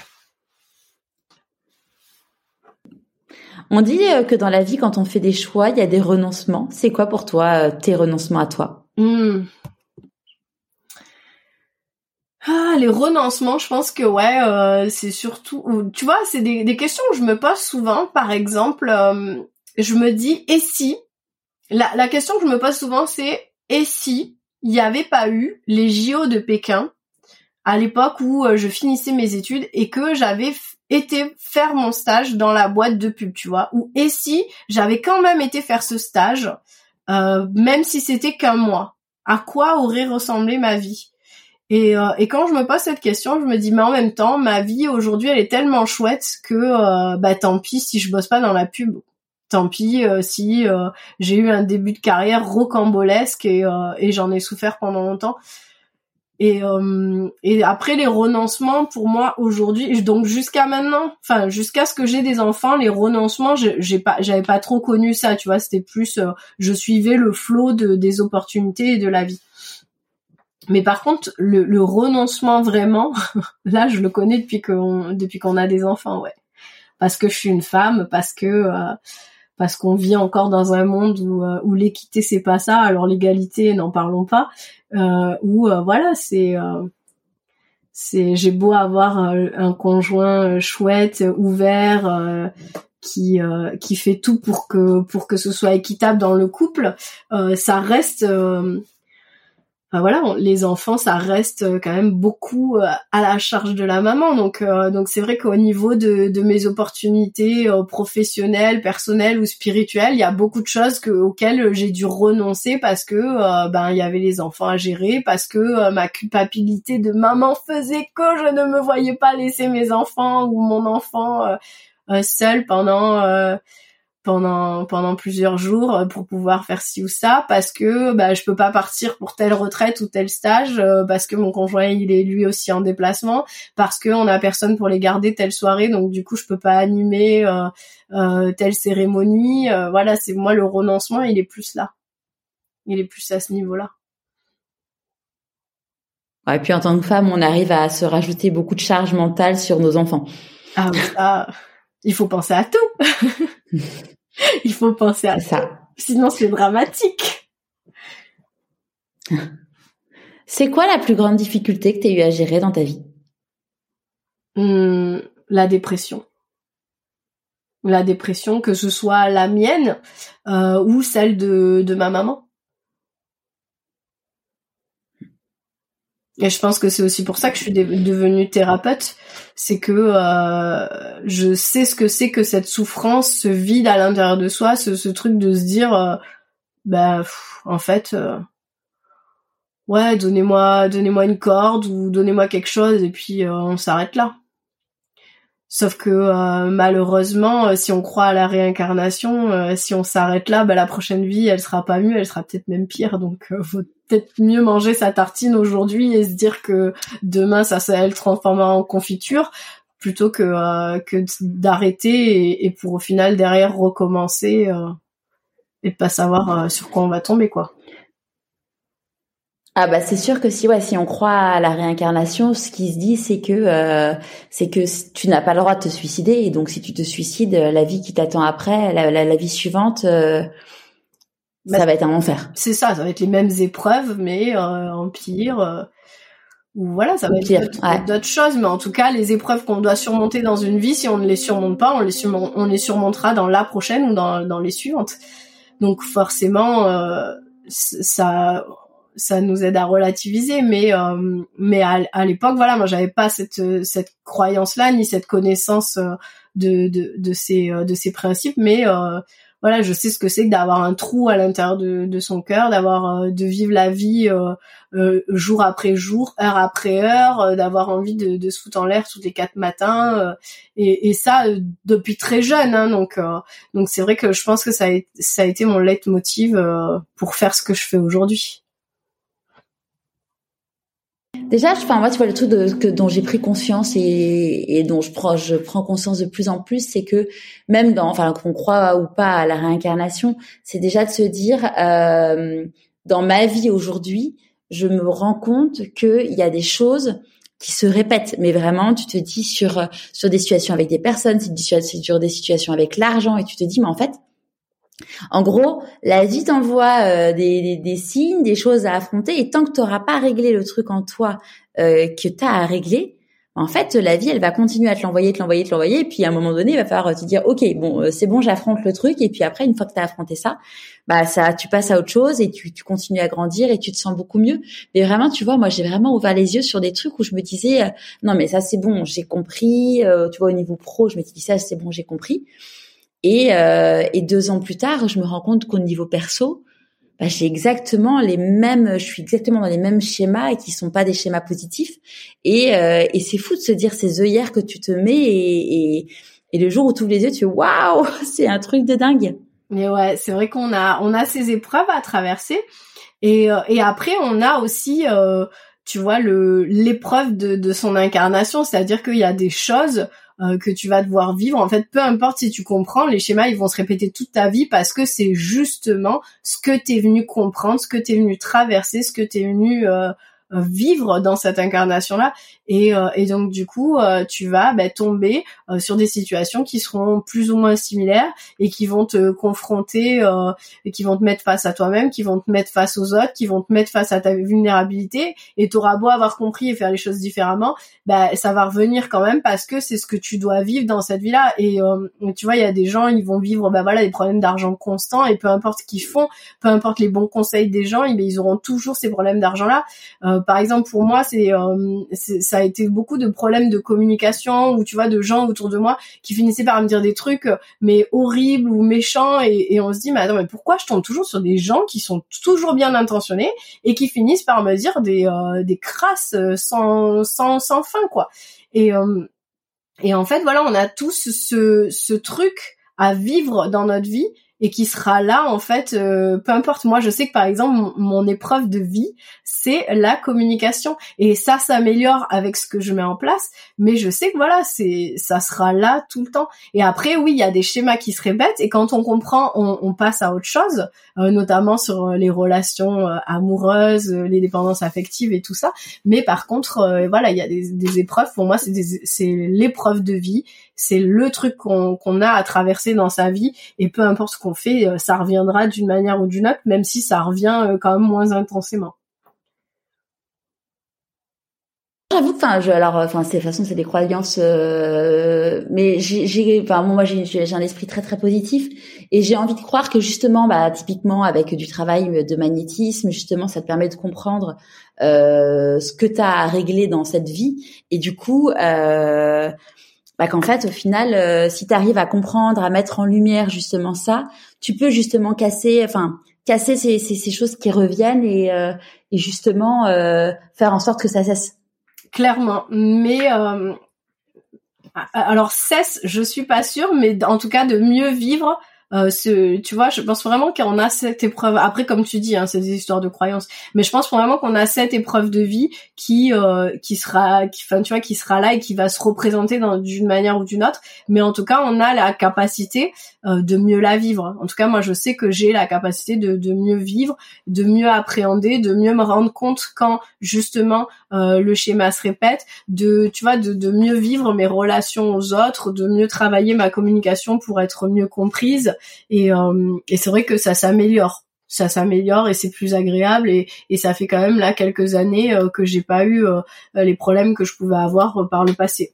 [SPEAKER 3] On dit que dans la vie quand on fait des choix, il y a des renoncements. C'est quoi pour toi tes renoncements à toi?
[SPEAKER 2] Mmh. Ah, les renoncements, je pense que ouais, euh, c'est surtout tu vois, c'est des des questions que je me pose souvent. Par exemple, euh, je me dis et si la la question que je me pose souvent c'est et si il y avait pas eu les J O de Pékin à l'époque où euh, je finissais mes études et que j'avais f- été faire mon stage dans la boîte de pub, tu vois, ou et si j'avais quand même été faire ce stage euh, même si c'était qu'un mois, à quoi aurait ressemblé ma vie? Et, euh, et quand je me pose cette question, je me dis mais en même temps ma vie aujourd'hui elle est tellement chouette que euh, bah tant pis si je bosse pas dans la pub. Tant pis euh, si euh, j'ai eu un début de carrière rocambolesque et, euh, et j'en ai souffert pendant longtemps. Et, euh, et après les renoncements pour moi aujourd'hui, donc jusqu'à maintenant, enfin jusqu'à ce que j'ai des enfants, les renoncements, j'ai, j'ai pas, j'avais pas trop connu ça, tu vois. C'était plus, euh, je suivais le flot de des opportunités et de la vie. Mais par contre, le, le renoncement vraiment, là je le connais depuis qu'on depuis qu'on a des enfants, ouais. Parce que je suis une femme, parce que euh, parce qu'on vit encore dans un monde où, euh, où l'équité c'est pas ça, alors l'égalité n'en parlons pas, euh, où euh, voilà c'est euh, c'est j'ai beau avoir euh, un conjoint chouette, ouvert, euh, qui euh, qui fait tout pour que pour que ce soit équitable dans le couple, euh, ça reste euh, Enfin voilà, on, les enfants, ça reste quand même beaucoup euh, à la charge de la maman. Donc, euh, donc c'est vrai qu'au niveau de, de mes opportunités euh, professionnelles, personnelles ou spirituelles, il y a beaucoup de choses que, auxquelles j'ai dû renoncer parce que euh, ben il y avait les enfants à gérer, parce que euh, ma culpabilité de maman faisait que je ne me voyais pas laisser mes enfants ou mon enfant euh, euh, seul pendant euh, pendant pendant plusieurs jours pour pouvoir faire ci ou ça, parce que bah je peux pas partir pour telle retraite ou tel stage, euh, parce que mon conjoint il est lui aussi en déplacement, parce que on a personne pour les garder telle soirée, donc du coup je peux pas animer euh, euh, telle cérémonie. Euh, voilà, c'est moi le renoncement, il est plus là, il est plus à ce niveau-là.
[SPEAKER 3] Ouais, et puis en tant que femme, on arrive à se rajouter beaucoup de charges mentales sur nos enfants.
[SPEAKER 2] Ah oui, ça, il faut penser à tout. Il faut penser à
[SPEAKER 3] c'est ça.
[SPEAKER 2] Sinon c'est dramatique.
[SPEAKER 3] C'est quoi la plus grande difficulté que tu as eu à gérer dans ta vie?
[SPEAKER 2] Hum, la dépression. La dépression, que ce soit la mienne euh, ou celle de, de ma maman. Et je pense que c'est aussi pour ça que je suis de- devenue thérapeute, c'est que euh, je sais ce que c'est que cette souffrance, ce vide à l'intérieur de soi, ce, ce truc de se dire, euh, bah pff, en fait, euh, ouais, donnez-moi, donnez-moi une corde ou donnez-moi quelque chose et puis euh, on s'arrête là. Sauf que euh, malheureusement, euh, si on croit à la réincarnation, euh, si on s'arrête là, bah la prochaine vie, elle sera pas mieux, elle sera peut-être même pire. Donc, euh, faut peut-être mieux manger sa tartine aujourd'hui et se dire que demain, ça, ça elle transformera en confiture, plutôt que euh, que d'arrêter et, et pour au final derrière recommencer euh, et de pas savoir euh, sur quoi on va tomber, quoi.
[SPEAKER 3] Ah bah c'est sûr que si ouais si on croit à la réincarnation, ce qui se dit c'est que euh, c'est que tu n'as pas le droit de te suicider et donc si tu te suicides, la vie qui t'attend après, la, la, la vie suivante, euh, bah, ça va être un enfer.
[SPEAKER 2] C'est ça, ça va être les mêmes épreuves mais euh, en pire. Euh, ou voilà, ça va être
[SPEAKER 3] pire,
[SPEAKER 2] d'autres,
[SPEAKER 3] ouais.
[SPEAKER 2] d'autres choses, mais en tout cas les épreuves qu'on doit surmonter dans une vie, si on ne les surmonte pas, on les, surmon- on les surmontera dans la prochaine ou dans, dans les suivantes. Donc forcément, euh, ça ça nous aide à relativiser, mais euh, mais à, à l'époque, voilà, moi j'avais pas cette cette croyance-là ni cette connaissance de de de ces de ces principes, mais euh, voilà, je sais ce que c'est que d'avoir un trou à l'intérieur de de son cœur, d'avoir euh, de vivre la vie euh, euh, jour après jour, heure après heure, euh, d'avoir envie de de se foutre en l'air tous les quatre matins, euh, et et ça euh, depuis très jeune, hein, donc euh, donc c'est vrai que je pense que ça a, ça a été mon leitmotiv euh, pour faire ce que je fais aujourd'hui.
[SPEAKER 3] Déjà, je, enfin, moi, tu vois, le truc de, que, dont j'ai pris conscience et, et dont je prends, je prends conscience de plus en plus, c'est que même dans, enfin, qu'on croit ou pas à la réincarnation, c'est déjà de se dire, euh, dans ma vie aujourd'hui, je me rends compte qu'il y a des choses qui se répètent. Mais vraiment, tu te dis sur, sur des situations avec des personnes, sur des situations avec l'argent et tu te dis, mais en fait, en gros, la vie t'envoie euh, des, des, des signes, des choses à affronter, et tant que tu n'auras pas réglé le truc en toi euh, que tu as à régler, en fait, la vie, elle va continuer à te l'envoyer, te l'envoyer, te l'envoyer, et puis à un moment donné, il va falloir te dire, ok, bon, euh, c'est bon, j'affronte le truc, et puis après, une fois que tu as affronté ça, bah ça, tu passes à autre chose et tu, tu continues à grandir et tu te sens beaucoup mieux. Mais vraiment, tu vois, moi, j'ai vraiment ouvert les yeux sur des trucs où je me disais, euh, non, mais ça, c'est bon, j'ai compris. Euh, tu vois, au niveau pro, je me dis ça, c'est bon, j'ai compris. Et, euh, et deux ans plus tard, je me rends compte qu'au niveau perso, bah, j'ai exactement les mêmes, je suis exactement dans les mêmes schémas et qui sont pas des schémas positifs. Et, euh, et c'est fou de se dire ces œillères que tu te mets et, et, et le jour où tu ouvres les yeux, tu fais waouh, c'est un truc de dingue.
[SPEAKER 2] Mais ouais, c'est vrai qu'on a, on a ces épreuves à traverser. Et, euh, et après, on a aussi, euh, tu vois, le l'épreuve de, de son incarnation, c'est-à-dire qu'il y a des choses euh, que tu vas devoir vivre. En fait, peu importe si tu comprends, les schémas, ils vont se répéter toute ta vie parce que c'est justement ce que t'es venu comprendre, ce que t'es venu traverser, ce que t'es venu euh, vivre dans cette incarnation-là. Et, euh, et donc, du coup, euh, tu vas bah, tomber euh, sur des situations qui seront plus ou moins similaires et qui vont te confronter, euh, et qui vont te mettre face à toi-même, qui vont te mettre face aux autres, qui vont te mettre face à ta vulnérabilité. Et t'auras beau avoir compris et faire les choses différemment, bah, ça va revenir quand même parce que c'est ce que tu dois vivre dans cette vie-là. Et euh, tu vois, il y a des gens, ils vont vivre bah, voilà, des problèmes d'argent constants et peu importe ce qu'ils font, peu importe les bons conseils des gens, ils, ils auront toujours ces problèmes d'argent-là. Euh, par exemple, pour moi, c'est, euh, c'est ça a été beaucoup de problèmes de communication ou tu vois de gens autour de moi qui finissaient par me dire des trucs mais horribles ou méchants et, et on se dit mais attends mais pourquoi je tombe toujours sur des gens qui sont toujours bien intentionnés et qui finissent par me dire des euh, des crasses sans sans sans fin quoi. Et euh, et en fait voilà, on a tous ce ce truc à vivre dans notre vie et qui sera là en fait euh, peu importe. Moi je sais que par exemple mon, mon épreuve de vie c'est la communication et ça s'améliore avec ce que je mets en place, mais je sais que voilà c'est ça sera là tout le temps. Et après oui il y a des schémas qui se répètent et quand on comprend on, on passe à autre chose, euh, notamment sur les relations euh, amoureuses, les dépendances affectives et tout ça. Mais par contre euh, voilà il y a des, des épreuves, pour moi c'est des, c'est l'épreuve de vie, c'est le truc qu'on, qu'on a à traverser dans sa vie et peu importe ce qu'on fait, ça reviendra d'une manière ou d'une autre, même si ça revient quand même moins intensément.
[SPEAKER 3] j'avoue que, enfin, je, alors, enfin, c'est de toute façon, c'est des croyances, euh, mais j'ai, j'ai, enfin, moi, j'ai, j'ai un esprit très, très positif, et j'ai envie de croire que justement, bah, typiquement, avec du travail de magnétisme, justement, ça te permet de comprendre euh, ce que t'as à régler dans cette vie, et du coup, euh, bah, qu'en fait, au final, euh, si t'arrives à comprendre, à mettre en lumière justement ça, tu peux justement casser, enfin, casser ces, ces, ces choses qui reviennent et, euh, et justement euh, faire en sorte que ça cesse.
[SPEAKER 2] Clairement, mais euh, alors cesse, je suis pas sûre, mais en tout cas de mieux vivre. Euh, ce, tu vois, je pense vraiment qu'on a cette épreuve. Après, comme tu dis, hein, c'est des histoires de croyances, mais je pense vraiment qu'on a cette épreuve de vie qui, euh, qui sera, qui, enfin, tu vois, qui sera là et qui va se représenter dans, d'une manière ou d'une autre. Mais en tout cas, on a la capacité euh, de mieux la vivre. En tout cas, moi, je sais que j'ai la capacité de, de mieux vivre, de mieux appréhender, de mieux me rendre compte quand justement euh, le schéma se répète, de, tu vois, de, de mieux vivre mes relations aux autres, de mieux travailler ma communication pour être mieux comprise. Et, euh, et c'est vrai que ça s'améliore, ça s'améliore et c'est plus agréable et, et ça fait quand même là quelques années euh, que j'ai pas eu euh, les problèmes que je pouvais avoir euh, par le passé.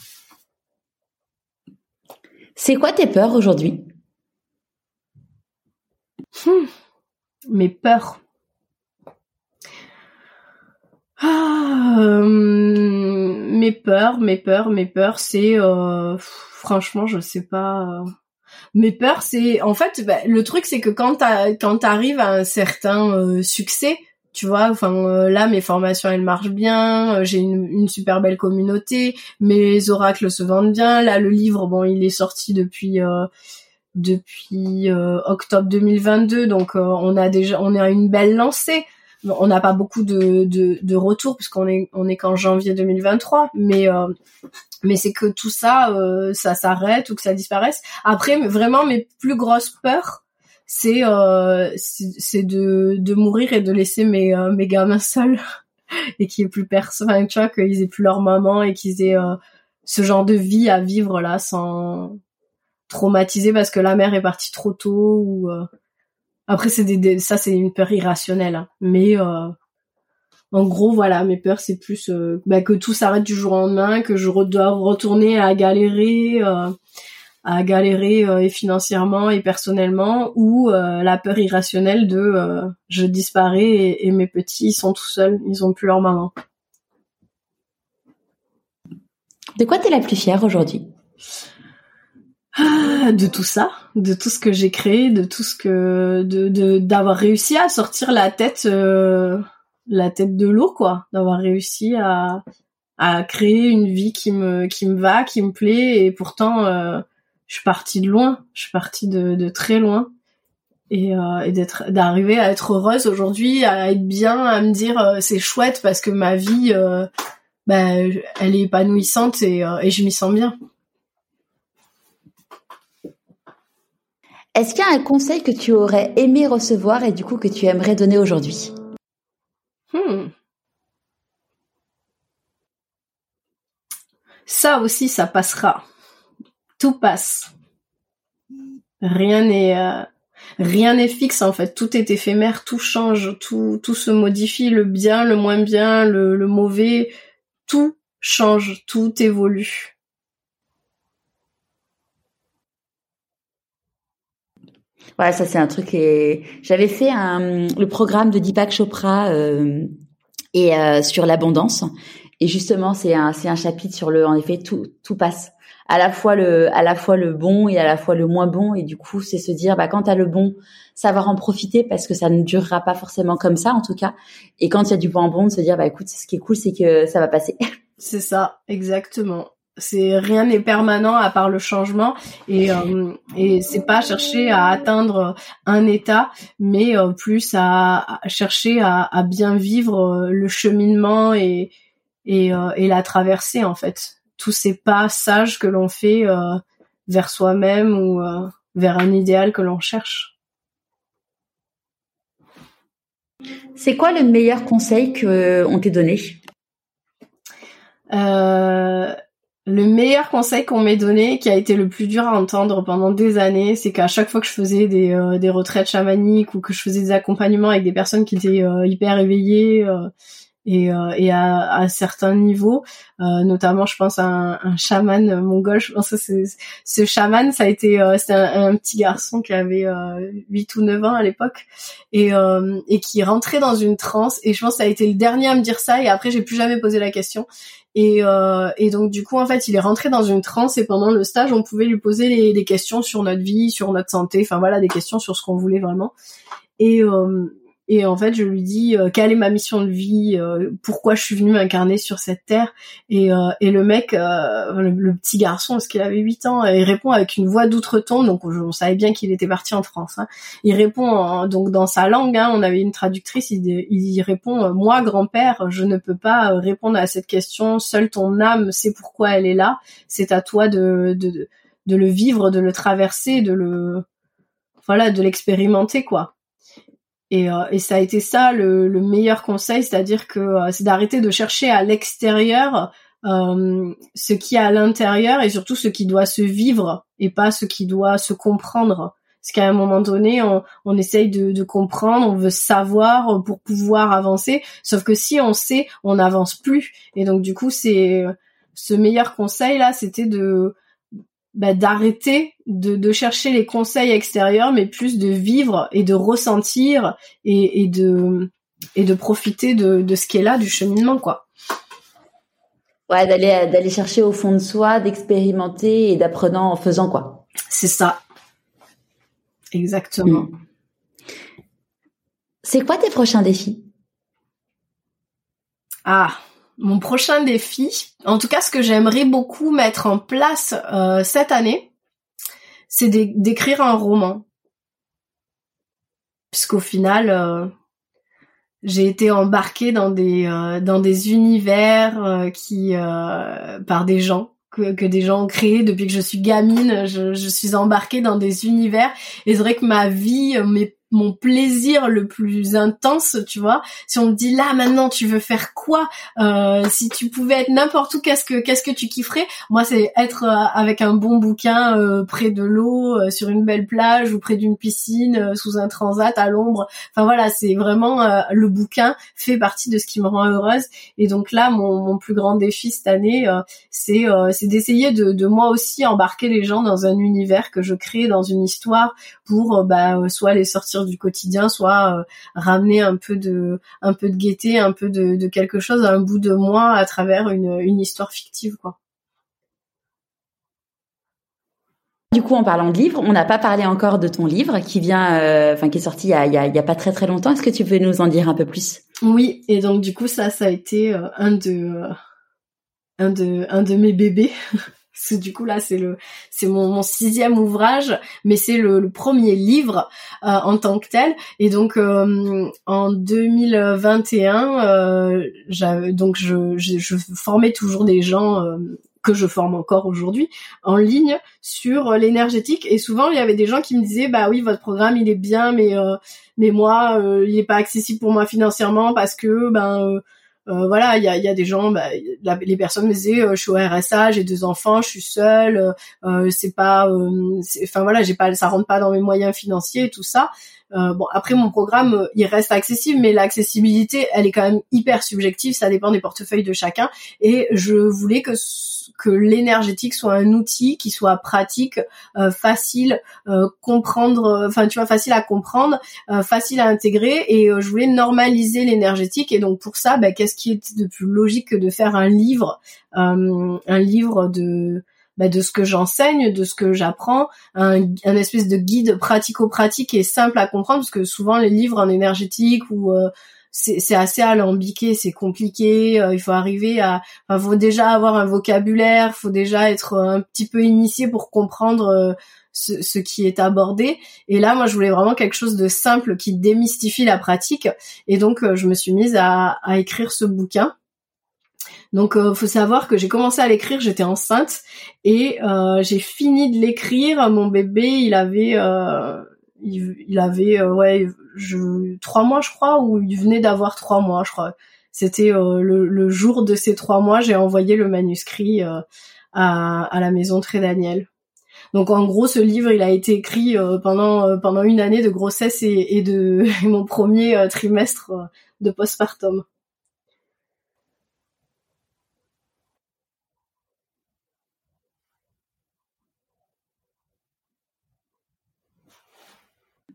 [SPEAKER 3] C'est quoi tes peurs aujourd'hui?
[SPEAKER 2] Hum, mes peurs. Ah, euh, mes peurs, mes peurs, mes peurs, c'est euh, franchement, je sais pas. Euh... Mes peurs, c'est en fait bah, le truc, c'est que quand t'as, quand t'arrives à un certain euh, succès, tu vois, enfin euh, là mes formations elles marchent bien, euh, j'ai une, une super belle communauté, mes oracles se vendent bien. Là le livre, bon, il est sorti depuis euh, depuis euh, octobre deux mille vingt-deux, donc euh, on a déjà on est à une belle lancée. On n'a pas beaucoup de, de, de retours puisqu'on est on est qu'en janvier deux mille vingt-trois, mais euh, mais c'est que tout ça euh, ça s'arrête ou que ça disparaisse. Après, vraiment mes plus grosses peurs, c'est euh, c'est, c'est de de mourir et de laisser mes euh, mes gamins seuls et qu'il y ait plus personne, enfin, tu vois, qu'ils aient plus leur maman et qu'ils aient euh, ce genre de vie à vivre là sans traumatiser parce que la mère est partie trop tôt ou euh... Après c'est des, des ça c'est une peur irrationnelle, hein. Mais euh, en gros voilà, mes peurs c'est plus euh, bah, que tout s'arrête du jour au lendemain, que je re- dois retourner à galérer euh, à galérer euh, et financièrement et personnellement, ou euh, la peur irrationnelle de euh, je disparais et, et mes petits ils sont tout seuls, ils ont plus leur maman.
[SPEAKER 3] De quoi t'es la plus fière aujourd'hui?
[SPEAKER 2] De tout ça, de tout ce que j'ai créé, de tout ce que de de d'avoir réussi à sortir la tête euh, la tête de l'eau, quoi, d'avoir réussi à à créer une vie qui me qui me va, qui me plaît, et pourtant euh, je suis partie de loin, je suis partie de de très loin, et euh, et d'être d'arriver à être heureuse aujourd'hui, à être bien, à me dire euh, c'est chouette parce que ma vie euh, bah elle est épanouissante et euh, et je m'y sens bien.
[SPEAKER 3] Est-ce qu'il y a un conseil que tu aurais aimé recevoir et du coup que tu aimerais donner aujourd'hui?
[SPEAKER 2] Hmm. Ça aussi, ça passera. Tout passe. Rien n'est euh, rien n'est fixe en fait. Tout est éphémère, tout change, tout tout se modifie, le bien, le moins bien, le, le mauvais, tout change, tout évolue.
[SPEAKER 3] Ouais, ça c'est un truc. Et j'avais fait un le programme de Deepak Chopra euh, et euh, sur l'abondance. Et justement, c'est un c'est un chapitre sur le en effet tout tout passe. À la fois le à la fois le bon et à la fois le moins bon. Et du coup, c'est se dire bah quand t'as le bon, savoir en profiter parce que ça ne durera pas forcément comme ça en tout cas. Et quand il y a du moins bon, de se dire bah écoute, ce qui est cool, c'est que ça va passer.
[SPEAKER 2] C'est ça, exactement. C'est rien n'est permanent à part le changement, et euh, et c'est pas chercher à atteindre un état, mais euh, plus à, à chercher à, à bien vivre le cheminement et et euh, et la traversée en fait. Tous ces pas sages que l'on fait euh, vers soi-même ou euh, vers un idéal que l'on cherche.
[SPEAKER 3] C'est quoi le meilleur conseil que on t'ait donné?
[SPEAKER 2] Euh, le meilleur conseil qu'on m'ait donné, qui a été le plus dur à entendre pendant des années, c'est qu'à chaque fois que je faisais des, euh, des retraites chamaniques ou que je faisais des accompagnements avec des personnes qui étaient euh, hyper éveillées, euh, et, euh, et à, à certains niveaux, euh, notamment je pense à un, un chaman mongol. Je pense que c'est, ce chaman, ça a été, euh, c'était un, un petit garçon qui avait euh, huit ou neuf ans à l'époque et, euh, et qui rentrait dans une transe. Et je pense que ça a été le dernier à me dire ça. Et après, j'ai plus jamais posé la question. Et, euh, et donc du coup, en fait, il est rentré dans une transe et pendant le stage, on pouvait lui poser les, des questions sur notre vie, sur notre santé. Enfin voilà, des questions sur ce qu'on voulait vraiment. Et euh, Et en fait, je lui dis euh, quelle est ma mission de vie, euh, pourquoi je suis venue m'incarner sur cette terre. Et, euh, et le mec, euh, le, le petit garçon, parce qu'il avait huit ans, il répond avec une voix d'outre-tombe. Donc, on, on savait bien qu'il était parti en France. Hein. Il répond en, donc dans sa langue. Hein, on avait une traductrice. Il, il répond moi, grand-père, je ne peux pas répondre à cette question. Seule ton âme sait pourquoi elle est là. C'est à toi de de de le vivre, de le traverser, de le voilà, de l'expérimenter quoi. Et, euh, et ça a été ça le, le meilleur conseil, c'est-à-dire que euh, c'est d'arrêter de chercher à l'extérieur euh, ce qui est à l'intérieur et surtout ce qui doit se vivre et pas ce qui doit se comprendre. Parce qu'à un moment donné, on, on essaye de, de comprendre, on veut savoir pour pouvoir avancer. Sauf que si on sait, on n'avance plus. Et donc du coup, c'est ce meilleur conseil là, c'était de Bah, d'arrêter de, de chercher les conseils extérieurs, mais plus de vivre et de ressentir et, et de et de profiter de, de ce qui est là, du cheminement, quoi.
[SPEAKER 3] Ouais, d'aller d'aller chercher au fond de soi, d'expérimenter et d'apprenant en faisant, quoi.
[SPEAKER 2] C'est ça. Exactement. Mmh.
[SPEAKER 3] C'est quoi tes prochains défis?
[SPEAKER 2] Ah. Mon prochain défi, en tout cas ce que j'aimerais beaucoup mettre en place euh, cette année, c'est d'écrire un roman. Puisqu'au final, euh, j'ai été embarquée dans des euh, dans des univers euh, qui euh, par des gens que que des gens ont créés depuis que je suis gamine. Je, je suis embarquée dans des univers et c'est vrai que ma vie, mes mon plaisir le plus intense, tu vois. Si on me dit là maintenant tu veux faire quoi, euh, si tu pouvais être n'importe où, qu'est-ce que qu'est-ce que tu kifferais? Moi, c'est être euh, avec un bon bouquin euh, près de l'eau, euh, sur une belle plage ou près d'une piscine, euh, sous un transat à l'ombre. Enfin voilà, c'est vraiment euh, le bouquin fait partie de ce qui me rend heureuse. Et donc là, mon, mon plus grand défi cette année, euh, c'est euh, c'est d'essayer de, de moi aussi embarquer les gens dans un univers que je crée, dans une histoire pour euh, bah euh, soit les sortir du quotidien, soit euh, ramener un peu de un peu de gaieté, un peu de, de quelque chose à un bout de moi à travers une, une histoire fictive, quoi.
[SPEAKER 3] Du coup, en parlant de livres, on n'a pas parlé encore de ton livre qui vient, euh, enfin qui est sorti il y a, il y a, il y a pas très très longtemps. Est-ce que tu peux nous en dire un peu plus?
[SPEAKER 2] Oui, et donc du coup ça, ça a été euh, un de euh, un de un de mes bébés. Parce que du coup là c'est le c'est mon, mon sixième ouvrage, mais c'est le, le premier livre euh, en tant que tel. Et donc euh, en deux mille vingt et un, euh, j'avais donc je, je je formais toujours des gens euh, que je forme encore aujourd'hui en ligne sur l'énergétique. Et souvent il y avait des gens qui me disaient bah oui votre programme il est bien, mais euh, mais moi euh, il est pas accessible pour moi financièrement parce que ben euh, Euh, voilà, il y a, y a des gens, bah, la, les personnes me disaient, euh, je suis au R S A, j'ai deux enfants, je suis seule, euh, c'est pas, enfin voilà, j'ai pas, ça rentre pas dans mes moyens financiers et tout ça. Euh, bon, après mon programme, il reste accessible, mais l'accessibilité, elle est quand même hyper subjective, ça dépend des portefeuilles de chacun. Et je voulais que que l'énergétique soit un outil qui soit pratique, euh, facile, euh, comprendre, enfin tu vois, facile à comprendre, euh, facile à intégrer. Et euh, je voulais normaliser l'énergétique. Et donc pour ça, bah, qu'est-ce qui est de plus logique que de faire un livre, euh, un livre de Bah de ce que j'enseigne, de ce que j'apprends, un, un espèce de guide pratico-pratique et simple à comprendre, parce que souvent les livres en énergétique ou euh, c'est, c'est assez alambiqué, c'est compliqué, euh, il faut arriver à, enfin, faut déjà avoir un vocabulaire, faut déjà être un petit peu initié pour comprendre euh, ce, ce qui est abordé. Et là, moi, je voulais vraiment quelque chose de simple qui démystifie la pratique, et donc euh, je me suis mise à, à écrire ce bouquin. Donc, euh, faut savoir que j'ai commencé à l'écrire, j'étais enceinte et euh, j'ai fini de l'écrire. Mon bébé, il avait, euh, il, il avait, euh, ouais, je, trois mois, je crois, ou il venait d'avoir trois mois, je crois. C'était euh, le, le jour de ces trois mois, j'ai envoyé le manuscrit euh, à, à la maison Très Daniel. Donc, en gros, ce livre, il a été écrit euh, pendant euh, pendant une année de grossesse et, et de et mon premier euh, trimestre euh, de postpartum.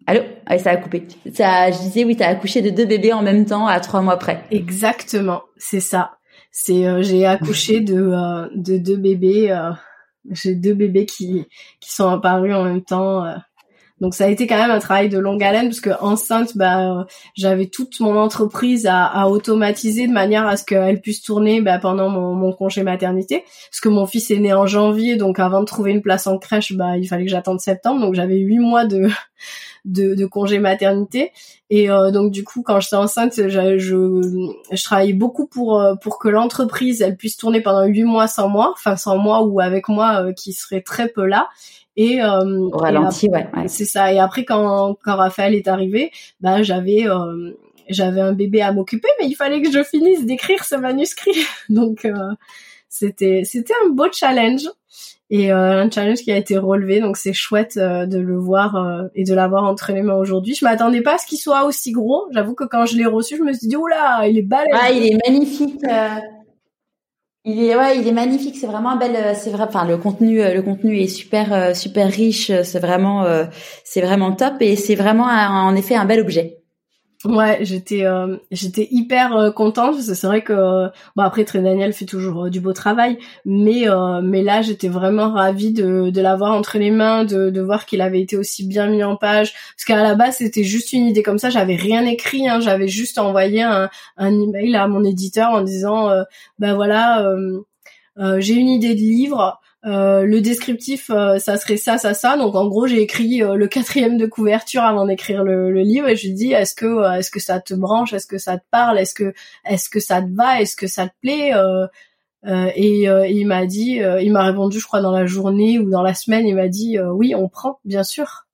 [SPEAKER 3] Allô? Ah, ça a coupé. Ça, je disais, oui, t'as accouché de deux bébés en même temps à trois mois près.
[SPEAKER 2] Exactement, c'est ça. C'est, euh, j'ai accouché de euh, de deux bébés. Euh, j'ai deux bébés qui qui sont apparus en même temps. Euh. Donc ça a été quand même un travail de longue haleine parce que enceinte, bah, euh, j'avais toute mon entreprise à, à automatiser de manière à ce qu'elle puisse tourner bah, pendant mon, mon congé maternité. Parce que mon fils est né en janvier, donc avant de trouver une place en crèche, bah, il fallait que j'attende septembre. Donc j'avais huit mois de de, de congé maternité. Et euh, donc du coup, quand j'étais enceinte, je, je, je travaillais beaucoup pour pour que l'entreprise elle puisse tourner pendant huit mois sans moi, enfin sans moi ou avec moi euh, qui serait très peu là. Et euh,
[SPEAKER 3] au ralenti,
[SPEAKER 2] et après,
[SPEAKER 3] ouais, ouais.
[SPEAKER 2] C'est ça. Et après, quand quand Raphaël est arrivé, bah j'avais euh, j'avais un bébé à m'occuper, mais il fallait que je finisse d'écrire ce manuscrit. Donc euh, c'était c'était un beau challenge et euh, un challenge qui a été relevé. Donc c'est chouette euh, de le voir euh, et de l'avoir entre les mains aujourd'hui. Je m'attendais pas à ce qu'il soit aussi gros. J'avoue que quand je l'ai reçu, je me suis dit oula, il est balèze.
[SPEAKER 3] Ah, il est magnifique. Euh... Il est, ouais, il est magnifique. C'est vraiment un bel, c'est vrai. Enfin, le contenu, le contenu est super, super riche. C'est vraiment, c'est vraiment top et c'est vraiment, un, en effet, un bel objet.
[SPEAKER 2] Ouais, j'étais, euh, j'étais hyper euh, contente parce que c'est vrai que, euh, bon après Très Daniel fait toujours euh, du beau travail, mais euh, mais là j'étais vraiment ravie de de l'avoir entre les mains, de de voir qu'il avait été aussi bien mis en page. Parce qu'à la base c'était juste une idée comme ça, j'avais rien écrit, hein, j'avais juste envoyé un un email à mon éditeur en disant, euh, ben voilà, euh, euh, j'ai une idée de livre. Euh, le descriptif, euh, ça serait ça, ça, ça. Donc en gros, j'ai écrit euh, le quatrième de couverture avant d'écrire le, le livre et je lui dis est-ce que euh, est-ce que ça te branche, est-ce que ça te parle, est-ce que est-ce que ça te va, est-ce que ça te plaît euh, euh, et, euh, et il m'a dit, euh, il m'a répondu, je crois dans la journée ou dans la semaine, il m'a dit euh, oui, on prend, bien sûr.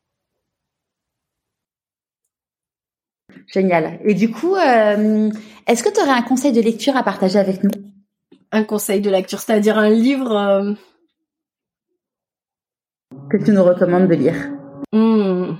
[SPEAKER 3] Génial. Et du coup, euh, est-ce que tu aurais un conseil de lecture à partager avec nous?
[SPEAKER 2] Un conseil de lecture, c'est-à-dire un livre euh...
[SPEAKER 3] que tu nous recommandes de lire.
[SPEAKER 2] Mmh.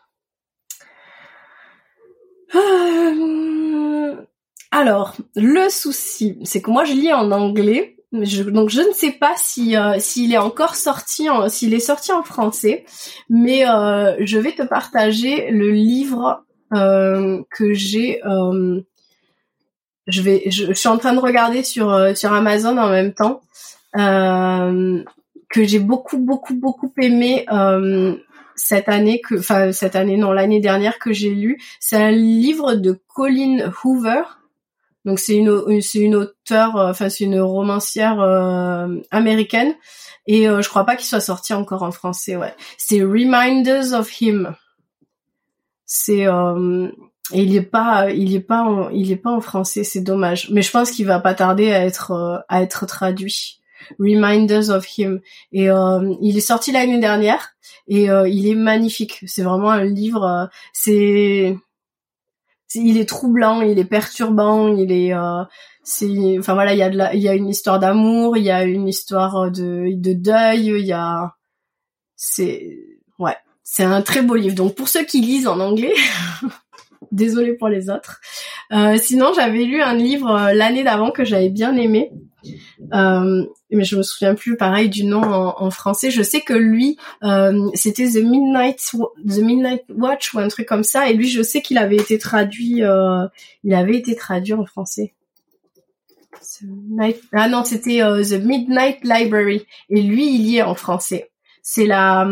[SPEAKER 2] Euh... Alors, le souci, c'est que moi je lis en anglais, je, donc je ne sais pas si euh, s'il est encore sorti, en, s'il est sorti en français, mais euh, je vais te partager le livre euh, que j'ai. Euh, je vais, je, je suis en train de regarder sur euh, sur Amazon en même temps. Euh, que j'ai beaucoup beaucoup beaucoup aimé euh, cette année que enfin cette année non l'année dernière que j'ai lu, c'est un livre de Colleen Hoover. Donc c'est une c'est une auteure enfin c'est une romancière euh, américaine et euh, je crois pas qu'il soit sorti encore en français, ouais. C'est Reminders of Him. C'est euh, et il est pas il est pas en, il est pas en français, c'est dommage, mais je pense qu'il va pas tarder à être euh, à être traduit. Reminders of Him et euh, il est sorti l'année dernière et euh, il est magnifique. C'est vraiment un livre. Euh, c'est, c'est, il est troublant, il est perturbant, il est. Euh, c'est, enfin voilà, il y a de la, il y a une histoire d'amour, il y a une histoire de de deuil, il y a. C'est ouais, c'est un très beau livre. Donc pour ceux qui lisent en anglais. Désolée pour les autres. Euh, sinon, j'avais lu un livre euh, l'année d'avant que j'avais bien aimé, euh, mais je me souviens plus, pareil, du nom en, en français. Je sais que lui, euh, c'était The Midnight The Midnight Watch ou un truc comme ça, et lui, je sais qu'il avait été traduit, euh, il avait été traduit en français. Night... Ah non, c'était euh, The Midnight Library, et lui, il y est en français. C'est la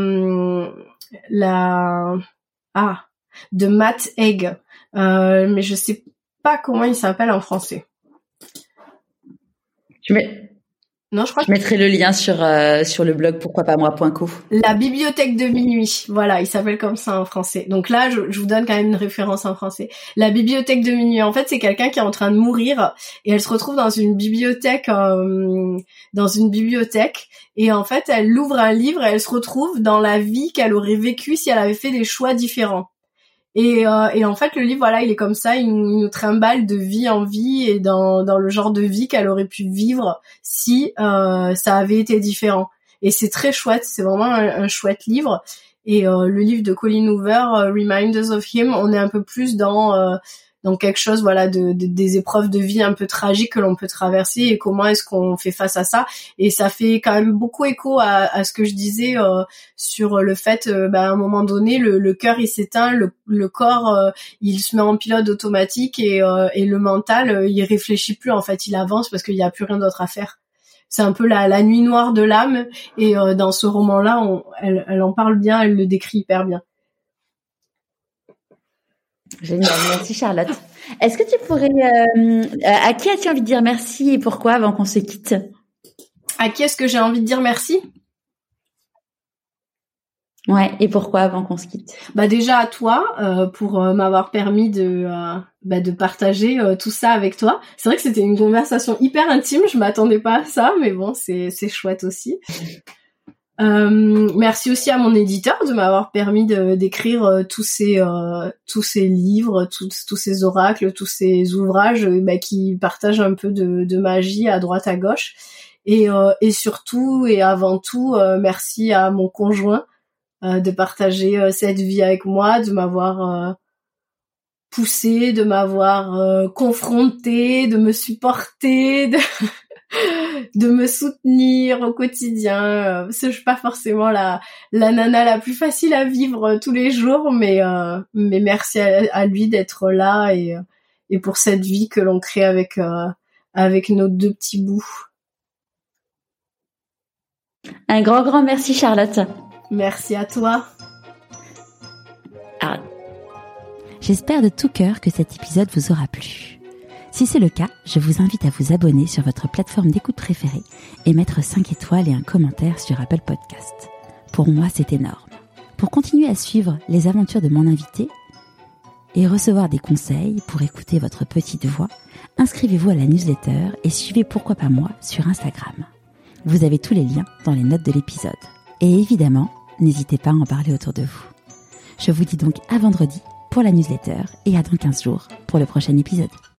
[SPEAKER 2] la ah de Matt Haig. Euh, mais je sais pas comment il s'appelle en français.
[SPEAKER 3] Je mets...
[SPEAKER 2] Non, je crois.
[SPEAKER 3] Je que... mettrai le lien sur euh, sur le blog pourquoi pas moi point co.
[SPEAKER 2] La bibliothèque de minuit. Voilà, il s'appelle comme ça en français. Donc là, je, je vous donne quand même une référence en français. La bibliothèque de minuit. En fait, c'est quelqu'un qui est en train de mourir et elle se retrouve dans une bibliothèque, euh, dans une bibliothèque. Et en fait, elle ouvre un livre et elle se retrouve dans la vie qu'elle aurait vécue si elle avait fait des choix différents. Et, euh, et en fait, le livre, voilà, il est comme ça, il nous, il nous trimballe de vie en vie et dans, dans le genre de vie qu'elle aurait pu vivre si euh, ça avait été différent. Et c'est très chouette, c'est vraiment un, un chouette livre. Et euh, le livre de Colleen Hoover, euh, Reminders of Him, on est un peu plus dans euh, dans quelque chose, voilà, de, de des épreuves de vie un peu tragiques que l'on peut traverser et comment est-ce qu'on fait face à ça. Et ça fait quand même beaucoup écho à, à ce que je disais euh, sur le fait, euh, bah, à un moment donné, le, le cœur il s'éteint, le, le corps euh, il se met en pilote automatique et, euh, et le mental euh, il réfléchit plus, en fait, il avance parce qu'il y a plus rien d'autre à faire. C'est un peu la, la nuit noire de l'âme, et euh, dans ce roman-là, on, elle, elle en parle bien, elle le décrit hyper bien.
[SPEAKER 3] Génial, merci Charlotte. Est-ce que tu pourrais, euh, à qui as-tu envie de dire merci et pourquoi avant qu'on se quitte?
[SPEAKER 2] À qui est-ce que j'ai envie de dire merci?
[SPEAKER 3] Ouais, et pourquoi avant qu'on se quitte?
[SPEAKER 2] Bah déjà à toi euh, pour euh, m'avoir permis de euh, bah, de partager euh, tout ça avec toi. C'est vrai que c'était une conversation hyper intime, je m'attendais pas à ça, mais bon, c'est c'est chouette aussi. Euh, merci aussi à mon éditeur de m'avoir permis de d'écrire euh, tous ces euh, tous ces livres, tous tous ces oracles, tous ces ouvrages euh, bah, qui partagent un peu de de magie à droite à gauche. Et euh, et surtout et avant tout euh, merci à mon conjoint Euh, de partager euh, cette vie avec moi, de m'avoir euh, poussé, de m'avoir euh, confronté, de me supporter, de, de me soutenir au quotidien. Euh, parce que je suis pas forcément la, la nana la plus facile à vivre euh, tous les jours, mais, euh, mais merci à, à lui d'être là et, et pour cette vie que l'on crée avec, euh, avec nos deux petits bouts.
[SPEAKER 3] Un grand, grand merci Charlotte.
[SPEAKER 2] Merci à toi.
[SPEAKER 3] Ah.
[SPEAKER 1] J'espère de tout cœur que cet épisode vous aura plu. Si c'est le cas, je vous invite à vous abonner sur votre plateforme d'écoute préférée et mettre cinq étoiles et un commentaire sur Apple Podcast. Pour moi, c'est énorme. Pour continuer à suivre les aventures de mon invité et recevoir des conseils pour écouter votre petite voix, inscrivez-vous à la newsletter et suivez Pourquoi pas moi sur Instagram. Vous avez tous les liens dans les notes de l'épisode. Et évidemment, n'hésitez pas à en parler autour de vous. Je vous dis donc à vendredi pour la newsletter et à dans quinze jours pour le prochain épisode.